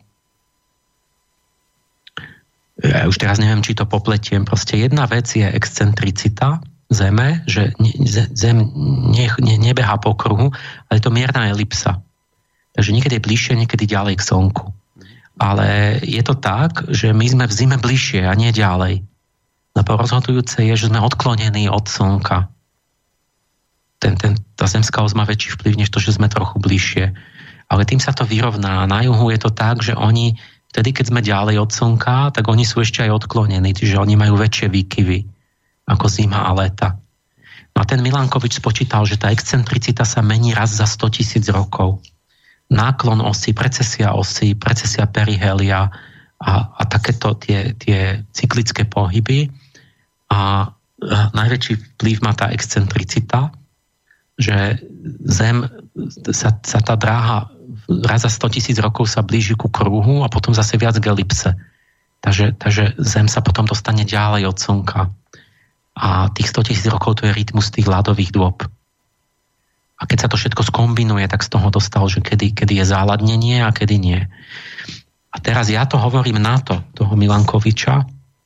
Speaker 3: ja už teraz neviem, či to popletiem, proste jedna vec je excentricita Zeme, že ne, Zem ne, ne, nebehá po kruhu, ale je to mierna elipsa. Takže niekedy je bližšie, niekedy ďalej k Slnku. Ale je to tak, že my sme v zime bližšie a nie ďalej. Lebo rozhodujúce je, že sme odklonení od Slnka. Ten, ten, tá zemská os má väčší vplyv, než to, že sme trochu bližšie. Ale tým sa to vyrovná. Na juhu je to tak, že oni, vtedy, keď sme ďalej od Slnka, tak oni sú ešte aj odklonení, čiže oni majú väčšie výkyvy ako zima a leta. No a ten Milankovič spočítal, že tá excentricita sa mení raz za sto tisíc rokov. Náklon osy, precesia osy, precesia perihelia a, a takéto tie, tie cyklické pohyby. A, a najväčší vplyv má tá excentricita, že Zem, sa, sa tá dráha raz za sto tisíc rokov sa blíži ku kruhu a potom zase viac k elipse. Takže, takže Zem sa potom dostane ďalej od Slnka. A tých sto tisíc rokov to je rytmus tých ľadových dôb. A keď sa to všetko skombinuje, tak z toho dostal, že kedy, kedy je záladnenie a kedy nie. A teraz ja to hovorím na to, toho Milankoviča,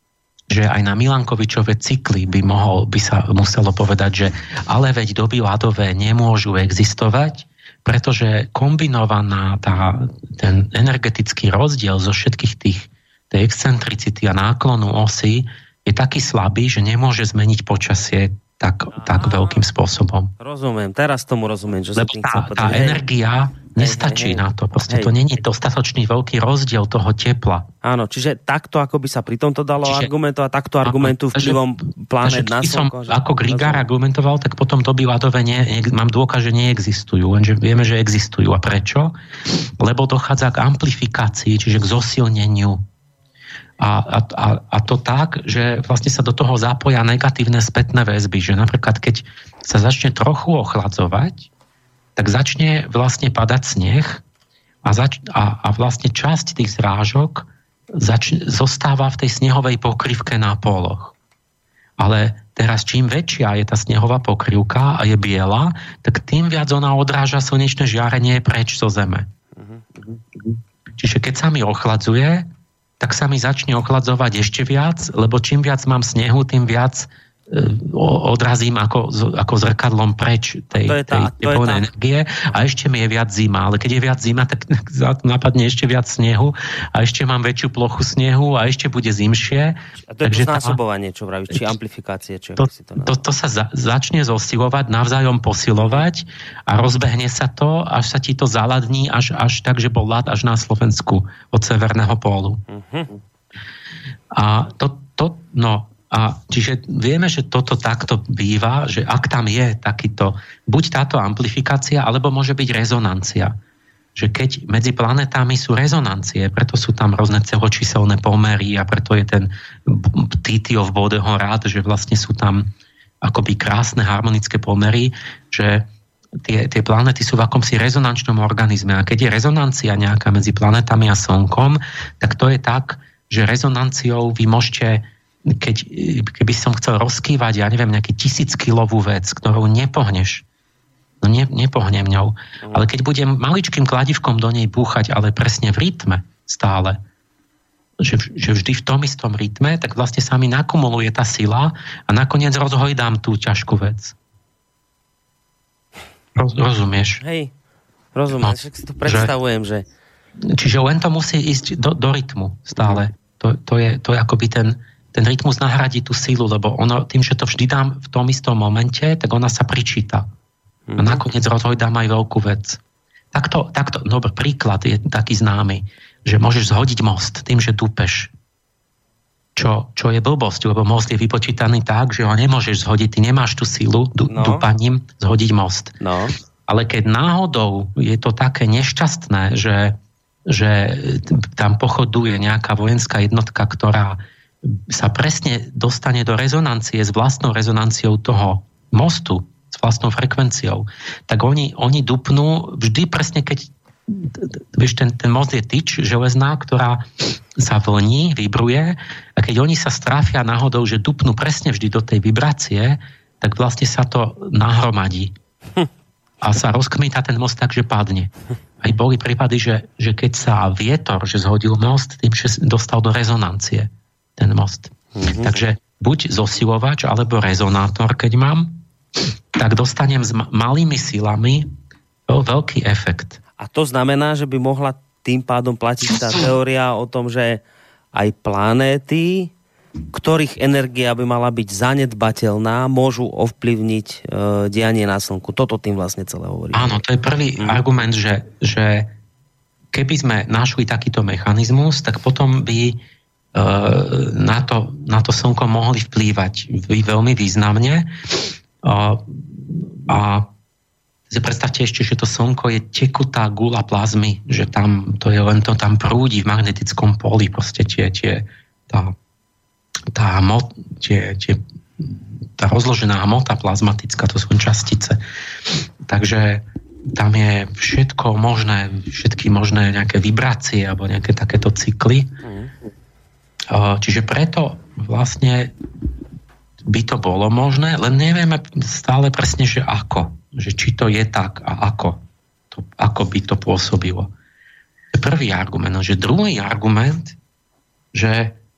Speaker 3: že aj na Milankovičové cykly by, mohol, by sa muselo povedať, že ale veď doby ľadové nemôžu existovať, pretože kombinovaná tá, ten energetický rozdiel zo všetkých tých tej excentricity a náklonu osy je taký slabý, že nemôže zmeniť počasie tak, tak veľkým spôsobom.
Speaker 2: Rozumiem, teraz tomu rozumiem. Že
Speaker 3: Lebo tá, tá energia nestačí hej, hej, na to. Proste hej. To není dostatočný veľký rozdiel toho tepla.
Speaker 2: Áno, čiže takto, ako by sa pri tomto dalo čiže, argumentovať, takto argumentujú vplyvom planét na Slnko.
Speaker 3: Že... Ako Grigár argumentoval, tak potom doby ľadové nie, nie, mám dôkaz, že neexistujú. Lenže vieme, že existujú. A prečo? Lebo dochádza k amplifikácii, čiže k zosilneniu. A, a, a, a to tak, že vlastne sa do toho zapoja negatívne spätné väzby. Že napríklad, keď sa začne trochu ochladzovať, tak začne vlastne padať sneh a, zač- a, a vlastne časť tých zrážok zač- zostáva v tej snehovej pokrývke na póloch. Ale teraz čím väčšia je tá snehová pokrývka a je biela, tak tým viac ona odráža slnečné žiarenie preč zo Zeme. Čiže keď sa mi ochladzuje, tak sa mi začne ochladzovať ešte viac, lebo čím viac mám snehu, tým viac odrazím ako, ako zrkadlom preč tej, tej teplnej energie a ešte mi je viac zima, ale keď je viac zima, tak napadne ešte viac snehu a ešte mám väčšiu plochu snehu a ešte bude zimšie.
Speaker 2: A to je to znásobovanie, čo vravíš, či amplifikácie, čo
Speaker 3: to,
Speaker 2: si to
Speaker 3: to, to sa za, začne zosilovať, navzájom posilovať a rozbehne sa to, až sa ti to zaladní, až, až tak, že bol ľad až na Slovensku od severného pólu. Uh-huh. A to, to no A čiže vieme, že toto takto býva, že ak tam je takýto, buď táto amplifikácia, alebo môže byť rezonancia. Že keď medzi planetami sú rezonancie, preto sú tam rôzne celočíselné pomery a preto je ten Titiov Bodeho rád, že vlastne sú tam akoby krásne harmonické pomery, že tie, tie planety sú v akomsi rezonančnom organizme. A keď je rezonancia nejaká medzi planetami a Slnkom, tak to je tak, že rezonanciou vy môžete keď, keby som chcel rozkývať, ja neviem, nejaký tisíckilovú vec, ktorú nepohneš, no ne, nepohnem ňou, mm. ale keď budem maličkým kladivkom do nej búchať, ale presne v rytme stále, že, že vždy v tom istom rytme, tak vlastne sa mi nakumuluje tá sila a nakoniec rozhojdám tú ťažkú vec. Roz, rozumieš?
Speaker 2: Hej, rozumiem, no, však si to predstavujem, že... že...
Speaker 3: Čiže len to musí ísť do, do rytmu stále. To, to, je, to je akoby ten ten rytmus nahradí tú sílu, lebo ono, tým, že to vždy dám v tom istom momente, tak ona sa pričíta. A nakoniec rozhojdám aj veľkú vec. Takto, takto, dobrý príklad je taký známy, že môžeš zhodiť most tým, že dúpeš. Čo, čo je blbosť, lebo most je vypočítaný tak, že ho nemôžeš zhodiť, ty nemáš tú sílu dú, no. dúpaním zhodiť most.
Speaker 2: No.
Speaker 3: Ale keď náhodou je to také nešťastné, že, že tam pochoduje nejaká vojenská jednotka, ktorá sa presne dostane do rezonancie s vlastnou rezonanciou toho mostu, s vlastnou frekvenciou, tak oni, oni dupnú vždy presne, keď vieš, ten, ten most je tyč železná, ktorá sa vlní, vibruje a keď oni sa stráfia náhodou, že dupnú presne vždy do tej vibrácie, tak vlastne sa to nahromadí. A sa rozkmýta ten most tak, že padne. Aj boli prípady, že, že keď sa vietor, že zhodil most, tým, že dostal do rezonancie ten most. Mm-hmm. Takže buď zosilovač, alebo rezonátor, keď mám, tak dostanem s malými silami veľký efekt.
Speaker 2: A to znamená, že by mohla tým pádom platiť tá teória o tom, že aj planéty, ktorých energia by mala byť zanedbateľná, môžu ovplyvniť e, dianie na Slnku. Toto tým vlastne celé hovorí.
Speaker 3: Áno, to je prvý mm. argument, že, že keby sme našli takýto mechanizmus, tak potom by na to, na to Slnko mohli vplývať veľmi významne. A, a si predstavte ešte, že to Slnko je tekutá gula plazmy, že tam to je len to tam prúdi v magnetickom poli, proste tie, tie tá, tá, hmot, tie, tie, tá rozložená hmota plazmatická, to sú častice. Takže tam je všetko možné, všetky možné nejaké vibrácie alebo nejaké takéto cykly. Mm. Čiže preto vlastne by to bolo možné, len nevieme stále presne, že ako. Že či to je tak a ako. To, ako by to pôsobilo. To je prvý argument. Že druhý argument, že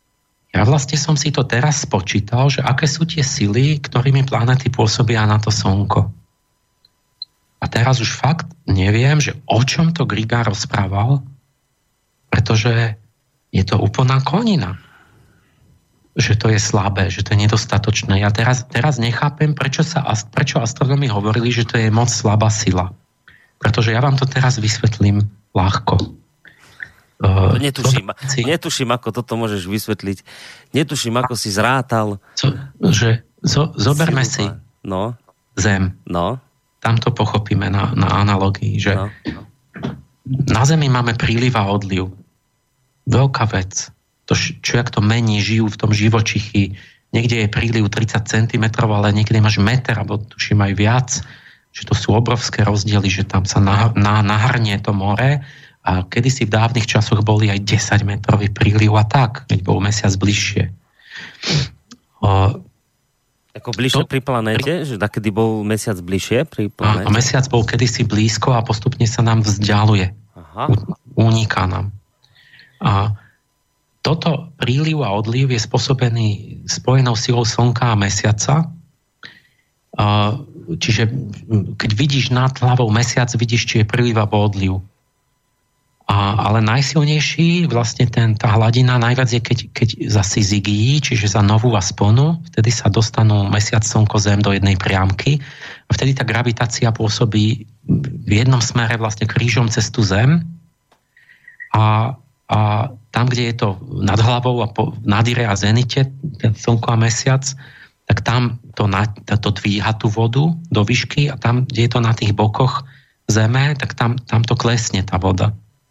Speaker 3: Ja vlastne som si to teraz spočítal, že aké sú tie sily, ktorými planety pôsobia na to Slnko. A teraz už fakt neviem, že o čom to Griga rozprával, pretože je to úplná konina. Že to je slabé, že to je nedostatočné. Ja teraz, teraz nechápem, prečo, sa, prečo astronómi hovorili, že to je moc slabá sila. Pretože ja vám to teraz vysvetlím ľahko.
Speaker 2: Uh, netuším, si... netuším, ako toto môžeš vysvetliť. Netuším, ako si zrátal.
Speaker 3: Co, že, zo, zoberme si
Speaker 2: no.
Speaker 3: Zem.
Speaker 2: No.
Speaker 3: Tam to pochopíme na, na analógii, že
Speaker 2: no.
Speaker 3: na Zemi máme príliv a odliv. Veľká vec. To, čo jak to mení, žijú v tom živočichy. Niekde je príliv tridsať centimetrov, ale niekde máš meter, alebo tuším aj viac. Že to sú obrovské rozdiely, že tam sa nah, nah, nahrnie to more. A kedysi v dávnych časoch boli aj desaťmetrový príliv a tak, keď bol mesiac bližšie. O,
Speaker 2: Ako bližšie to, pri planéte? Že takedy bol mesiac bližšie pri planéte?
Speaker 3: A mesiac bol kedysi blízko a postupne sa nám vzdialuje.
Speaker 2: Aha.
Speaker 3: Uniká nám. A toto príliv a odliv je spôsobený spojenou silou Slnka a Mesiaca. A, čiže keď vidíš nad hlavou mesiac, vidíš, či je príliv alebo odliv. A, ale najsilnejší vlastne ten, tá hladina najviac je, keď, keď za syzygií, čiže za novú a sponu, vtedy sa dostanú mesiac, slnko, zem do jednej priamky a vtedy tá gravitácia pôsobí v jednom smere vlastne krížom cez tú zem a, a tam, kde je to nad hlavou a po nadire a zenite, ten slnko a mesiac, tak tam to, na, to dvíha tú vodu do výšky a tam, kde je to na tých bokoch zeme, tak tam, tam to klesne tá voda.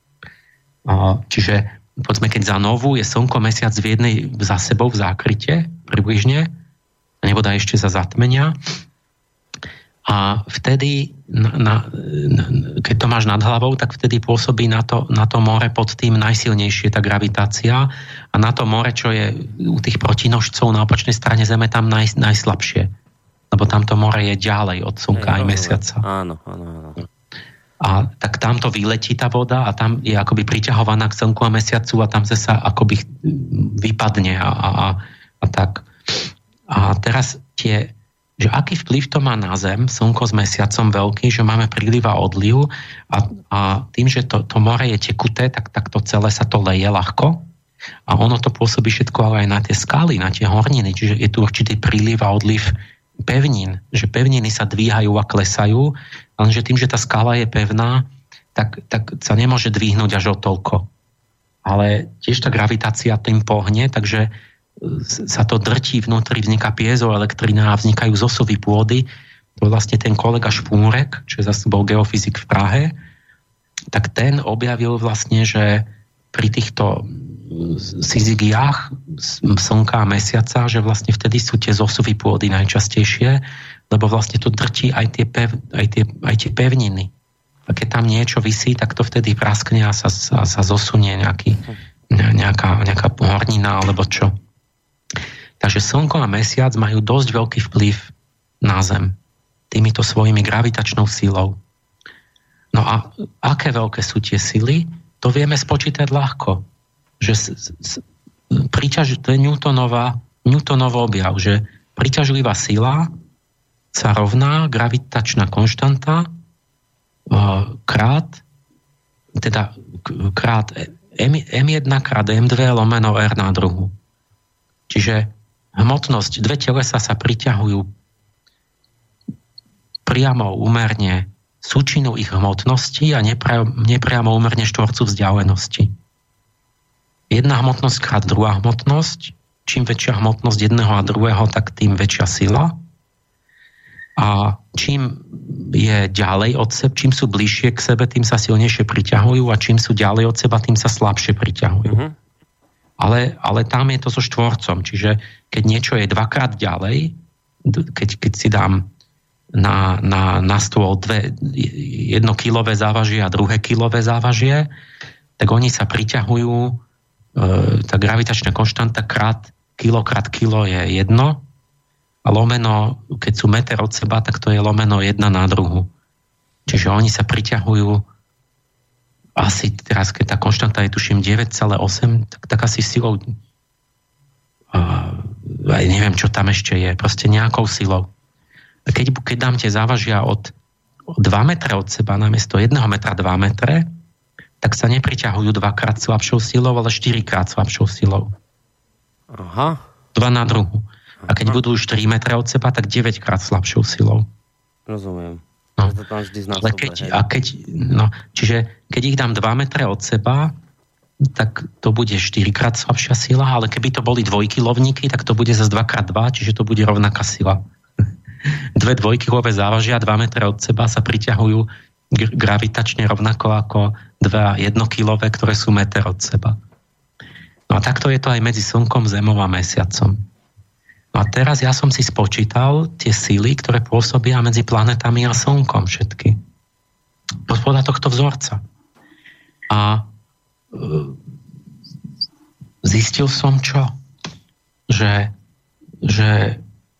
Speaker 3: Čiže povedzme, keď za novú je slnko, mesiac v jednej za sebou v zákryte približne, nebo dá ešte za zatmenia. A vtedy, na, na, keď to máš nad hlavou, tak vtedy pôsobí na to, na to more pod tým najsilnejšie tá gravitácia a na to more, čo je u tých protinožcov na opačnej strane Zeme, tam naj, najslabšie. Lebo tam to more je ďalej od slnka aj mesiaca.
Speaker 2: Áno, áno, áno.
Speaker 3: A tak tam to vyletí tá voda a tam je akoby priťahovaná k slnku a mesiacu a tam sa akoby vypadne a, a, a, a tak. A teraz tie, že aký vplyv to má na Zem, slnko s mesiacom veľký, že máme príliv a odliv a, a tým, že to, to more je tekuté, tak, tak to celé sa to leje ľahko a ono to pôsobí všetko ale aj na tie skaly, na tie horniny, čiže je tu určitý príliv a odliv pevnín, že pevniny sa dvíhajú a klesajú, lenže tým, že tá skala je pevná, tak, tak sa nemôže dvihnúť až o toľko. Ale tiež tá gravitácia tým pohne, takže sa to drtí vnútri, vzniká piezoelektrina a vznikajú zosuvy pôdy. To je vlastne ten kolega Špúrek, čo zase bol geofyzik v Prahe, tak ten objavil vlastne, že pri týchto syzygiách slnka a mesiaca, že vlastne vtedy sú tie zosuvy pôdy najčastejšie, lebo vlastne to drtí aj tie, pev, aj tie, aj tie pevniny. A keď tam niečo visí, tak to vtedy praskne a sa, sa, sa zosunie nejaký, nejaká, nejaká hornina alebo čo. Takže slnko a mesiac majú dosť veľký vplyv na Zem týmito svojimi gravitačnou silou. No a aké veľké sú tie sily, to vieme spočítať ľahko. Že s, s, príťaž, to je Newtonová, Newtonov objav, že príťažlivá sila sa rovná gravitačná konštanta krát, teda krát em jedna krát em dva lomeno R na druhu. Čiže hmotnosť, dve telesa sa priťahujú priamo úmerne súčinu ich hmotnosti a nepriamo úmerne štvorcu vzdialenosti. Jedna hmotnosť krát druhá hmotnosť, čím väčšia hmotnosť jedného a druhého, tak tým väčšia sila. A čím je ďalej od seba, čím sú bližšie k sebe, tým sa silnejšie priťahujú a čím sú ďalej od seba, tým sa slabšie priťahujú. Mm-hmm. Ale, ale tam je to so štvorcom, čiže keď niečo je dvakrát ďalej, keď, keď si dám na, na, na stôl dve, jedno kilové závažie a druhé kilové závažie, tak oni sa priťahujú, tá gravitačná konštanta krát kilo krát kilo je jedno a lomeno, keď sú meter od seba, tak to je lomeno jedna na druhu. Čiže oni sa priťahujú asi teraz, keď tá konštanta je tuším deväť celá osem, tak, tak asi silou aj neviem, čo tam ešte je, proste nejakou silou. Keď, keď dám tie závažia od dva metre od seba namiesto jedného metra dva metre, tak sa nepriťahujú dvakrát slabšou silou, ale štyrikrát slabšou silou.
Speaker 2: Aha.
Speaker 3: Dva na druhu. A keď budú už tri metre od seba, tak deväťkrát slabšou silou.
Speaker 2: Rozumiem.
Speaker 3: No. Ale keď, a keď, no, čiže keď ich dám dva metre od seba, tak to bude štyrikrát slabšia sila, ale keby to boli dvojkilovníky, tak to bude zase dva krát dva, čiže to bude rovnaká sila. Dve dvojkilové závažia dva metre od seba sa priťahujú gravitačne rovnako ako dva jednokilové, ktoré sú meter od seba. No a takto je to aj medzi Slnkom, Zemou a Mesiacom. No a teraz ja som si spočítal tie síly, ktoré pôsobia medzi planetami a Slnkom všetky. Podľa tohto vzorca. A zistil som čo? Že, že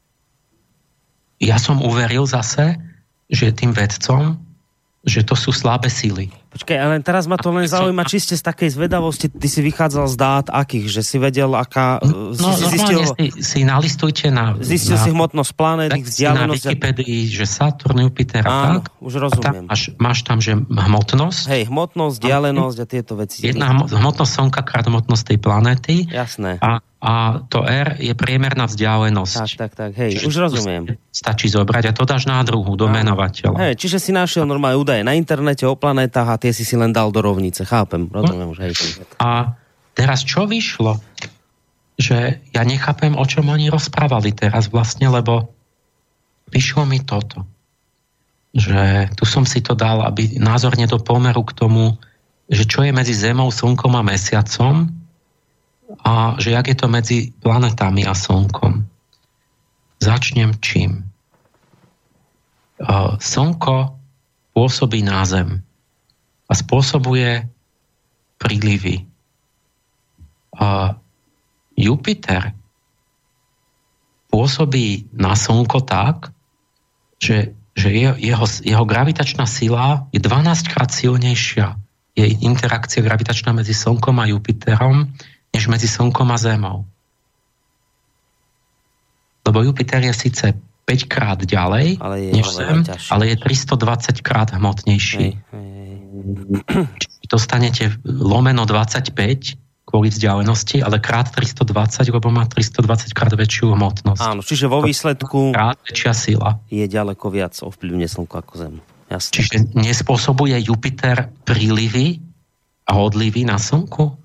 Speaker 3: ja som uveril zase, že tým vedcom, že to sú slabé síly.
Speaker 2: Počkaj, ale teraz ma to len zaujíma, či ste z takej zvedavosti, ty si vychádzal z dát akých, že si vedel, aká...
Speaker 3: No, si, si, zistil, si, si nalistujte na...
Speaker 2: Zistil
Speaker 3: na,
Speaker 2: si hmotnosť planét, ich vzdialenosť...
Speaker 3: Na Wikipedii, že Saturn, Jupiter a
Speaker 2: áno,
Speaker 3: tak.
Speaker 2: Už rozumiem.
Speaker 3: Máš, máš tam, že hmotnosť.
Speaker 2: Hej, hmotnosť, vzdialenosť a tieto veci.
Speaker 3: Jedna hmotnosť Slnka krát hmotnosť tej planéty.
Speaker 2: Jasné.
Speaker 3: A, a to R je priemerná vzdialenosť.
Speaker 2: Tak, tak, tak, hej, čiže už rozumiem.
Speaker 3: Stačí zobrať a to dáš na druhu, do menovateľa.
Speaker 2: Hej, čiže si našiel normálne údaje na internete o planetách a tie si si len dal do rovnice, chápem, rozumiem už, hej.
Speaker 3: A teraz čo vyšlo? Že ja nechápem, o čom oni rozprávali teraz vlastne, lebo vyšlo mi toto. Že tu som si to dal, aby názorne do pomeru k tomu, že čo je medzi Zemou, Slnkom a Mesiacom a že jak je to medzi planetami a Slnkom. Začnem čím? Slnko pôsobí na Zem a spôsobuje prílivy. A Jupiter pôsobí na Slnko tak, že, že jeho, jeho gravitačná sila je dvanásťkrát silnejšia. Je interakcia gravitačná medzi Slnkom a Jupiterom než medzi Slnkom a Zemou. Lebo Jupiter je síce päťkrát ďalej ale je než Zem, ale je tristodvadsaťkrát hmotnejší. Hej, hej. Čiže dostanete lomeno dvadsaťpäť kvôli vzdialenosti, ale krát tristodvadsať, lebo má tristodvadsaťkrát väčšiu hmotnosť.
Speaker 2: Áno, čiže vo výsledku
Speaker 3: krát väčšia sila.
Speaker 2: Je ďaleko viac ovplyvne Slnko ako Zem. Jasne.
Speaker 3: Čiže nespôsobuje Jupiter prílivy a odlivy na Slnku?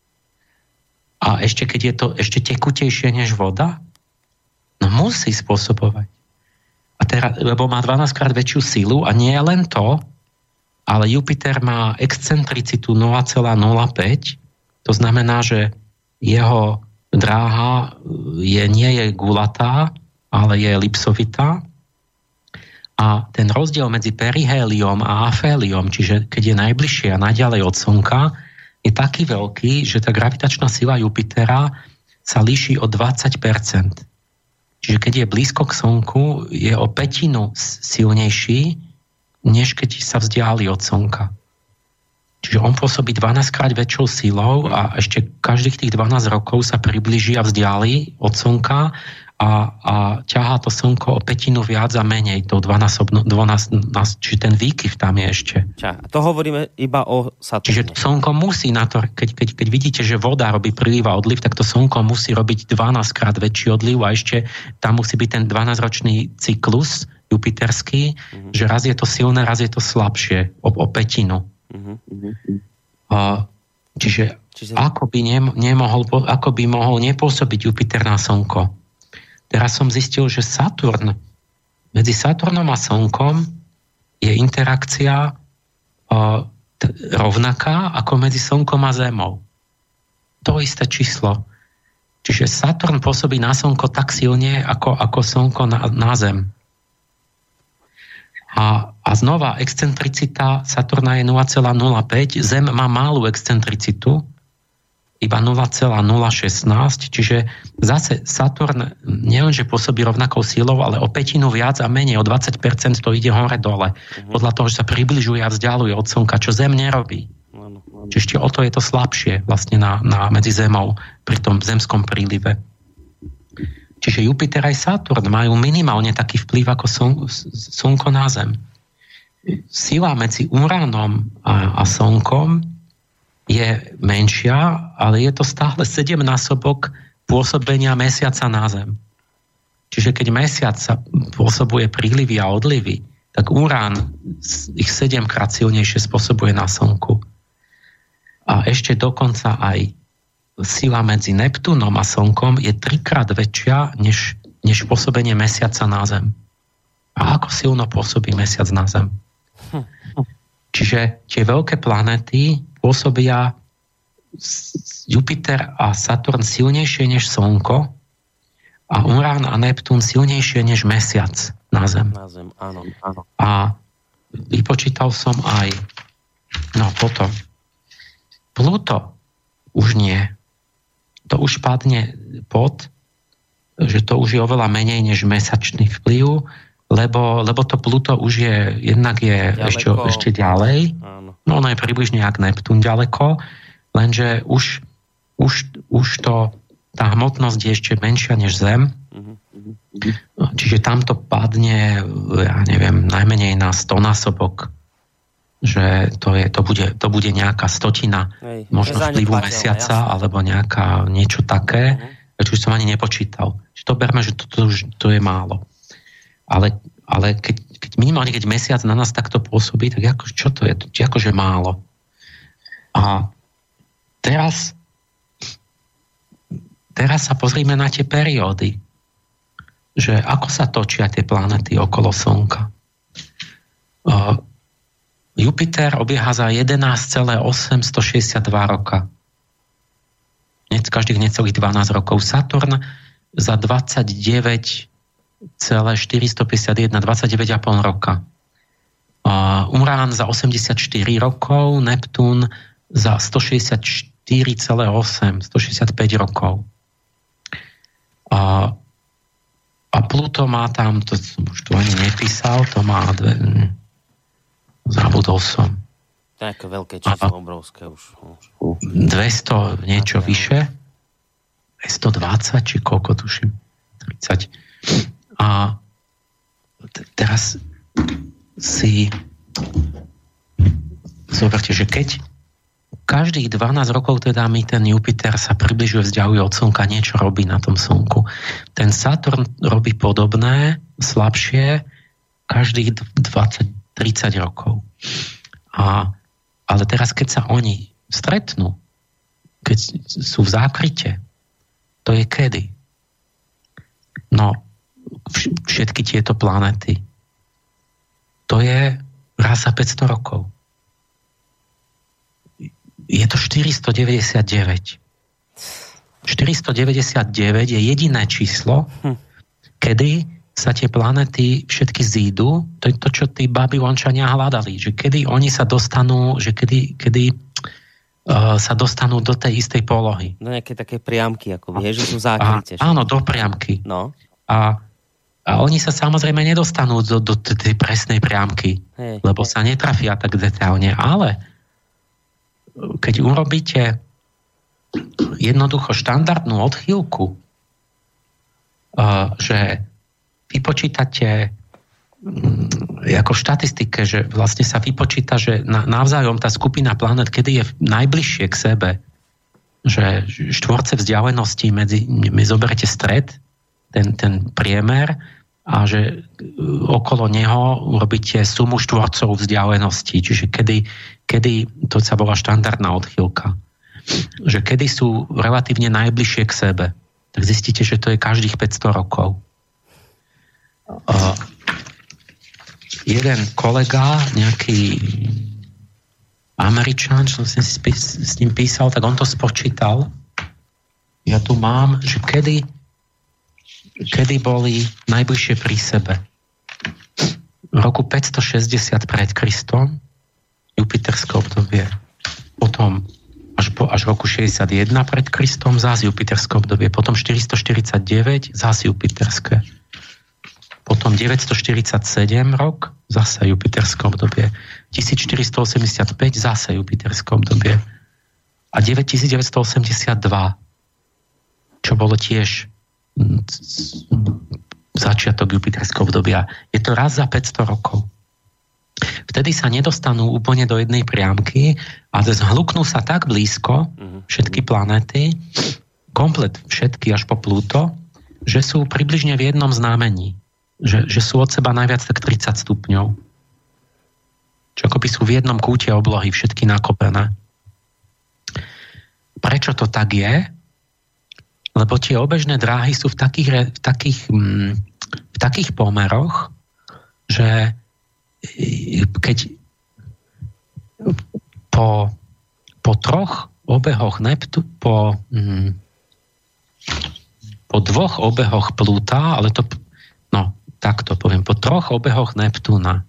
Speaker 3: A ešte keď je to ešte tekutejšie než voda? No musí spôsobovať. A teraz, lebo má dvanásťkrát väčšiu silu a nie je len to, ale Jupiter má excentricitu nula celá nula päť, to znamená, že jeho dráha je, nie je gulatá, ale je elipsovitá. A ten rozdiel medzi perihéliom a aféliom, čiže keď je najbližšie a najďalej od Slnka, je taký veľký, že tá gravitačná sila Jupitera sa líši o dvadsať percent. Čiže keď je blízko k Slnku, je o pätinu silnejší, než keď sa vzdiali od Slnka. Čiže on pôsobí dvanásťkrát väčšou silou a ešte každých tých dvanásť rokov sa priblíži a vzdiali od Slnka a, a ťahá to Slnko o pätinu viac a menej, to dvanásť, dvanásť, čiže ten výkyv tam je ešte.
Speaker 2: Ča, to hovoríme iba o Saturne.
Speaker 3: Čiže to Slnko musí na to, keď, keď, keď vidíte, že voda robí príliv a odliv, tak to Slnko musí robiť dvanásťkrát väčší odliv a ešte tam musí byť ten dvanásťročný cyklus jupiterský, mm-hmm. že raz je to silné, raz je to slabšie, o, o pätinu. Mm-hmm. A, čiže, čiže ako by, ne, nemohol, ako by mohol nepôsobiť Jupiter na Slnko? Teraz som zistil, že Saturn, medzi Saturnom a Slnkom je interakcia uh, t- rovnaká ako medzi Slnkom a Zemou. To isté číslo. Čiže Saturn pôsobí na Slnko tak silne, ako, ako Slnko na, na Zem. A, a znova, excentricita Saturna je nula celá nula päť, Zem má malú excentricitu, iba nula celá nula šestnásť, čiže zase Saturn nielenže pôsobí rovnakou silou, ale o pätinu viac a menej, o dvadsať percent to ide hore-dole. Mm-hmm. Podľa toho, že sa približuje a vzdialuje od Slnka, čo Zem nerobí. Mm-hmm. Čiže ešte o to je to slabšie vlastne na, na, medzi Zemou pri tom zemskom prílive. Čiže Jupiter aj Saturn majú minimálne taký vplyv ako sln, Slnko na Zem. Sila medzi Uránom a, a Slnkom je menšia, ale je to stále sedemnásobok pôsobenia Mesiaca na Zem. Čiže keď Mesiac sa pôsobuje prílivy a odlivy, tak Urán ich sedemkrát silnejšie spôsobuje na Slnku. A ešte dokonca aj sila medzi Neptúnom a Slnkom je trikrát väčšia než, než pôsobenie Mesiaca na Zem. A ako silno pôsobí Mesiac na Zem? Čiže tie veľké planéty pôsobia Jupiter a Saturn silnejšie než Slnko a Urán a Neptún silnejšie než Mesiac na Zem.
Speaker 2: Na Zem, áno, áno.
Speaker 3: A vypočítal som aj no potom Pluto už nie. To už padne pod, že to už je oveľa menej než mesačný vplyv, lebo, lebo to Pluto už je, jednak je ešte, ešte ďalej. Áno. No ono je približne jak Neptún ďaleko, lenže už, už, už to, tá hmotnosť je ešte menšia než Zem. Uh-huh. Čiže tam to padne, ja neviem, najmenej na stonásobok, že to, je, to, bude, to bude nejaká stotina Hej, možno vplyvu mesiaca, jasne. Alebo nejaká niečo také, uh-huh. čo už som ani nepočítal. Čiže to berme, že to, to, už, to je málo. Ale, ale keď, keď minimálne keď mesiac na nás takto pôsobí, tak ako, čo to je? To je akože málo. A teraz teraz sa pozrime na tie periódy, že ako sa točia tie planety okolo Slnka. Uh, Jupiter obieha za jedenásť celé osemstošesťdesiatdva roka. Každých necelých dvanásť rokov. Saturn za dvadsaťdeväť celé štyristopäťdesiatjeden, dvadsaťdeväť a pol roka. Urán za osemdesiatštyri rokov, Neptún za stošesťdesiatštyri celé osem, stošesťdesiatpäť rokov. A, a Pluto má tam, to som už tu ani nepísal, to má dve... Zabudol som.
Speaker 2: Také veľké číslo, obrovské už.
Speaker 3: dvesto niečo okay. Vyše. dvestodvadsať, či koľko tuším. tridsať. A t- teraz si zoberte, že keď každých dvanásť rokov teda mi ten Jupiter sa približuje, vzdialuje od Slnka, niečo robí na tom Slnku. Ten Saturn robí podobné, slabšie, každých dvadsať tridsať rokov. A, ale teraz, keď sa oni stretnú, keď sú v zákryte, to je kedy? No, všetky tieto planety. To je raz za päťsto rokov. Je to štyristodeväťdesiatdeväť. štyristodeväťdesiatdeväť je jediné číslo, hm. kedy sa tie planety všetky zídu, to je to, čo tí Babylončania hľadali, že kedy oni sa dostanú, že kedy, kedy uh, sa dostanú do tej istej polohy.
Speaker 2: Do nejaké také priamky, ako vie, že sú zákryte.
Speaker 3: A, áno, do priamky.
Speaker 2: No.
Speaker 3: A, a oni sa samozrejme nedostanú do, do tej presnej priamky, hej, lebo hej. sa netrafia tak detailne, ale keď urobíte jednoducho štandardnú odchýlku, uh, že vypočítate ako v štatistike, že vlastne sa vypočíta, že navzájom tá skupina planet, kedy je najbližšie k sebe, že štvorce vzdialenosti medzi, my zoberete stred, ten, ten priemer a že okolo neho urobíte sumu štvorcov vzdialenosti, čiže kedy, kedy to sa volá štandardná odchýlka, že kedy sú relatívne najbližšie k sebe, tak zistíte, že to je každých päťsto rokov. Uh, jeden kolega, nejaký Američan, čo som si spís, s ním písal, tak on to spočítal. Ja tu mám, že kedy, kedy boli najbližšie pri sebe. V roku päťstošesťdesiat pred Kristom, Jupiterské obdobie. Potom až, po, až v roku šesťdesiatjeden pred Kristom, zás Jupiterské obdobie. Potom štyristoštyridsaťdeväť, zás Jupiterské. Potom deväťstoštyridsaťsedem rok, zase Jupiterské obdobie. tisícštyristoosemdesiatpäť, zase Jupiterské obdobie. A deväťtisícdeväťstoosemdesiatdva, čo bolo tiež začiatok jupiterského obdobia. Je to raz za päťsto rokov. Vtedy sa nedostanú úplne do jednej priamky, ale zhluknú sa tak blízko všetky planéty, komplet všetky až po Pluto, že sú približne v jednom znamení. Že, že sú od seba najviac tak tridsať stupňov. Čo akoby sú v jednom kúte oblohy všetky nakopené. Prečo to tak je? Lebo tie obežné dráhy sú v takých, v takých, v takých pomeroch, že keď po, po troch obehoch Neptu, po, po dvoch obehoch Pluta, ale to, no, tak to poviem, po troch obehoch Neptúna,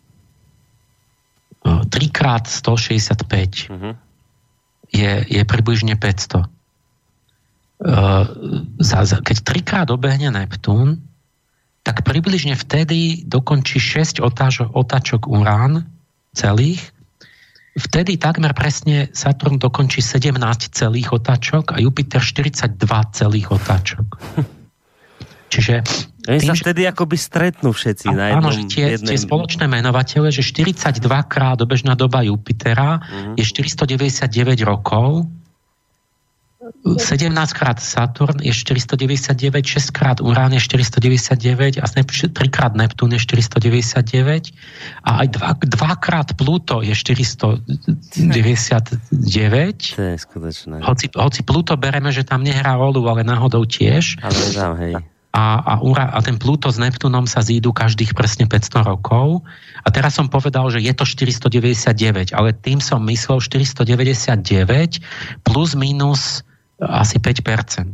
Speaker 3: trikrát stošesťdesiatpäť uh-huh. je, je približne päťsto. Uh, za, za, keď trikrát obehne Neptún, tak približne vtedy dokončí šesť otáčok, otáčok Urán celých. Vtedy takmer presne Saturn dokončí sedemnásť celých otáčok a Jupiter štyridsaťdva celých otáčok. Čiže
Speaker 2: oni sa vtedy že, akoby stretnú všetci. Na jednom,
Speaker 3: áno, že tie, jednej... tie spoločné menovatele, že štyridsaťdva krát obežná doba Jupitera uh-huh. je štyristodeväťdesiatdeväť rokov, sedemnásť krát Saturn je štyristodeväťdesiatdeväť, šesť krát Urán je štyristodeväťdesiatdeväť a tri krát Neptún je štyristodeväťdesiatdeväť a aj dva, dva krát Pluto je štyristodeväťdesiatdeväť.
Speaker 2: To je skutočné.
Speaker 3: Hoci, hoci Pluto bereme, že tam nehrá rolu, ale náhodou tiež.
Speaker 2: Ale tam, hej.
Speaker 3: A, a, Ura, a ten Pluto s Neptúnom sa zídu každých presne päťsto rokov. A teraz som povedal, že je to štyristodeväťdesiatdeväť, ale tým som myslel štyristodeväťdesiatdeväť plus minus asi päť percent.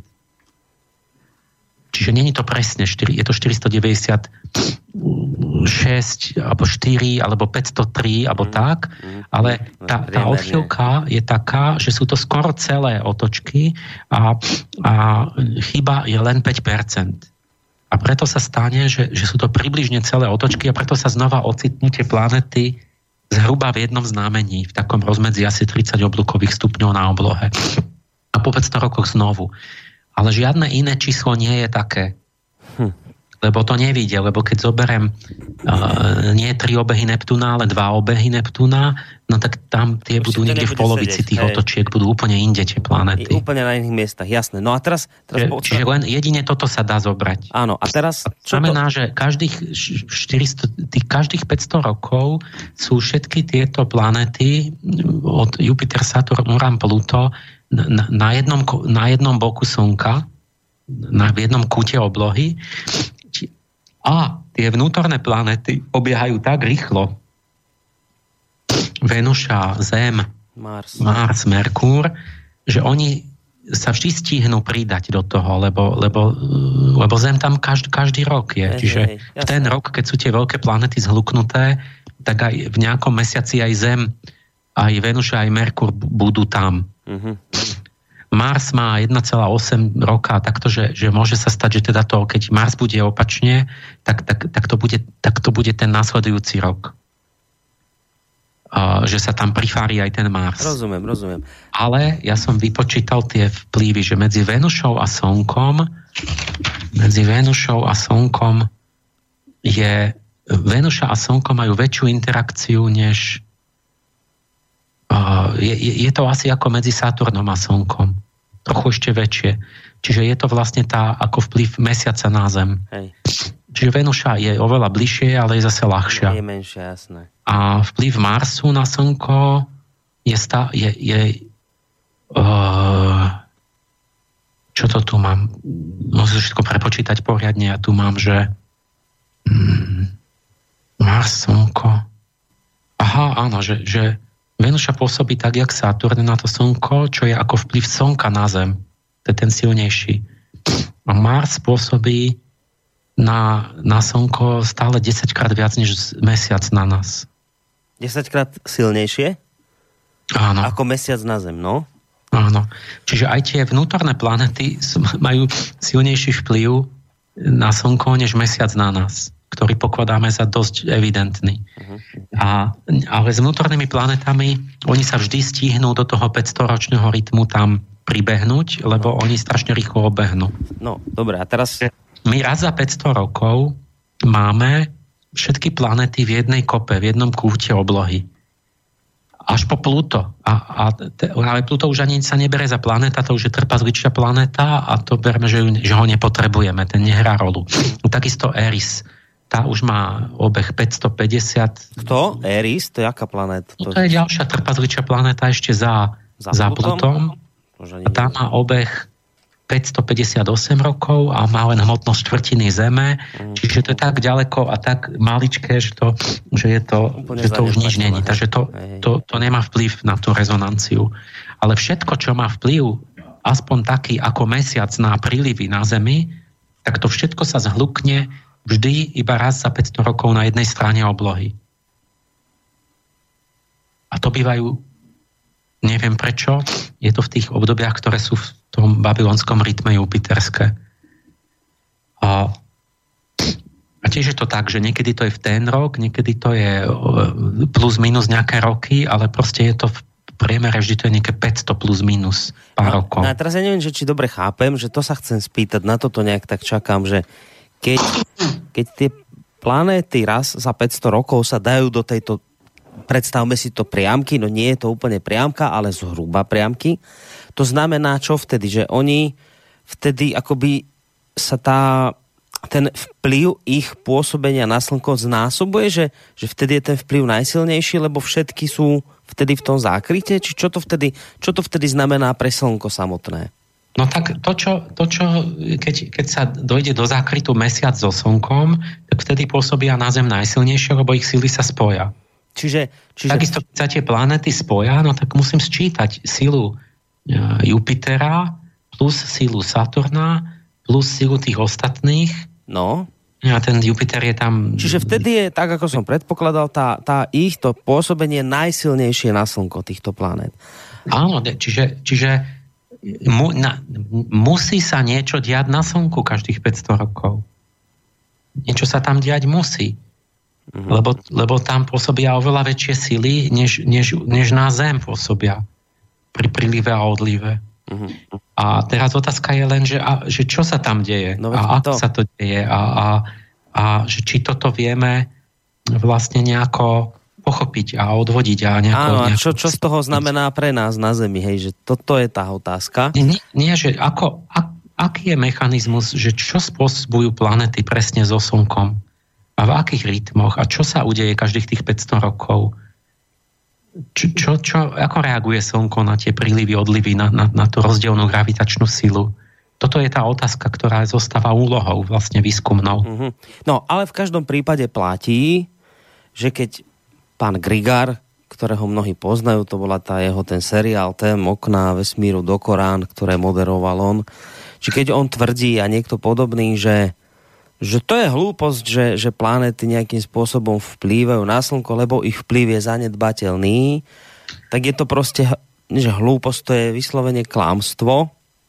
Speaker 3: Čiže nie je to presne, je to štyristodeväťdesiatšesť alebo štyri alebo päťstotri alebo mm. tak, ale tá, tá odchýlka je taká, že sú to skoro celé otočky a, a chyba je len päť percent. A preto sa stane, že, že sú to približne celé otočky a preto sa znova ocitnú tie planety zhruba v jednom znamení, v takom rozmedzi asi tridsať oblúkových stupňov na oblohe. A po päťsto rokoch znovu. Ale žiadne iné číslo nie je také. Hm. Lebo to nevidie, lebo keď zoberiem uh, nie tri obehy Neptúna, ale dva obehy Neptúna, no tak tam tie už budú niekde v polovici sedieť, tých hej. otočiek, budú úplne inde tie planety.
Speaker 2: I úplne na iných miestach, jasné. No a teraz... teraz
Speaker 3: Čiže, čiže len jedine toto sa dá zobrať.
Speaker 2: Áno, a teraz...
Speaker 3: Čo znamená, to... že každých, štyristo, tých, každých päťsto rokov sú všetky tieto planety od Jupiter, Saturn, Uran, Pluto na, na, jednom, na jednom boku Slnka, na v jednom kúte oblohy. A tie vnútorné planety obiehajú tak rýchlo. Venuša, Zem,
Speaker 2: Mars,
Speaker 3: Mars Merkúr, že oni sa vždy stihnú pridať do toho, lebo, lebo, lebo Zem tam každý, každý rok je. Hej, Čiže hej, v ten rok, keď sú tie veľké planety zhluknuté, tak aj v nejakom mesiaci aj Zem, aj Venuša, aj Merkúr budú tam. Uh-huh. Mars má jeden celá osem roka, takto, že, že môže sa stať, že teda to, keď Mars bude opačne, tak, tak, tak, to, bude, tak to bude ten následujúci rok. Uh, že sa tam prifári aj ten Mars.
Speaker 2: Rozumiem, rozumiem.
Speaker 3: Ale ja som vypočítal tie vplyvy, že medzi Venušou a Slnkom medzi Venušou a Slnkom je Venuša a Slnko majú väčšiu interakciu než uh, je, je to asi ako medzi Saturnom a Slnkom. Trochu ešte väčšie. Čiže je to vlastne tá ako vplyv mesiaca na Zem. Hej. Čiže Venuša je oveľa bližšie, ale je zase ľahšia.
Speaker 2: Je menšia, jasné.
Speaker 3: A vplyv Marsu na Slnko je, stá, je, je uh, čo to tu mám? Musím všetko prepočítať poriadne. Ja tu mám, že um, Mars, Slnko. Aha, áno, že, že Venuša pôsobí tak, jak Saturn na to Slnko, čo je ako vplyv Slnka na Zem. To je ten silnejší. A Mars pôsobí na, na Slnko stále desaťkrát viac než Mesiac na nás.
Speaker 2: desaťkrát silnejšie?
Speaker 3: Áno.
Speaker 2: Ako Mesiac na Zem, no?
Speaker 3: Áno. Čiže aj tie vnútorné planety majú silnejší vplyv na Slnko než Mesiac na nás. ktorý pokladáme za dosť evidentný. Uh-huh. A, ale s vnútornými planetami oni sa vždy stihnú do toho päťstoročného rytmu tam pribehnúť, lebo oni strašne rýchlo obehnú.
Speaker 2: No, dobre, a teraz...
Speaker 3: My raz za päťsto rokov máme všetky planety v jednej kope, v jednom kúte oblohy. Až po Pluto. A, a te, ale Pluto už ani sa nebere za planéta, to už je trpazličia planéta a to berme, že, že ho nepotrebujeme, ten nehrá rolu. Takisto Eris. Tá už má obeh päťstopäťdesiat.
Speaker 2: Kto? Eris? To je aká planéta?
Speaker 3: No, to je ďalšia trpazličia planéta ešte za, za, za Plutom. A tá má obeh päťstopäťdesiatosem rokov a má len hmotnosť štvrtiny Zeme, mm. čiže to je tak ďaleko a tak maličké, že to, že je to, že to už nič není. Takže to, to, to nemá vplyv na tú rezonanciu. Ale všetko, čo má vplyv, aspoň taký ako mesiac na prílivy na Zemi, tak to všetko sa zhlukne vždy iba raz za päťsto rokov na jednej strane oblohy. A to bývajú, neviem prečo, je to v tých obdobiach, ktoré sú v tom babylonskom rytme jupiterské. A, a tiež je to tak, že niekedy to je v ten rok, niekedy to je plus minus nejaké roky, ale proste je to v priemere vždy to je nejaké päťsto plus minus pár no, rokov.
Speaker 2: No a teraz ja neviem, že či dobre chápem, že to sa chcem spýtať, na toto nejak tak čakám, že keď, keď tie planéty raz za päťsto rokov sa dajú do tejto, predstavme si to priamky, no nie je to úplne priamka, ale zhruba priamky. To znamená, čo vtedy? Že oni vtedy akoby sa tá, ten vplyv ich pôsobenia na slnko znásobuje, že, že vtedy je ten vplyv najsilnejší, lebo všetky sú vtedy v tom zákryte? Či čo to vtedy, čo to vtedy znamená pre slnko samotné?
Speaker 3: No tak to, čo, to, čo keď, keď sa dojde do zákrytu mesiac so slnkom, tak vtedy pôsobia na Zem najsilnejšie, lebo ich síly sa spoja.
Speaker 2: Čiže, čiže...
Speaker 3: Takisto, keď sa tie planéty spoja, no tak musím sčítať silu Jupitera plus sílu Saturna plus sílu tých ostatných.
Speaker 2: No.
Speaker 3: A ten Jupiter je tam...
Speaker 2: Čiže vtedy je, tak ako som predpokladal, tá, tá ich to pôsobenie najsilnejšie na slnko týchto planét.
Speaker 3: Áno, čiže, čiže mu, na, musí sa niečo diať na slnku každých päťsto rokov. Niečo sa tam diať musí. Mhm. Lebo, lebo tam pôsobia oveľa väčšie sily, než, než, než na Zem pôsobia pri prílive a odlive. Uh-huh. A teraz otázka je len, že, a, že čo sa tam deje no, a ako to. sa to deje a, a, a že či toto vieme vlastne nejako pochopiť a odvodiť. A nejako,
Speaker 2: Áno, a
Speaker 3: nejako...
Speaker 2: čo, čo z toho znamená pre nás na Zemi? Hej, že toto je tá otázka.
Speaker 3: Nie, nie že ako, a, aký je mechanizmus, že čo spôsobujú planety presne so Slnkom a v akých rytmoch a čo sa udeje každých tých päťsto rokov? Čo, čo, čo, ako reaguje Slnko na tie prílivy, odlivy, na, na, na tú rozdielnú gravitačnú silu? Toto je tá otázka, ktorá zostáva úlohou vlastne výskumnou. Mm-hmm.
Speaker 2: No, ale v každom prípade platí, že keď pán Grigar, ktorého mnohí poznajú, to bola tá jeho ten seriál Tém okná vesmíru do Korán, ktoré moderoval on, či keď on tvrdí a niekto podobný, že že to je hlúposť, že, že planéty nejakým spôsobom vplývajú na Slnko, lebo ich vplyv je zanedbateľný, tak je to proste, že hlúposť, to je vyslovene klamstvo,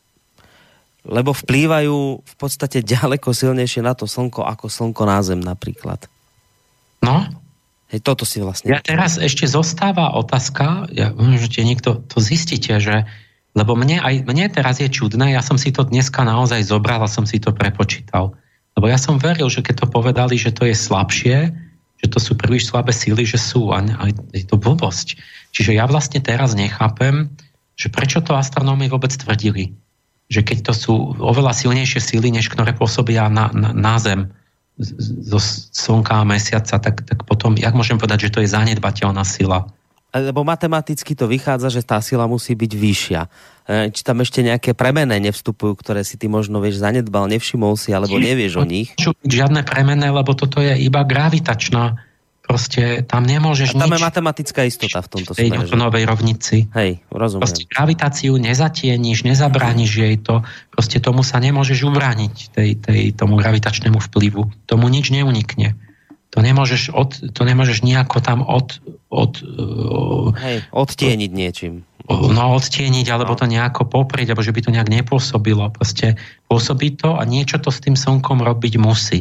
Speaker 2: lebo vplývajú v podstate ďaleko silnejšie na to Slnko, ako Slnko na Zem napríklad.
Speaker 3: No.
Speaker 2: Hej, toto si vlastne...
Speaker 3: Ja teraz ešte zostáva otázka, ja, že niekto to zistíte, že lebo mne, aj, mne teraz je čudné, ja som si to dneska naozaj zobral a som si to prepočítal. Lebo ja som veril, že keď to povedali, že to je slabšie, že to sú príliš slabé síly, že sú, a je to blbosť. Čiže ja vlastne teraz nechápem, že prečo to astronómi vôbec tvrdili. Že keď to sú oveľa silnejšie síly, než ktoré pôsobia na, na, na Zem zo Slnka a Mesiaca, tak, tak potom, jak môžem povedať, že to je zanedbateľná sila?
Speaker 2: Lebo matematicky to vychádza, že tá sila musí byť vyššia. Či tam ešte nejaké premenné nevstupujú, ktoré si ty možno, vieš, zanedbal, nevšimol si, alebo nevieš o nich?
Speaker 3: Žiadne premenné, lebo toto je iba gravitačná. Proste tam nemôžeš nič...
Speaker 2: A tam nič... je matematická istota v tomto smere.
Speaker 3: V novej rovnici.
Speaker 2: Hej, rozumiem.
Speaker 3: Proste gravitáciu nezatieníš, nezabrániš jej to. Proste tomu sa nemôžeš ubrániť, tej, tej, tomu gravitačnému vplyvu. Tomu nič neunikne. To nemôžeš, od, to nemôžeš nejako tam od... od
Speaker 2: Hej, odtieniť niečím.
Speaker 3: No, odtieniť, alebo to nejako poprieť, alebo že by to nejak nepôsobilo. Proste pôsobí to a niečo to s tým Slnkom robiť musí.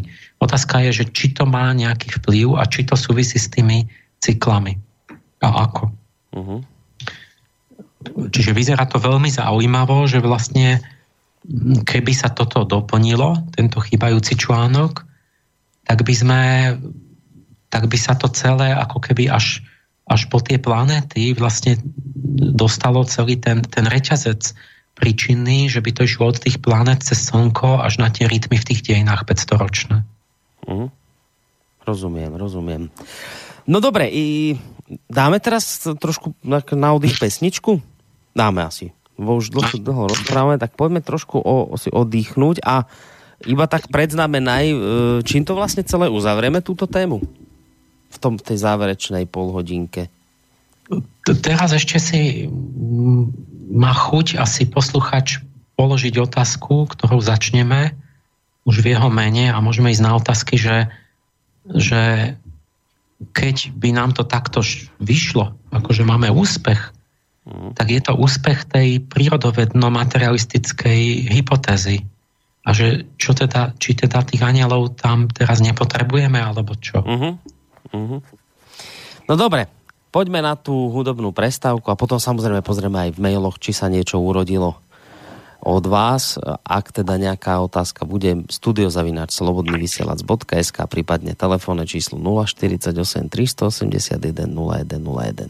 Speaker 3: Otázka je, že či to má nejaký vplyv a či to súvisí s tými cyklami. A ako. Uh-huh. Čiže vyzerá to veľmi zaujímavo, že vlastne keby sa toto doplnilo, tento chýbajúci článok, tak by sme, tak by sa to celé ako keby až, až po tie planéty vlastne dostalo celý ten, ten reťazec príčinný, že by to išlo od tých planét cez Slnko až na tie rytmy v tých dejinách päťstoročné. Mm.
Speaker 2: Rozumiem, rozumiem. No dobre, i dáme teraz trošku na oddych pesničku? Dáme asi. Bo už dlho, dlho rozprávame, tak poďme trošku o, o si oddychnúť a iba tak predznamenaj, čím to vlastne celé uzavrieme, túto tému? V tom, tej záverečnej polhodinke.
Speaker 3: Teraz ešte si má chuť asi posluchač položiť otázku, ktorou začneme už v jeho mene a môžeme ísť na otázky, že, že keď by nám to takto vyšlo, akože máme úspech, mm. tak je to úspech tej prírodovedno-materialistickej hypotézy. A že čo teda, či teda tých anielov tam teraz nepotrebujeme, alebo čo? Uh-huh. Uh-huh.
Speaker 2: No dobre, poďme na tú hudobnú prestávku a potom samozrejme pozrieme aj v mailoch, či sa niečo urodilo od vás. Ak teda nejaká otázka bude, studio zavináč slobodný vysielač bodka es ká, prípadne telefónne číslo nula štyridsaťosem tristoosemdesiatjeden nula jeden nula jeden.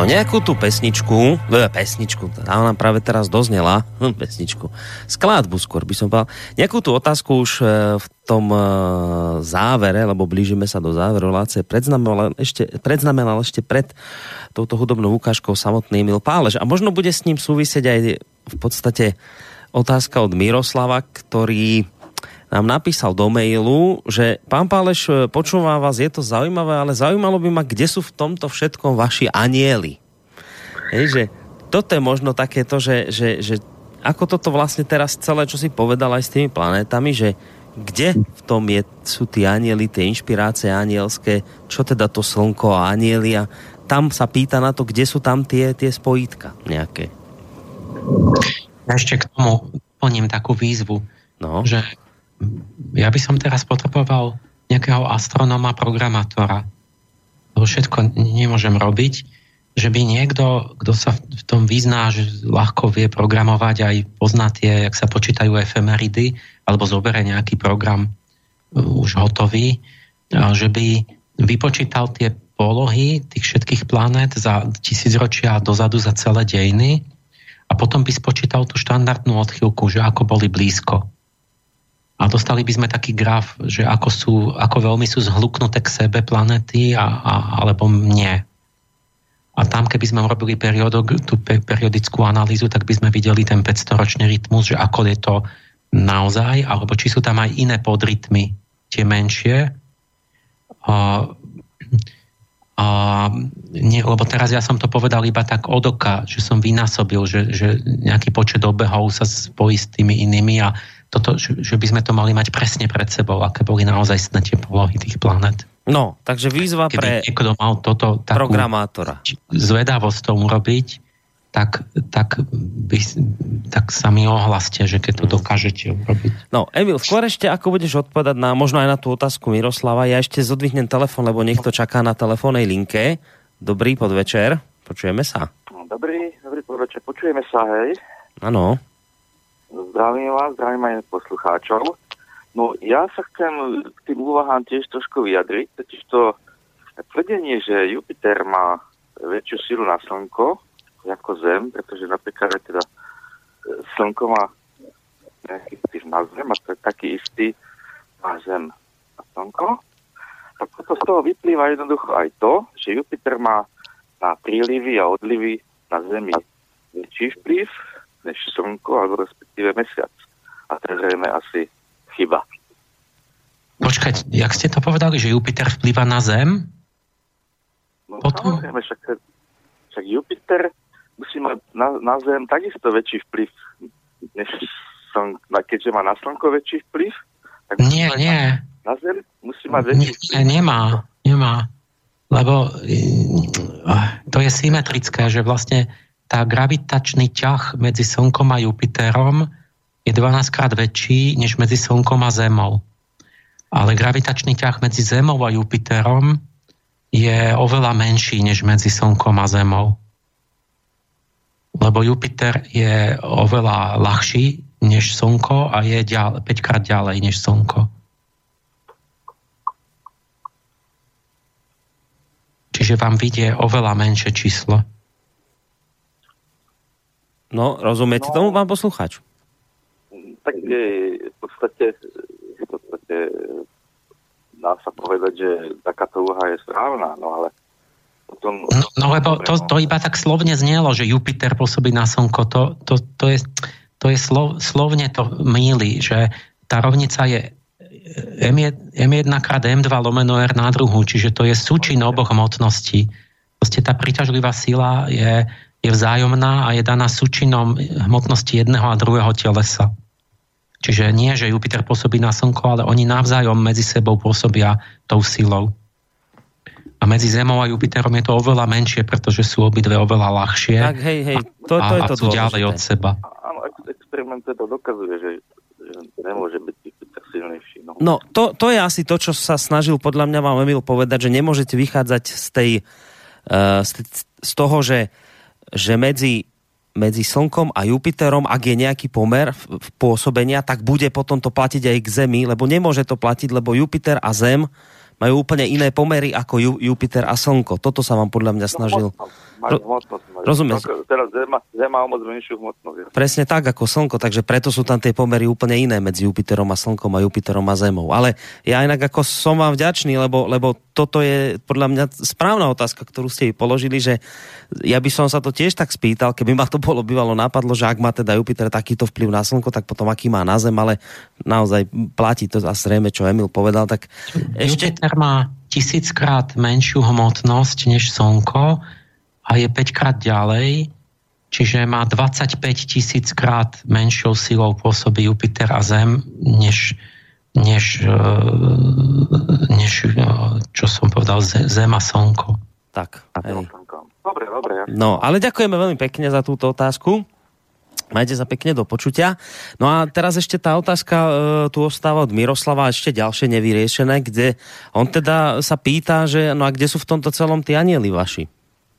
Speaker 2: nejakú tú pesničku, e, pesničku, tá nám práve teraz doznela, hm, pesničku, skladbu skôr by som povedal, nejakú tú otázku už e, v tom e, závere, lebo blížime sa do záveru relácie, predznamenal ešte, predznamenal ešte pred touto hudobnou ukážkou samotný Emil Pálež. A možno bude s ním súvisieť aj v podstate otázka od Miroslava, ktorý nám napísal do mailu, že pán Páleš, počúvam vás, je to zaujímavé, ale zaujímalo by ma, kde sú v tomto všetkom vaši anjeli. Hej, že toto je možno takéto, že, že, že ako toto vlastne teraz celé, čo si povedal aj s tými planétami, že kde v tom je, sú tí anjeli, tie inšpirácie anielské, čo teda to slnko a anjeli, a tam sa pýta na to, kde sú tam tie, tie spojítka nejaké.
Speaker 3: Ešte k tomu plním takú výzvu,
Speaker 2: no.
Speaker 3: že ja by som teraz potreboval nejakého astronóma, programátora. To všetko nemôžem robiť, že by niekto, kto sa v tom vyzná, že ľahko vie programovať, aj pozná tie, jak sa počítajú efemeridy, alebo zoberie nejaký program už hotový, že by vypočítal tie polohy tých všetkých planét za tisícročia dozadu, za celé dejiny, a potom by spočítal tú štandardnú odchýlku, že ako boli blízko. A dostali by sme taký graf, že ako, sú, ako veľmi sú zhluknuté k sebe planety a, a, alebo nie. A tam, keby sme urobili periodok, tú periodickú analýzu, tak by sme videli ten päťstoročný rytmus, že ako je to naozaj, alebo či sú tam aj iné podrytmy, tie menšie. A, a, nie, lebo teraz ja som to povedal iba tak od oka, že som vynásobil, že, že nejaký počet obehov sa spojí s tými inými, a toto, že, že by sme to mali mať presne pred sebou, aké boli naozaj tie polohy tých planet.
Speaker 2: No, takže výzva
Speaker 3: Keby
Speaker 2: pre
Speaker 3: niekto mal toto takú
Speaker 2: programátora.
Speaker 3: Zvedavosť tomu robiť, tak, tak, by, tak sa mi ohlaste, že keď to dokážete urobiť.
Speaker 2: No, Emil, skôr ešte ako budeš odpovedať na, možno aj na tú otázku Miroslava, ja ešte zodvihnem telefon, lebo niekto čaká na telefónnej linke. Dobrý podvečer, počujeme sa.
Speaker 5: Dobrý, dobrý podvečer, počujeme sa, hej.
Speaker 2: Áno.
Speaker 5: Zdravím vás, zdravím aj poslucháčov. No, ja sa chcem k tým úvahám tiež trošku vyjadriť, totiž to tvrdenie, že Jupiter má väčšiu silu na Slnko ako Zem, pretože napríklad teda Slnko má nejaký vplyv na Zem, a to je taký istý na Zem a Slnko. Tak to z toho vyplýva jednoducho aj to, že Jupiter má na prílivy a odlivy na Zemi väčší vplyv než Slnko, alebo respektíve Mesiac. A to je zrejme asi chyba.
Speaker 3: Počkať, jak ste to povedali, že Jupiter vplýva na Zem?
Speaker 5: No
Speaker 3: Potom...
Speaker 5: samozrejme, však, však Jupiter musí mať na, na Zem takisto väčší vplyv, než slnko, keďže má na Slnko väčší vplyv, tak
Speaker 3: nie, nie.
Speaker 5: Na, na Zem musí mať väčší vplyv.
Speaker 3: Nie, nemá, nemá. Lebo to je symetrické, že vlastne tá gravitačný ťah medzi Slnkom a Jupiterom je dvanásťkrát väčší než medzi Slnkom a Zemou. Ale gravitačný ťah medzi Zemou a Jupiterom je oveľa menší než medzi Slnkom a Zemou. Lebo Jupiter je oveľa ľahší než Slnko a je ďalej, päťkrát ďalej než Slnko. Čiže vám vidie oveľa menšie číslo.
Speaker 2: No, rozumiete no, tomu, pán poslucháč?
Speaker 5: Tak je, v podstate, v podstate dá sa povedať, že takáto úha je správna, no ale potom...
Speaker 3: No, no lebo to, to iba tak slovne znelo, že Jupiter pôsobí na Slnko. To, to, to je, to je slov, slovne to mýli, že tá rovnica je em jeden krát em dva lomeno R na druhu, čiže to je súčin oboch hmotností. Proste tá príťažlivá sila je je vzájomná a je daná súčinom hmotnosti jedného a druhého telesa. Čiže nie, že Jupiter pôsobí na Slnko, ale oni navzájom medzi sebou pôsobia tou silou. A medzi Zemou a Jupiterom je to oveľa menšie, pretože sú obidve oveľa ľahšie.
Speaker 2: Tak hej, hej, to, to
Speaker 3: a,
Speaker 2: je to
Speaker 3: a sú ďalej od seba.
Speaker 5: Áno, experiment to dokazuje, že, že nemôže byť Jupiter silnejší. No,
Speaker 2: no to, to je asi to, čo sa snažil podľa mňa vám Emil povedať, že nemôžete vychádzať z tej uh, z, z toho, že že medzi, medzi Slnkom a Jupiterom, ak je nejaký pomer v, v pôsobenia, tak bude potom to platiť aj k Zemi, lebo nemôže to platiť, lebo Jupiter a Zem majú úplne iné pomery ako Ju, Jupiter a Slnko. Toto sa vám podľa mňa snažil
Speaker 5: Majú hmotnosť. Majú.
Speaker 2: Rozumiem.
Speaker 5: Teraz Zem, Zem má o moc menšiu hmotnosť.
Speaker 2: Presne tak ako Slnko, takže preto sú tam tie pomery úplne iné medzi Jupiterom a Slnkom a Jupiterom a Zemou. Ale ja inak ako som vám vďačný, lebo, lebo toto je podľa mňa správna otázka, ktorú ste mi položili, že ja by som sa to tiež tak spýtal, keby ma to bolo bývalo napadlo, že ak má teda Jupiter takýto vplyv na Slnko, tak potom aký má na Zem, ale naozaj platí to a zrejme, čo Emil povedal, tak ešte...
Speaker 3: Jupiter má tisíckrát menšiu hmotnosť než Slnko a je päťkrát ďalej, čiže má dvadsaťpäť tisíckrát menšou silou pôsobí Jupiter a Zem, než, než, než čo som povedal, Zem a Slnko.
Speaker 2: Tak. Hej.
Speaker 5: Dobre, dobre. Ja.
Speaker 2: No, ale ďakujeme veľmi pekne za túto otázku. Majte sa pekne, do počutia. No a teraz ešte tá otázka e, tu ostáva od Miroslava, ešte ďalšie nevyriešené, kde on teda sa pýta, že no a kde sú v tomto celom tí anjeli vaši?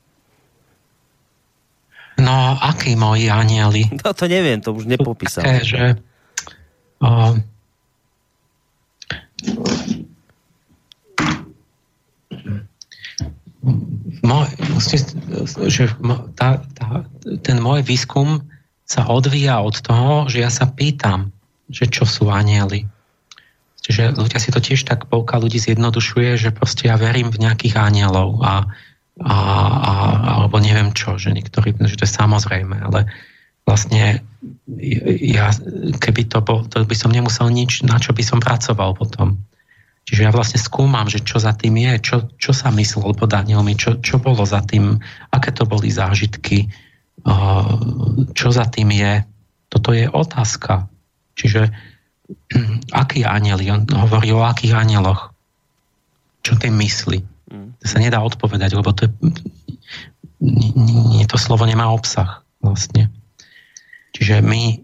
Speaker 3: No, akí moji anjeli?
Speaker 2: No to neviem, to už nepopísal.
Speaker 3: Také, že o, môj, že tá, tá, ten môj výskum sa odvíja od toho, že ja sa pýtam, že čo sú anjeli. Čiže ľudia si to tiež tak, polka ľudí zjednodušuje, že proste ja verím v nejakých anjelov a A, a, alebo neviem čo, že niektorí, že to je samozrejme, ale vlastne ja, keby to bol, to by som nemusel nič, na čo by som pracoval potom. Čiže ja vlastne skúmam, že čo za tým je, čo, čo sa myslel pod anielmi, čo, čo bolo za tým, aké to boli zážitky, čo za tým je. Toto je otázka. Čiže akí anjeli, on hovorí o akých anjeloch, čo tým myslí. To sa nedá odpovedať, lebo to je, nie, to slovo nemá obsah vlastne. Čiže my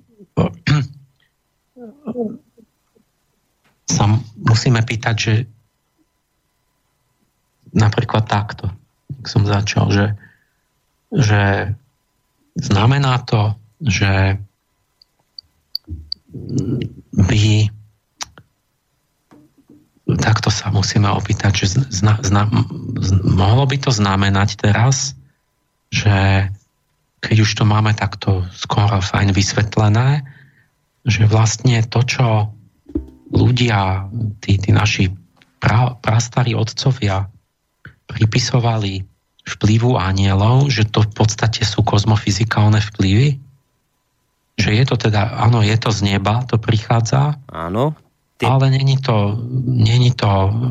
Speaker 3: sa musíme pýtať, že napríklad takto, ak som začal, že, že znamená to, že by takto sa musíme opýtať, že zna, zna, mohlo by to znamenať teraz, že keď už to máme takto skoro fajn vysvetlené, že vlastne to, čo ľudia, tí, tí naši pra, prastarí otcovia pripisovali vplyvu anielov, že to v podstate sú kozmofyzikálne vplyvy, že je to teda, áno, je to z neba, to prichádza,
Speaker 2: áno,
Speaker 3: ale není to, není to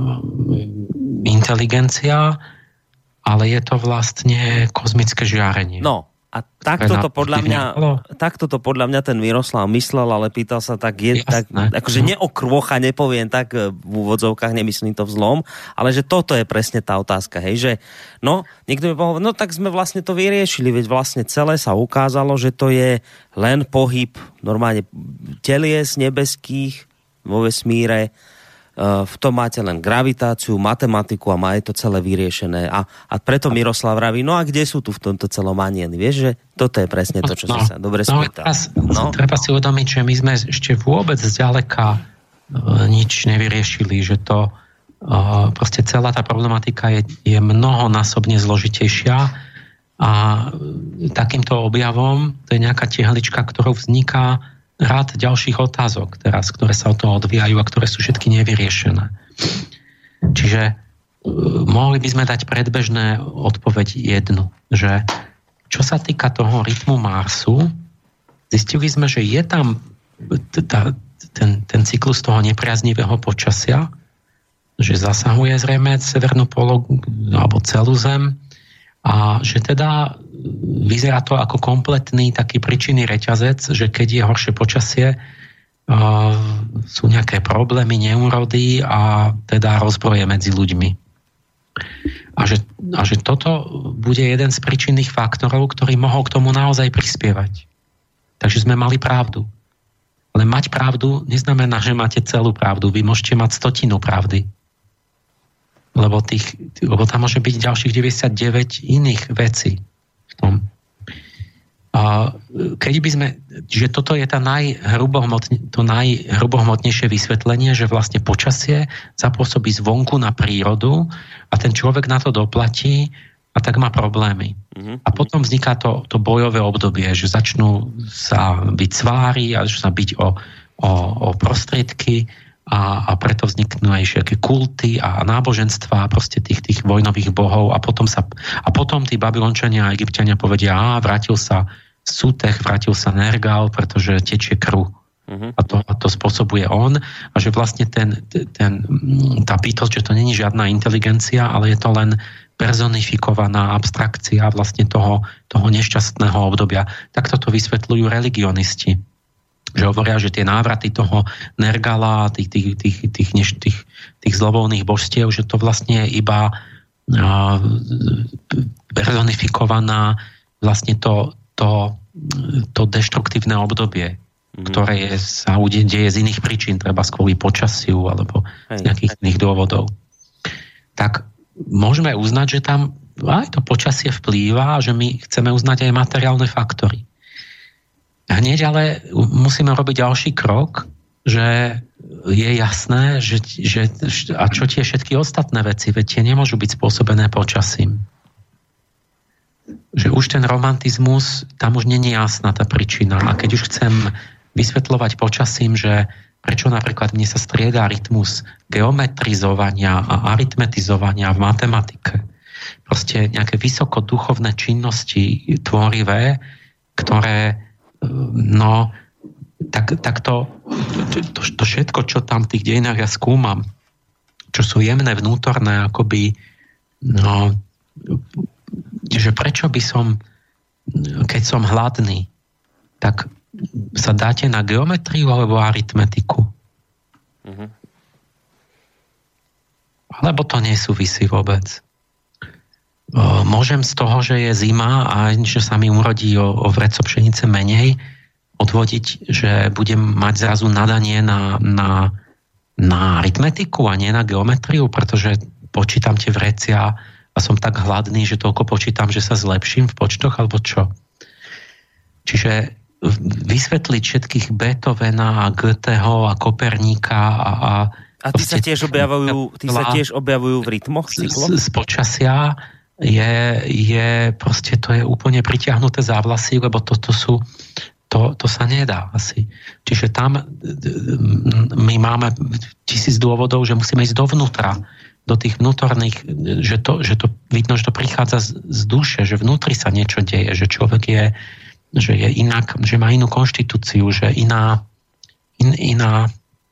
Speaker 3: inteligencia, ale je to vlastne kozmické žiarenie.
Speaker 2: No, a takto to podľa mňa, takto to podľa mňa ten Miroslav myslel, ale pýtal sa tak, je, tak akože neokrôcha, nepoviem tak v úvodzovkách, nemyslím to vzlom, ale že toto je presne tá otázka, hej, že no, niekto mi povedal, no tak sme vlastne to vyriešili, veď vlastne celé sa ukázalo, že to je len pohyb normálne telies nebeských vo vesmíre, v tom máte len gravitáciu, matematiku a máte to celé vyriešené. A, a preto Miroslav vraví, no a kde sú tu v tomto celom anieli? Vieš, že toto je presne to, čo no, si sa dobre spýtal.
Speaker 3: No, treba si uvedomiť, že my sme ešte vôbec zďaleka uh, nič nevyriešili, že to uh, proste celá tá problematika je, je mnohonásobne zložitejšia a takýmto objavom to je nejaká tehlička, ktorou vzniká rád ďalších otázok teraz, ktoré sa od toho odvíjajú a ktoré sú všetky nevyriešené. Čiže uh, mohli by sme dať predbežné odpoveď jednu, že čo sa týka toho rytmu Marsu, zistili sme, že je tam tá, ten, ten cyklus toho nepriaznivého počasia, že zasahuje zrejme severnú polohu alebo celú Zem a že teda vyzerá to ako kompletný taký príčinný reťazec, že keď je horšie počasie, uh, sú nejaké problémy, neúrody a teda rozbroje medzi ľuďmi. A že, a že toto bude jeden z príčinných faktorov, ktorý mohol k tomu naozaj prispievať. Takže sme mali pravdu. Ale mať pravdu neznamená, že máte celú pravdu. Vy môžete mať stotinu pravdy. Lebo, tých, lebo tam môže byť ďalších deväťdesiatdeväť iných vecí v tom. A keď by sme, že toto je tá najhrubohmotne, to najhrubohmotnejšie vysvetlenie, že vlastne počasie zapôsobí zvonku na prírodu a ten človek na to doplatí a tak má problémy. Uh-huh. A potom vzniká to, to bojové obdobie, že začnú sa byť svári a začnú sa byť o, o, o prostriedky a, a preto vzniknú aj všetky kulty a náboženstva proste tých, tých vojnových bohov a potom, sa, a potom tí Babylončania a Egypťania povedia, a vrátil sa Sútech, vrátil sa Nergal, pretože tečie krv. Uh-huh. A, to, a to spôsobuje on. A že vlastne ten, ten, tá bytosť, že to není žiadna inteligencia, ale je to len personifikovaná abstrakcia vlastne toho, toho nešťastného obdobia. Takto to vysvetľujú religionisti. Že hovoria, že tie návraty toho Nergala, tých, tých, tých, tých, tých, tých, tých zlovolných božstiev, že to vlastne je iba uh, personifikovaná vlastne to To, to deštruktívne obdobie, mm. ktoré je, sa deje z iných príčin, treba kvôli počasiu alebo Hej. z nejakých iných dôvodov. Tak môžeme uznať, že tam aj to počasie vplýva, že my chceme uznať aj materiálne faktory. Hneď ale musíme robiť ďalší krok, že je jasné, že, že a čo tie všetky ostatné veci, veď tie nemôžu byť spôsobené počasím. Že už ten romantizmus, tam už nie je jasná tá príčina. A keď už chcem vysvetľovať počasím, že prečo napríklad mne sa striedá rytmus geometrizovania a aritmetizovania v matematike. Proste nejaké vysokoduchovné činnosti tvorivé, ktoré no tak, tak to, to, to všetko, čo tam v tých dejinách ja skúmam, čo sú jemné vnútorné akoby no že prečo by som, keď som hladný, tak sa dáte na geometriu alebo aritmetiku? Uh-huh. Alebo to nesúvisí vôbec. O, môžem z toho, že je zima a že sa mi urodí o, o vreco pšenice menej, odvodiť, že budem mať zrazu nadanie na, na, na aritmetiku a nie na geometriu, pretože počítam tie vrecia a som tak hladný, že toľko počítam, že sa zlepším v počtoch, alebo čo? Čiže vysvetliť všetkých Beethovena a Goetheho a Koperníka a... A,
Speaker 2: a tí sa tiež objavujú, tí sa tiež objavujú v rytmoch cykloch?
Speaker 3: Z, z počasia je, je proste, to je úplne pritiahnuté za vlasy, lebo toto sú to, to sa nedá asi. Čiže tam my máme tisíc dôvodov, že musíme ísť dovnútra, do tých vnútorných, že to, že to vidno, že to prichádza z, z duše, že vnútri sa niečo deje, že človek je, že je inak, že má inú konštitúciu, že iná, in, iná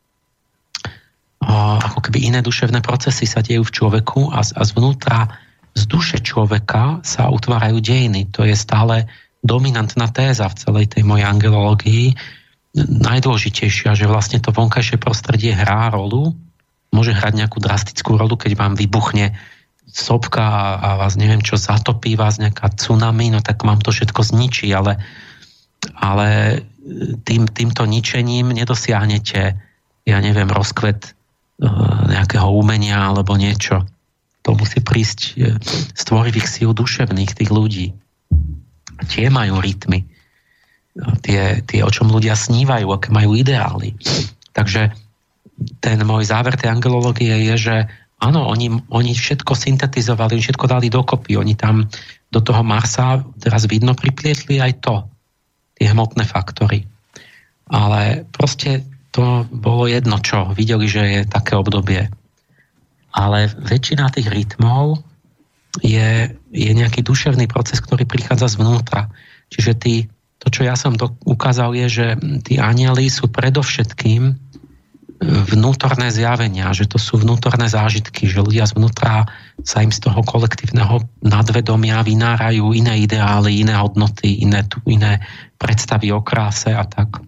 Speaker 3: o, ako keby iné duševné procesy sa dejú v človeku a, a zvnútra, z duše človeka sa utvárajú dejiny. To je stále dominantná téza v celej tej mojej angelológii. Najdôležitejšia, že vlastne to vonkajšie prostredie hrá rolu, môže hrať nejakú drastickú rolu, keď vám vybuchne sopka a, a vás neviem čo zatopí, vás nejaká tsunami, no tak vám to všetko zničí, ale, ale tým, týmto ničením nedosiahnete, ja neviem, rozkvet nejakého umenia alebo niečo. To musí prísť z tvorivých síl duševných tých ľudí. Tie majú rytmy. Tie, tie, o čom ľudia snívajú, aké majú ideály. Takže ten môj záver tej angelológie je, že áno, oni, oni všetko syntetizovali, všetko dali dokopy. Oni tam do toho Marsa teraz vidno priplietli aj to, tie hmotné faktory. Ale proste to bolo jedno čo. Videli, že je také obdobie. Ale väčšina tých rytmov je, je nejaký duševný proces, ktorý prichádza zvnútra. Čiže tí, to, čo ja som do, ukázal, je, že tí anjeli sú predovšetkým vnútorné zjavenia, že to sú vnútorné zážitky, že ľudia zvnútra sa im z toho kolektívneho nadvedomia vynárajú iné ideály, iné hodnoty, iné, iné predstavy o kráse a tak.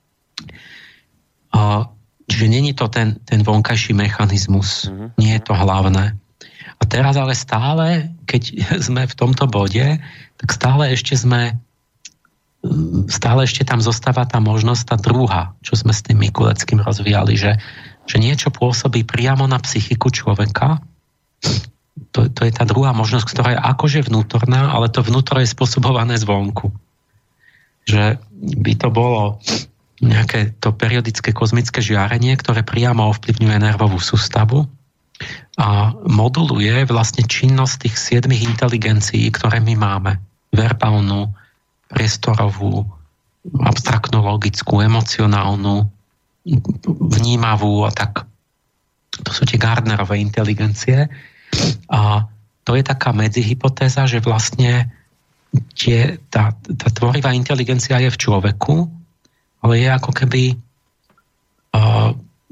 Speaker 3: Čiže není to ten, ten vonkajší mechanizmus, mm-hmm. nie je to hlavné. A teraz ale stále, keď sme v tomto bode, tak stále ešte sme stále ešte tam zostáva tá možnosť, tá druhá, čo sme s tým Mikuleckým rozvíjali, že, že niečo pôsobí priamo na psychiku človeka. To, to je tá druhá možnosť, ktorá je akože vnútorná, ale to vnútro je spôsobované zvonku. Že by to bolo nejaké to periodické kozmické žiarenie, ktoré priamo ovplyvňuje nervovú sústavu a moduluje vlastne činnosť tých siedmých inteligencií, ktoré my máme. Verbálnu, priestorovú, abstraktnú, logickú, emocionálnu, vnímavú a tak. To sú tie Gardnerové inteligencie. A to je taká medzihypotéza, že vlastne tie, tá, tá tvorivá inteligencia je v človeku, ale je ako keby uh,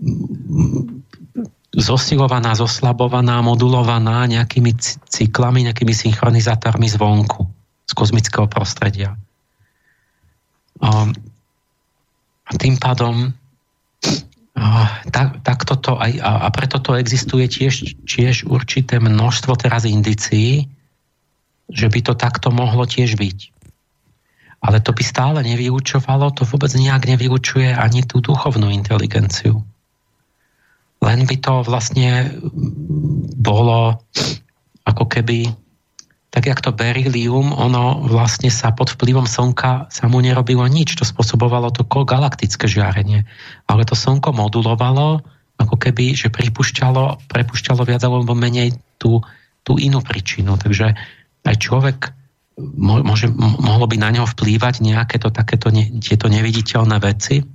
Speaker 3: zosilovaná, zoslabovaná, modulovaná nejakými cyklami, nejakými synchronizátormi zvonku, z kozmického prostredia. Um, a tým pádom uh, tak, tak toto aj, a, a preto to existuje tiež, tiež určité množstvo teraz indicií, že by to takto mohlo tiež byť. Ale to by stále nevyučovalo, to vôbec nejak nevyučuje ani tú duchovnú inteligenciu. Len by to vlastne bolo ako keby, tak jak to berylium, ono vlastne sa pod vplyvom slnka sa mu nerobilo nič. To spôsobovalo to galaktické žiarenie. Ale to slnko modulovalo, ako keby, že pripúšťalo, prepúšťalo viac alebo menej tú, tú inú príčinu. Takže aj človek môže, mohlo by na ňo vplývať nejaké to, takéto ne, tieto neviditeľné veci.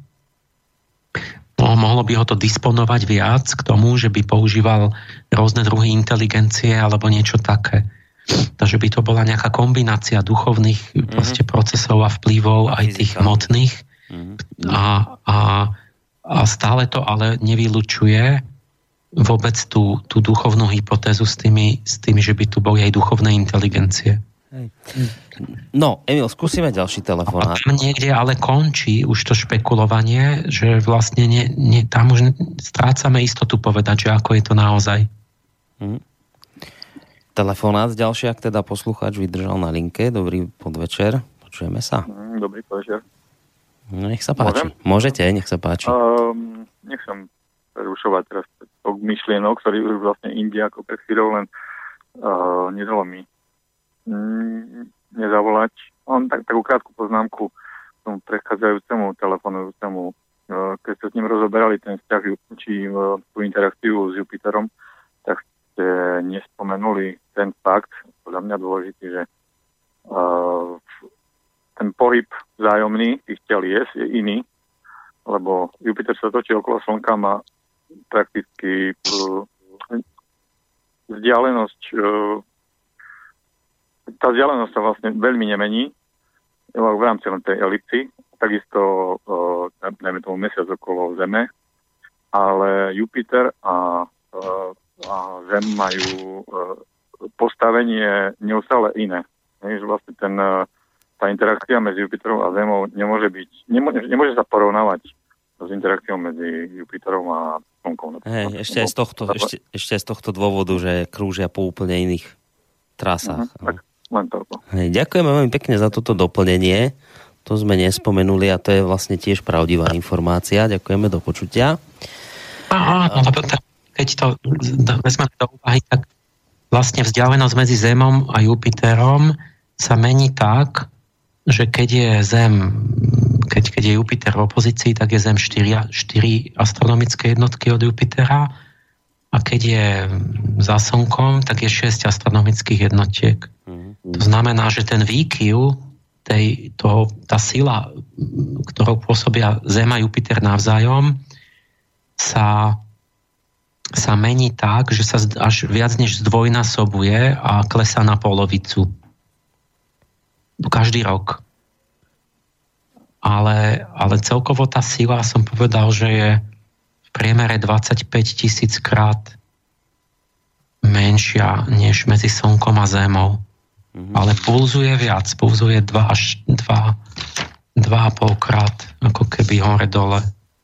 Speaker 3: Mohlo by ho to disponovať viac k tomu, že by používal rôzne druhy inteligencie alebo niečo také. Takže by to bola nejaká kombinácia duchovných mm-hmm. proste procesov a vplyvov aj tých hmotných. Mm-hmm. A, a, a stále to ale nevylučuje vôbec tú, tú duchovnú hypotézu s tými, s tými, že by tu boli aj duchovné inteligencie.
Speaker 2: Hej. No, Emil, skúsime ďalší telefonát.
Speaker 3: A tam niekde ale končí už to špekulovanie, že vlastne nie, nie, tam už strácame istotu povedať, že ako je to naozaj.
Speaker 2: Hm. Telefonát ďalší, ak teda poslucháč vydržal na linke. Dobrý podvečer, počujeme sa.
Speaker 6: Dobrý podvečer.
Speaker 2: No, nech sa páči. Môžem? Môžete, nech sa páči.
Speaker 6: Um, nechcem prerušovať teraz myšlienok, ktorý už vlastne India ako pred chvíľou, len uh, nedalo mi mm, nezavolať. On tak, takú krátku poznámku tomu predchádzajúcemu telefonujúcemu, uh, keď ste s ním rozoberali ten vzťah, či uh, tú interakciu s Jupiterom, tak ste nespomenuli ten fakt, podľa mňa dôležitý, že uh, ten pohyb vzájomný tých telies je iný, lebo Jupiter sa točí okolo Slnka, má prakticky uh, vzdialenosť uh, tá vzdialenosť sa vlastne veľmi nemení v rámci len tej elipsy, takisto uh, najmä tomu mesiac okolo Zeme, ale Jupiter a, uh, a Zem majú uh, postavenie neustále iné. Je, vlastne ten, uh, tá interakcia medzi Jupiterom a Zemou nemôže byť, nemôže, nemôže sa porovnávať s interakciou medzi Jupiterom a Slnkom.
Speaker 2: Hej, ešte aj z tohto, ešte, ešte aj z tohto dôvodu, že krúžia po úplne iných trasách. Uh-huh,
Speaker 6: tak, len toľko.
Speaker 2: Hej, ďakujeme veľmi pekne za toto doplnenie. To sme nespomenuli a to je vlastne tiež pravdivá informácia. Ďakujeme, do počutia.
Speaker 3: Aha, no, keď to vezmeme do úvahy, tak vlastne vzdialenosť medzi Zemom a Jupiterom sa mení tak, že keď je Zem, keď, keď je Jupiter v opozícii, tak je Zem štyri astronomické jednotky od Jupitera a keď je za Slnkom, tak je šesť astronomických jednotiek. Mm-hmm. To znamená, že ten výkyv, tej, toho, tá sila, ktorou pôsobia Zem a Jupiter navzájom, sa, sa mení tak, že sa až viac než zdvojnásobuje a klesá na polovicu. Každý rok. Ale, ale celkovo tá sila, som povedal, že je v priemere dvadsaťpäť tisíc krát menšia než medzi Slnkom a Zemou. Mm-hmm. Ale pulzuje viac. Pulzuje dva až dva, dva a pol krát, ako keby hore-dole.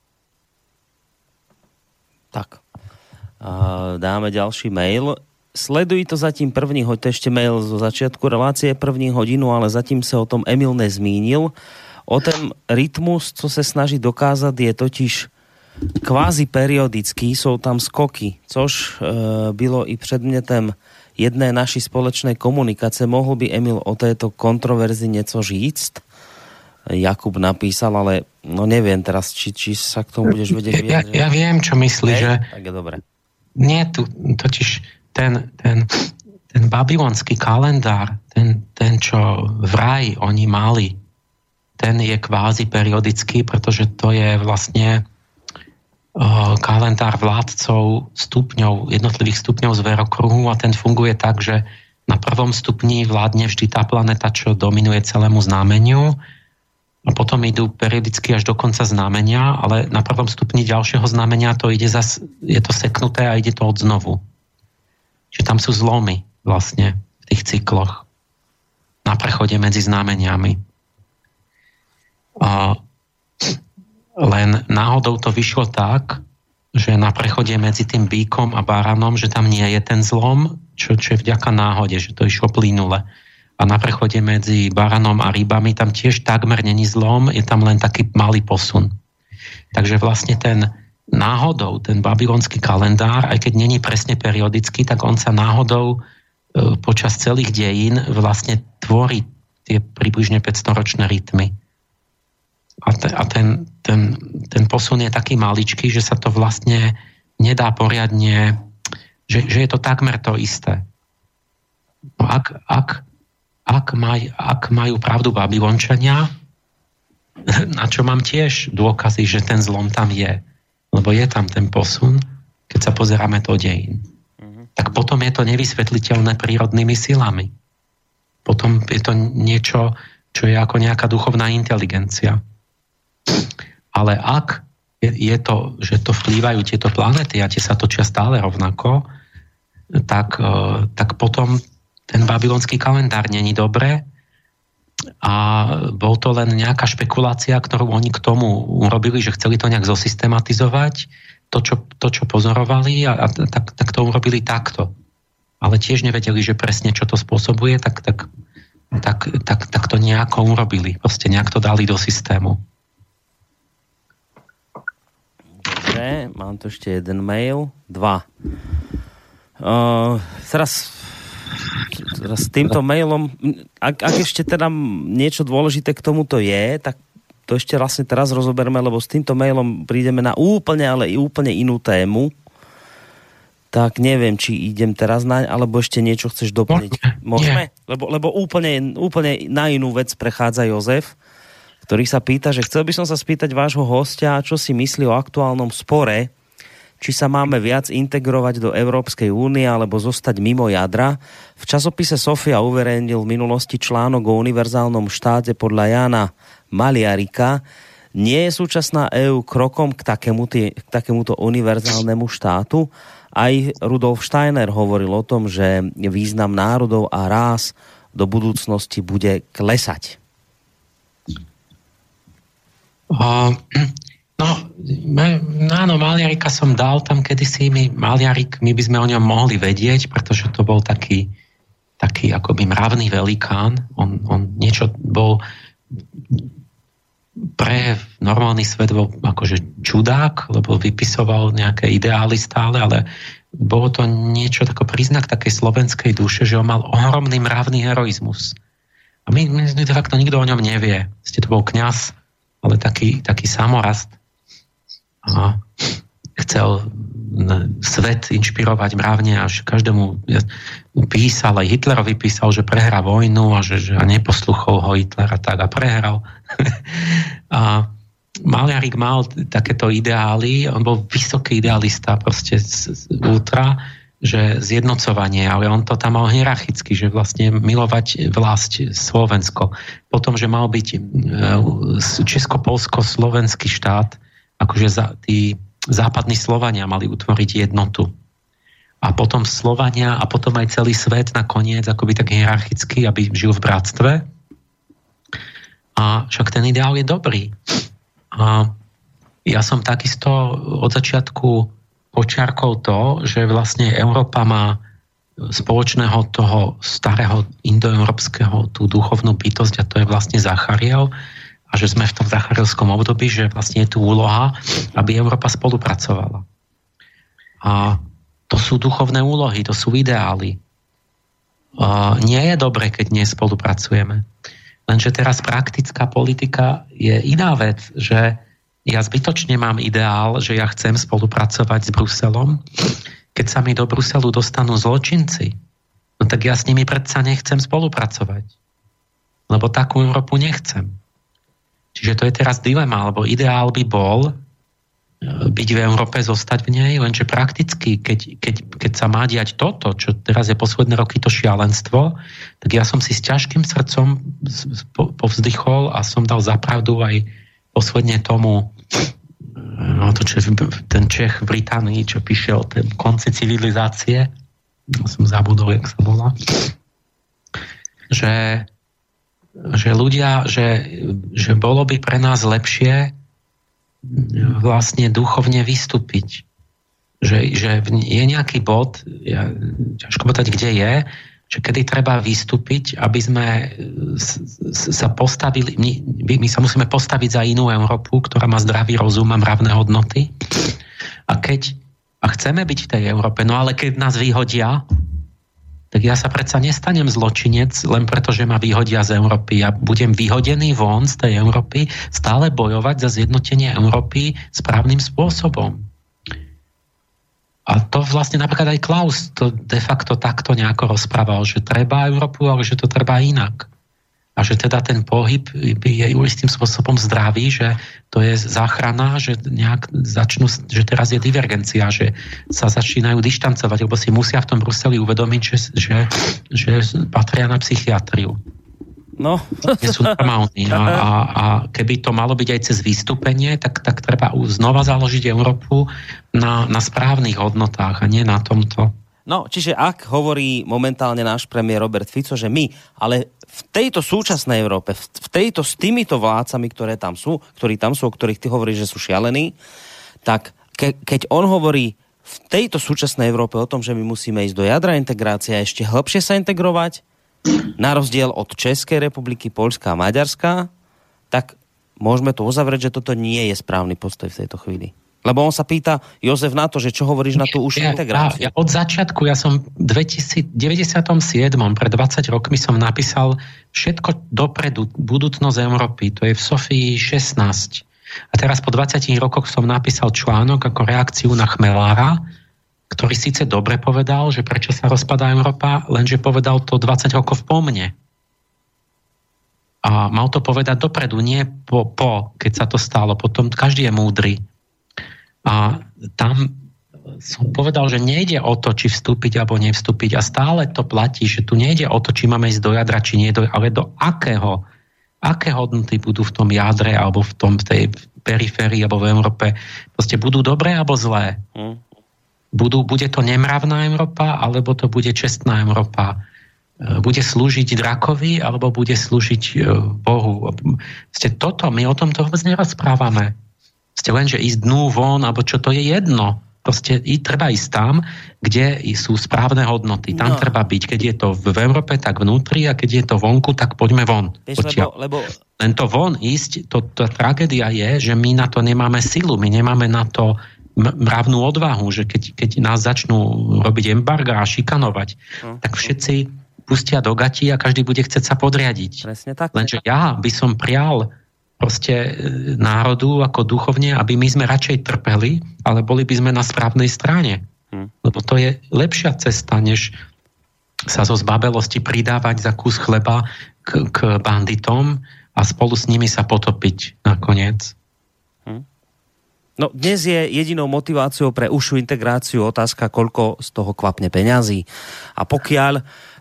Speaker 2: Tak. Dáme ďalší mail. Sleduj to zatím první, to ešte mail zo začiatku relácie, první hodinu, ale zatím sa o tom Emil nezmínil. O ten rytmus, co se snaží dokázat, je totiž kvázi periodický, jsou tam skoky, což e, bylo i předmětem jedné naší společné komunikace. Mohl by Emil o této kontroverzi něco říct? Jakub napísal, ale no neviem teraz, či, či sa k tomu budeš vedieť vyjadriť.
Speaker 3: Ja, ja viem, čo myslí,
Speaker 2: Hej,
Speaker 3: že
Speaker 2: tak je dobre.
Speaker 3: nie, tu totiž ten, ten, ten babylonský kalendár, ten, ten, čo vraj oni mali, ten je kvázi periodický, pretože to je vlastne uh, kalendár vládcov stupňov, jednotlivých stupňov zverokruhu a ten funguje tak, že na prvom stupni vládne vždy tá planeta, čo dominuje celému znameniu a potom idú periodicky až do konca znamenia, ale na prvom stupni ďalšieho znamenia to ide zas, je to seknuté a ide to od znovu. Čiže tam sú zlomy vlastne v tých cykloch na prechode medzi znameniami. A len náhodou to vyšlo tak, že na prechode medzi tým býkom a baranom, že tam nie je ten zlom, čo, čo je vďaka náhode, že to išlo plynule. A na prechode medzi baranom a rybami tam tiež takmer není zlom, je tam len taký malý posun. Takže vlastne ten náhodou, ten babylonský kalendár, aj keď není presne periodický, tak on sa náhodou e, počas celých dejín vlastne tvorí tie približne päťstoročné rytmy. A, te, a ten, ten, ten posun je taký maličký, že sa to vlastne nedá poriadne, že, že je to takmer to isté. No ak, ak Ak, maj, ak majú pravdu Babylončania, na čo mám tiež dôkazy, že ten zlom tam je, lebo je tam ten posun, keď sa pozeráme do dejín. Mm-hmm. Tak potom je to nevysvetliteľné prírodnými silami. Potom je to niečo, čo je ako nejaká duchovná inteligencia. Ale ak je, je to, že to vplývajú tieto planety a tie sa točia stále rovnako, tak, tak potom ten babylonský kalendár není dobré a bol to len nejaká špekulácia, ktorú oni k tomu urobili, že chceli to nejak zosystematizovať, to, čo, to, čo pozorovali a, a tak, tak to urobili takto. Ale tiež nevedeli, že presne čo to spôsobuje, tak, tak, tak, tak, tak to nejako urobili. Proste nejak to dali do systému.
Speaker 2: Dobre, mám tu ešte jeden mail. Dva. Uh, teraz s týmto mailom, ak, ak ešte teda niečo dôležité k tomuto je, tak to ešte vlastne teraz rozoberme, lebo s týmto mailom prídeme na úplne, ale i úplne inú tému. Tak neviem, či idem teraz naň, alebo ešte niečo chceš doplniť. Môžeme? Lebo, lebo úplne, úplne na inú vec prechádza Jozef, ktorý sa pýta, že chcel by som sa spýtať vášho hostia, čo si myslí o aktuálnom spore, či sa máme viac integrovať do Európskej únie alebo zostať mimo jadra. V časopise Sofia uverejnil v minulosti článok o univerzálnom štáte podľa Jána Maliarika. Nie je súčasná EÚ krokom k takémuto, k takémuto univerzálnemu štátu? Aj Rudolf Steiner hovoril o tom, že význam národov a rás do budúcnosti bude klesať.
Speaker 3: Uh... No, áno, Maliarika som dal tam kedysi, my, Maliarik, my by sme o ňom mohli vedieť, pretože to bol taký, taký akoby mravný velikán. On, on niečo bol pre normálny svet bol akože čudák, lebo vypisoval nejaké ideály stále, ale bolo to niečo tako príznak takej slovenskej duše, že on mal ohromný mravný heroizmus. A my, my de facto nikto o ňom nevie. Ste to bol kňaz, ale taký, taký samorast. A chcel svet inšpirovať mravne, až každému písal, aj Hitlerovi písal, že prehrá vojnu a že, že a neposluchol ho Hitler a tak a prehral. A Maliarik mal takéto ideály, on bol vysoký idealista, proste z, z ultra, že zjednocovanie, ale on to tam mal hierarchicky, že vlastne milovať vlast Slovensko. Potom, že mal byť Česko-Polsko-Slovenský štát, akože za, tí západní Slovania mali utvoriť jednotu. A potom Slovania a potom aj celý svet nakoniec akoby tak hierarchicky, aby žil v bratstve. A však ten ideál je dobrý. A ja som takisto od začiatku počiarkol to, že vlastne Európa má spoločného toho starého indoeurópskeho tú duchovnú bytosť a to je vlastne Zachariel. A že sme v tom zacharielskom období, že vlastne je tu úloha, aby Európa spolupracovala. A to sú duchovné úlohy, to sú ideály. A nie je dobre, keď nespolupracujeme. Lenže teraz praktická politika je iná vec, že ja zbytočne mám ideál, že ja chcem spolupracovať s Bruselom. keď sa mi do Bruselu dostanú zločinci, no tak ja s nimi predsa nechcem spolupracovať. Lebo takú Európu nechcem. Čiže to je teraz dilema, lebo ideál by bol byť v Európe, zostať v nej, lenže prakticky, keď, keď, keď sa má diať toto, čo teraz je posledné roky to šialenstvo, tak ja som si s ťažkým srdcom povzdychol a som dal zapravdu aj posledne tomu, no to čo, ten Čech v Británii, čo píše o tom konci civilizácie, som zabudol, jak sa volá, že, že ľudia, že, že bolo by pre nás lepšie vlastne duchovne vystúpiť. Že, že je nejaký bod, ja, ťažko povedať, kde je, že kedy treba vystúpiť, aby sme sa postavili, my, my sa musíme postaviť za inú Európu, ktorá má zdravý rozum a mravné hodnoty. A keď a chceme byť v tej Európe, no ale keď nás vyhodia, tak ja sa predsa nestanem zločinec len preto, že ma vyhodia z Európy. Ja budem vyhodený von z tej Európy, stále bojovať za zjednotenie Európy správnym spôsobom. A to vlastne napríklad aj Klaus to de facto takto nejako rozprával, že treba Európu, ale že to treba inak. A že teda ten pohyb je istým spôsobom zdravý, že to je záchrana, že nejak začnú, že teraz je divergencia, že sa začínajú dištancovať, lebo si musia v tom Bruseli uvedomiť, že, že, že patria na psychiatriu.
Speaker 2: No.
Speaker 3: Nie sú normálni. A, a, a keby to malo byť aj cez vystúpenie, tak, tak treba znova založiť Európu na, na správnych hodnotách a nie na tomto.
Speaker 2: No, čiže ak hovorí momentálne náš premiér Robert Fico, že my, ale v tejto súčasnej Európe, v tejto s týmito vládcami, ktoré tam sú, ktorí tam sú, o ktorých ty hovoríš, že sú šialení, tak ke, keď on hovorí v tejto súčasnej Európe o tom, že my musíme ísť do jadra integrácie a ešte hlbšie sa integrovať, na rozdiel od Českej republiky, Poľska a Maďarska, tak môžeme to uzavrieť, že toto nie je správny postoj v tejto chvíli. Lebo on sa pýta, Jozef, na to, že čo hovoríš na tú užšiu
Speaker 3: ja,
Speaker 2: integráciu.
Speaker 3: Ja, ja od začiatku, ja som v deväťdesiatsedem, pred dvadsať rokmi som napísal všetko dopredu, budúcnosť Európy, to je v Sofii šestnásť. A teraz po dvadsiatich rokoch som napísal článok ako reakciu na Chmelára, ktorý síce dobre povedal, že prečo sa rozpadá Európa, lenže povedal to dvadsať rokov po mne. A mal to povedať dopredu, nie po, po keď sa to stalo. Potom každý je múdry. A tam som povedal, že nejde o to, či vstúpiť alebo nevstúpiť. A stále to platí, že tu nejde o to, či máme ísť do jadra, či nie, do, ale do akého. Aké hodnoty budú v tom jadre alebo v tom v tej periférii alebo v Európe. Proste budú dobré alebo zlé. Budú, bude to nemravná Európa alebo to bude čestná Európa. Bude slúžiť drakovi alebo bude slúžiť Bohu. Proste toto, my o tom to vôbec nerozprávame. Ste len, že ísť dnu von, alebo čo, to je jedno. Proste i, treba ísť tam, kde sú správne hodnoty. Tam no. treba byť. Keď je to v Európe, tak vnútri, a keď je to vonku, tak poďme von.
Speaker 2: Vieš, lebo, lebo...
Speaker 3: Len to von ísť, to, tá tragédia je, že my na to nemáme silu, my nemáme na to mravnú odvahu, že keď, keď nás začnú robiť embarga a šikanovať, no. tak všetci pustia do gatí a každý bude chcieť sa podriadiť.
Speaker 2: Presne tak.
Speaker 3: Lenže ja by som prial proste národu ako duchovne, aby my sme radšej trpeli, ale boli by sme na správnej strane. Hmm. Lebo to je lepšia cesta, než sa zo zbabelosti pridávať za kus chleba k, k banditom a spolu s nimi sa potopiť nakoniec.
Speaker 2: Hmm. No dnes je jedinou motiváciou pre užšiu integráciu otázka, koľko z toho kvapne peňazí. A pokiaľ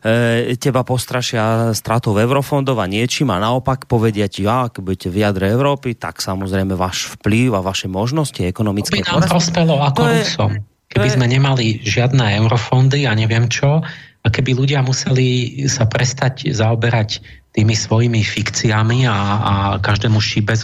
Speaker 2: e, teba postrašia stratou eurofondov a niečím a naopak povedia ti, ja, keď budete v jadre Európy, tak samozrejme váš vplyv a vaše možnosti ekonomické...
Speaker 3: To by nám prospelo ako Rusom. Keby je... sme nemali žiadne eurofondy a neviem čo, a keby ľudia museli sa prestať zaoberať tými svojimi fikciami a, a každému šíbe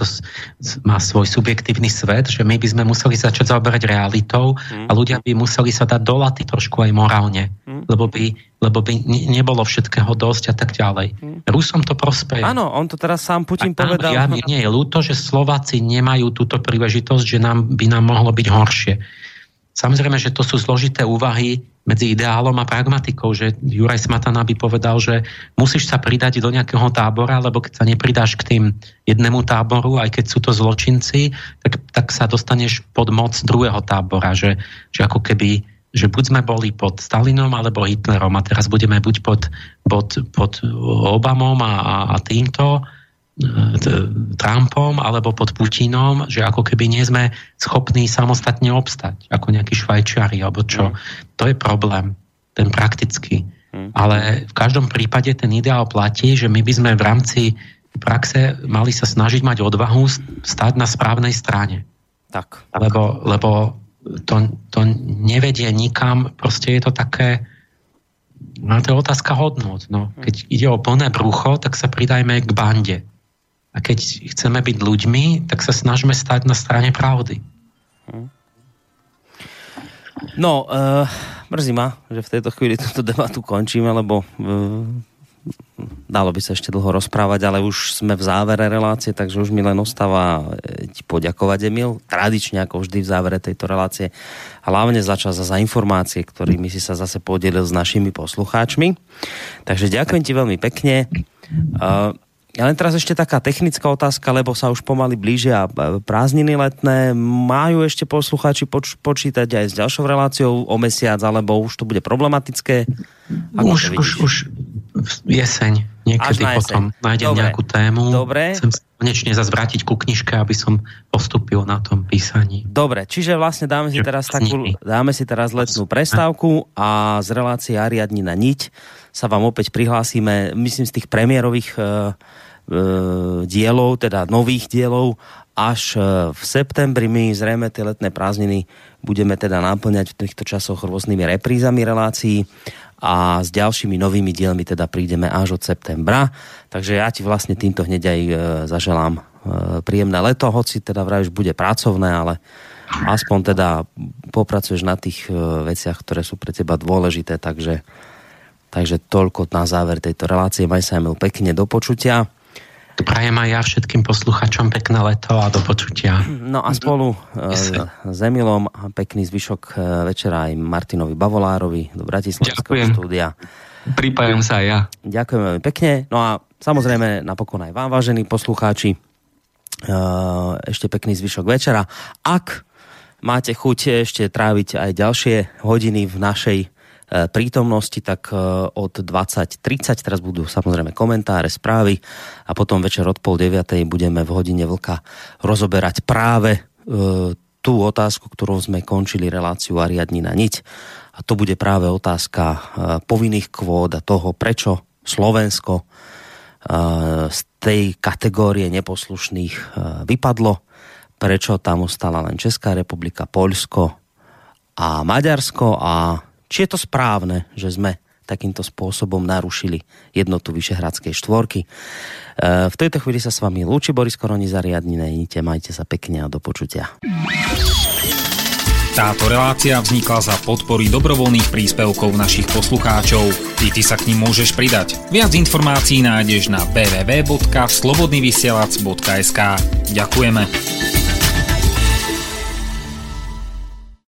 Speaker 3: má svoj subjektívny svet, že my by sme museli začať zaoberať realitou mm. a ľudia by museli sa dať do laty trošku aj morálne, mm. lebo by, lebo by nebolo všetkého dosť a tak ďalej. Mm. Rusom to prospeje.
Speaker 2: Áno, on to teraz sám Putin a povedal.
Speaker 3: Ja, nie je ľúto, že Slováci nemajú túto príležitosť, že nám, by nám mohlo byť horšie. Samozrejme, že to sú zložité úvahy medzi ideálom a pragmatikou, že Juraj Smatana by povedal, že musíš sa pridať do nejakého tábora, lebo keď sa nepridáš k tým jednému táboru, aj keď sú to zločinci, tak, tak sa dostaneš pod moc druhého tábora, že, že ako keby že buď sme boli pod Stalinom alebo Hitlerom a teraz budeme buď pod, pod, pod Obamom a, a týmto Trumpom alebo pod Putinom, že ako keby nie sme schopní samostatne obstať, ako nejakí Švajčiari alebo čo. Mm. To je problém, ten praktický. Mm. Ale v každom prípade ten ideál platí, že my by sme v rámci praxe mali sa snažiť mať odvahu stáť na správnej strane.
Speaker 2: Tak.
Speaker 3: Lebo, lebo to, to nevedie nikam, proste je to také, no to je otázka hodnôt. No. Keď ide o plné brucho, tak sa pridajme k bande. A keď chceme byť ľuďmi, tak sa snažíme stať na strane pravdy.
Speaker 2: No, uh, mrzí ma, že v tejto chvíli túto debatu končíme, lebo uh, dalo by sa ešte dlho rozprávať, ale už sme v závere relácie, takže už mi len ostáva ti poďakovať, Emil. Tradične, ako vždy v závere tejto relácie. Hlavne za čas a za informácie, ktorými si sa zase podelil s našimi poslucháčmi. Takže ďakujem ti veľmi pekne. Uh, Ja len teraz ešte taká technická otázka, lebo sa už pomaly blížia prázdniny letné. Majú ešte poslucháči poč- počítať aj s ďalšou reláciou o mesiac, alebo už to bude problematické? Ako
Speaker 3: už, už, už jeseň. Niekedy
Speaker 2: jeseň.
Speaker 3: Potom nájdem
Speaker 2: Dobre.
Speaker 3: nejakú tému.
Speaker 2: Dobre.
Speaker 3: Chcem sa konečne zase vrátiť ku knižke, aby som postupil na tom písaní.
Speaker 2: Dobre, čiže vlastne dáme si teraz takú, dáme si teraz letnú prestávku a z relácie Ariadnina niť sa vám opäť prihlásime, myslím z tých premiérových e, e, dielov, teda nových dielov, až e, v septembri. My zrejme tie letné prázdniny budeme teda naplňať v týchto časoch rôznymi reprízami relácií a s ďalšími novými dielmi teda prídeme až od septembra. Takže ja ti vlastne týmto hneď aj e, zaželám e, príjemné leto, hoci teda vravíš, bude pracovné, ale aspoň teda popracuješ na tých e, veciach, ktoré sú pre teba dôležité, takže Takže toľko na záver tejto relácie. Maj sa, Emil, pekne, do počutia.
Speaker 3: Prajem aj ja všetkým posluchačom pekné leto a do počutia.
Speaker 2: No a spolu yes. s Emilom pekný zvyšok večera aj Martinovi Bavolárovi do Bratislavského štúdia.
Speaker 4: Pripájam sa aj ja.
Speaker 2: Ďakujem veľmi pekne. No a samozrejme napokon aj vám, vážení poslucháči, ešte pekný zvyšok večera. Ak máte chuť ešte tráviť aj ďalšie hodiny v našej prítomnosti, tak od dvadsať tridsať teraz budú samozrejme komentáre, správy a potom večer od pol deviatej budeme v hodine vlka rozoberať práve e, tú otázku, ktorou sme končili reláciu Ariadnina niť. A to bude práve otázka e, povinných kvót a toho, prečo Slovensko e, z tej kategórie neposlušných e, vypadlo, prečo tam ostala len Česká republika, Poľsko a Maďarsko a či je to správne, že sme takýmto spôsobom narušili jednotu Vyšehradskej štvorky. E, v tejto chvíli sa s vami lúči Boris Koroni z Ariadninej nite. Majte sa pekne a do počutia.
Speaker 7: Táto relácia vznikla za podpory dobrovoľných príspevkov našich poslucháčov. I ty sa k nim môžeš pridať. Viac informácií nájdeš na w w w bodka slobodnyvysielac bodka es ka. Ďakujeme.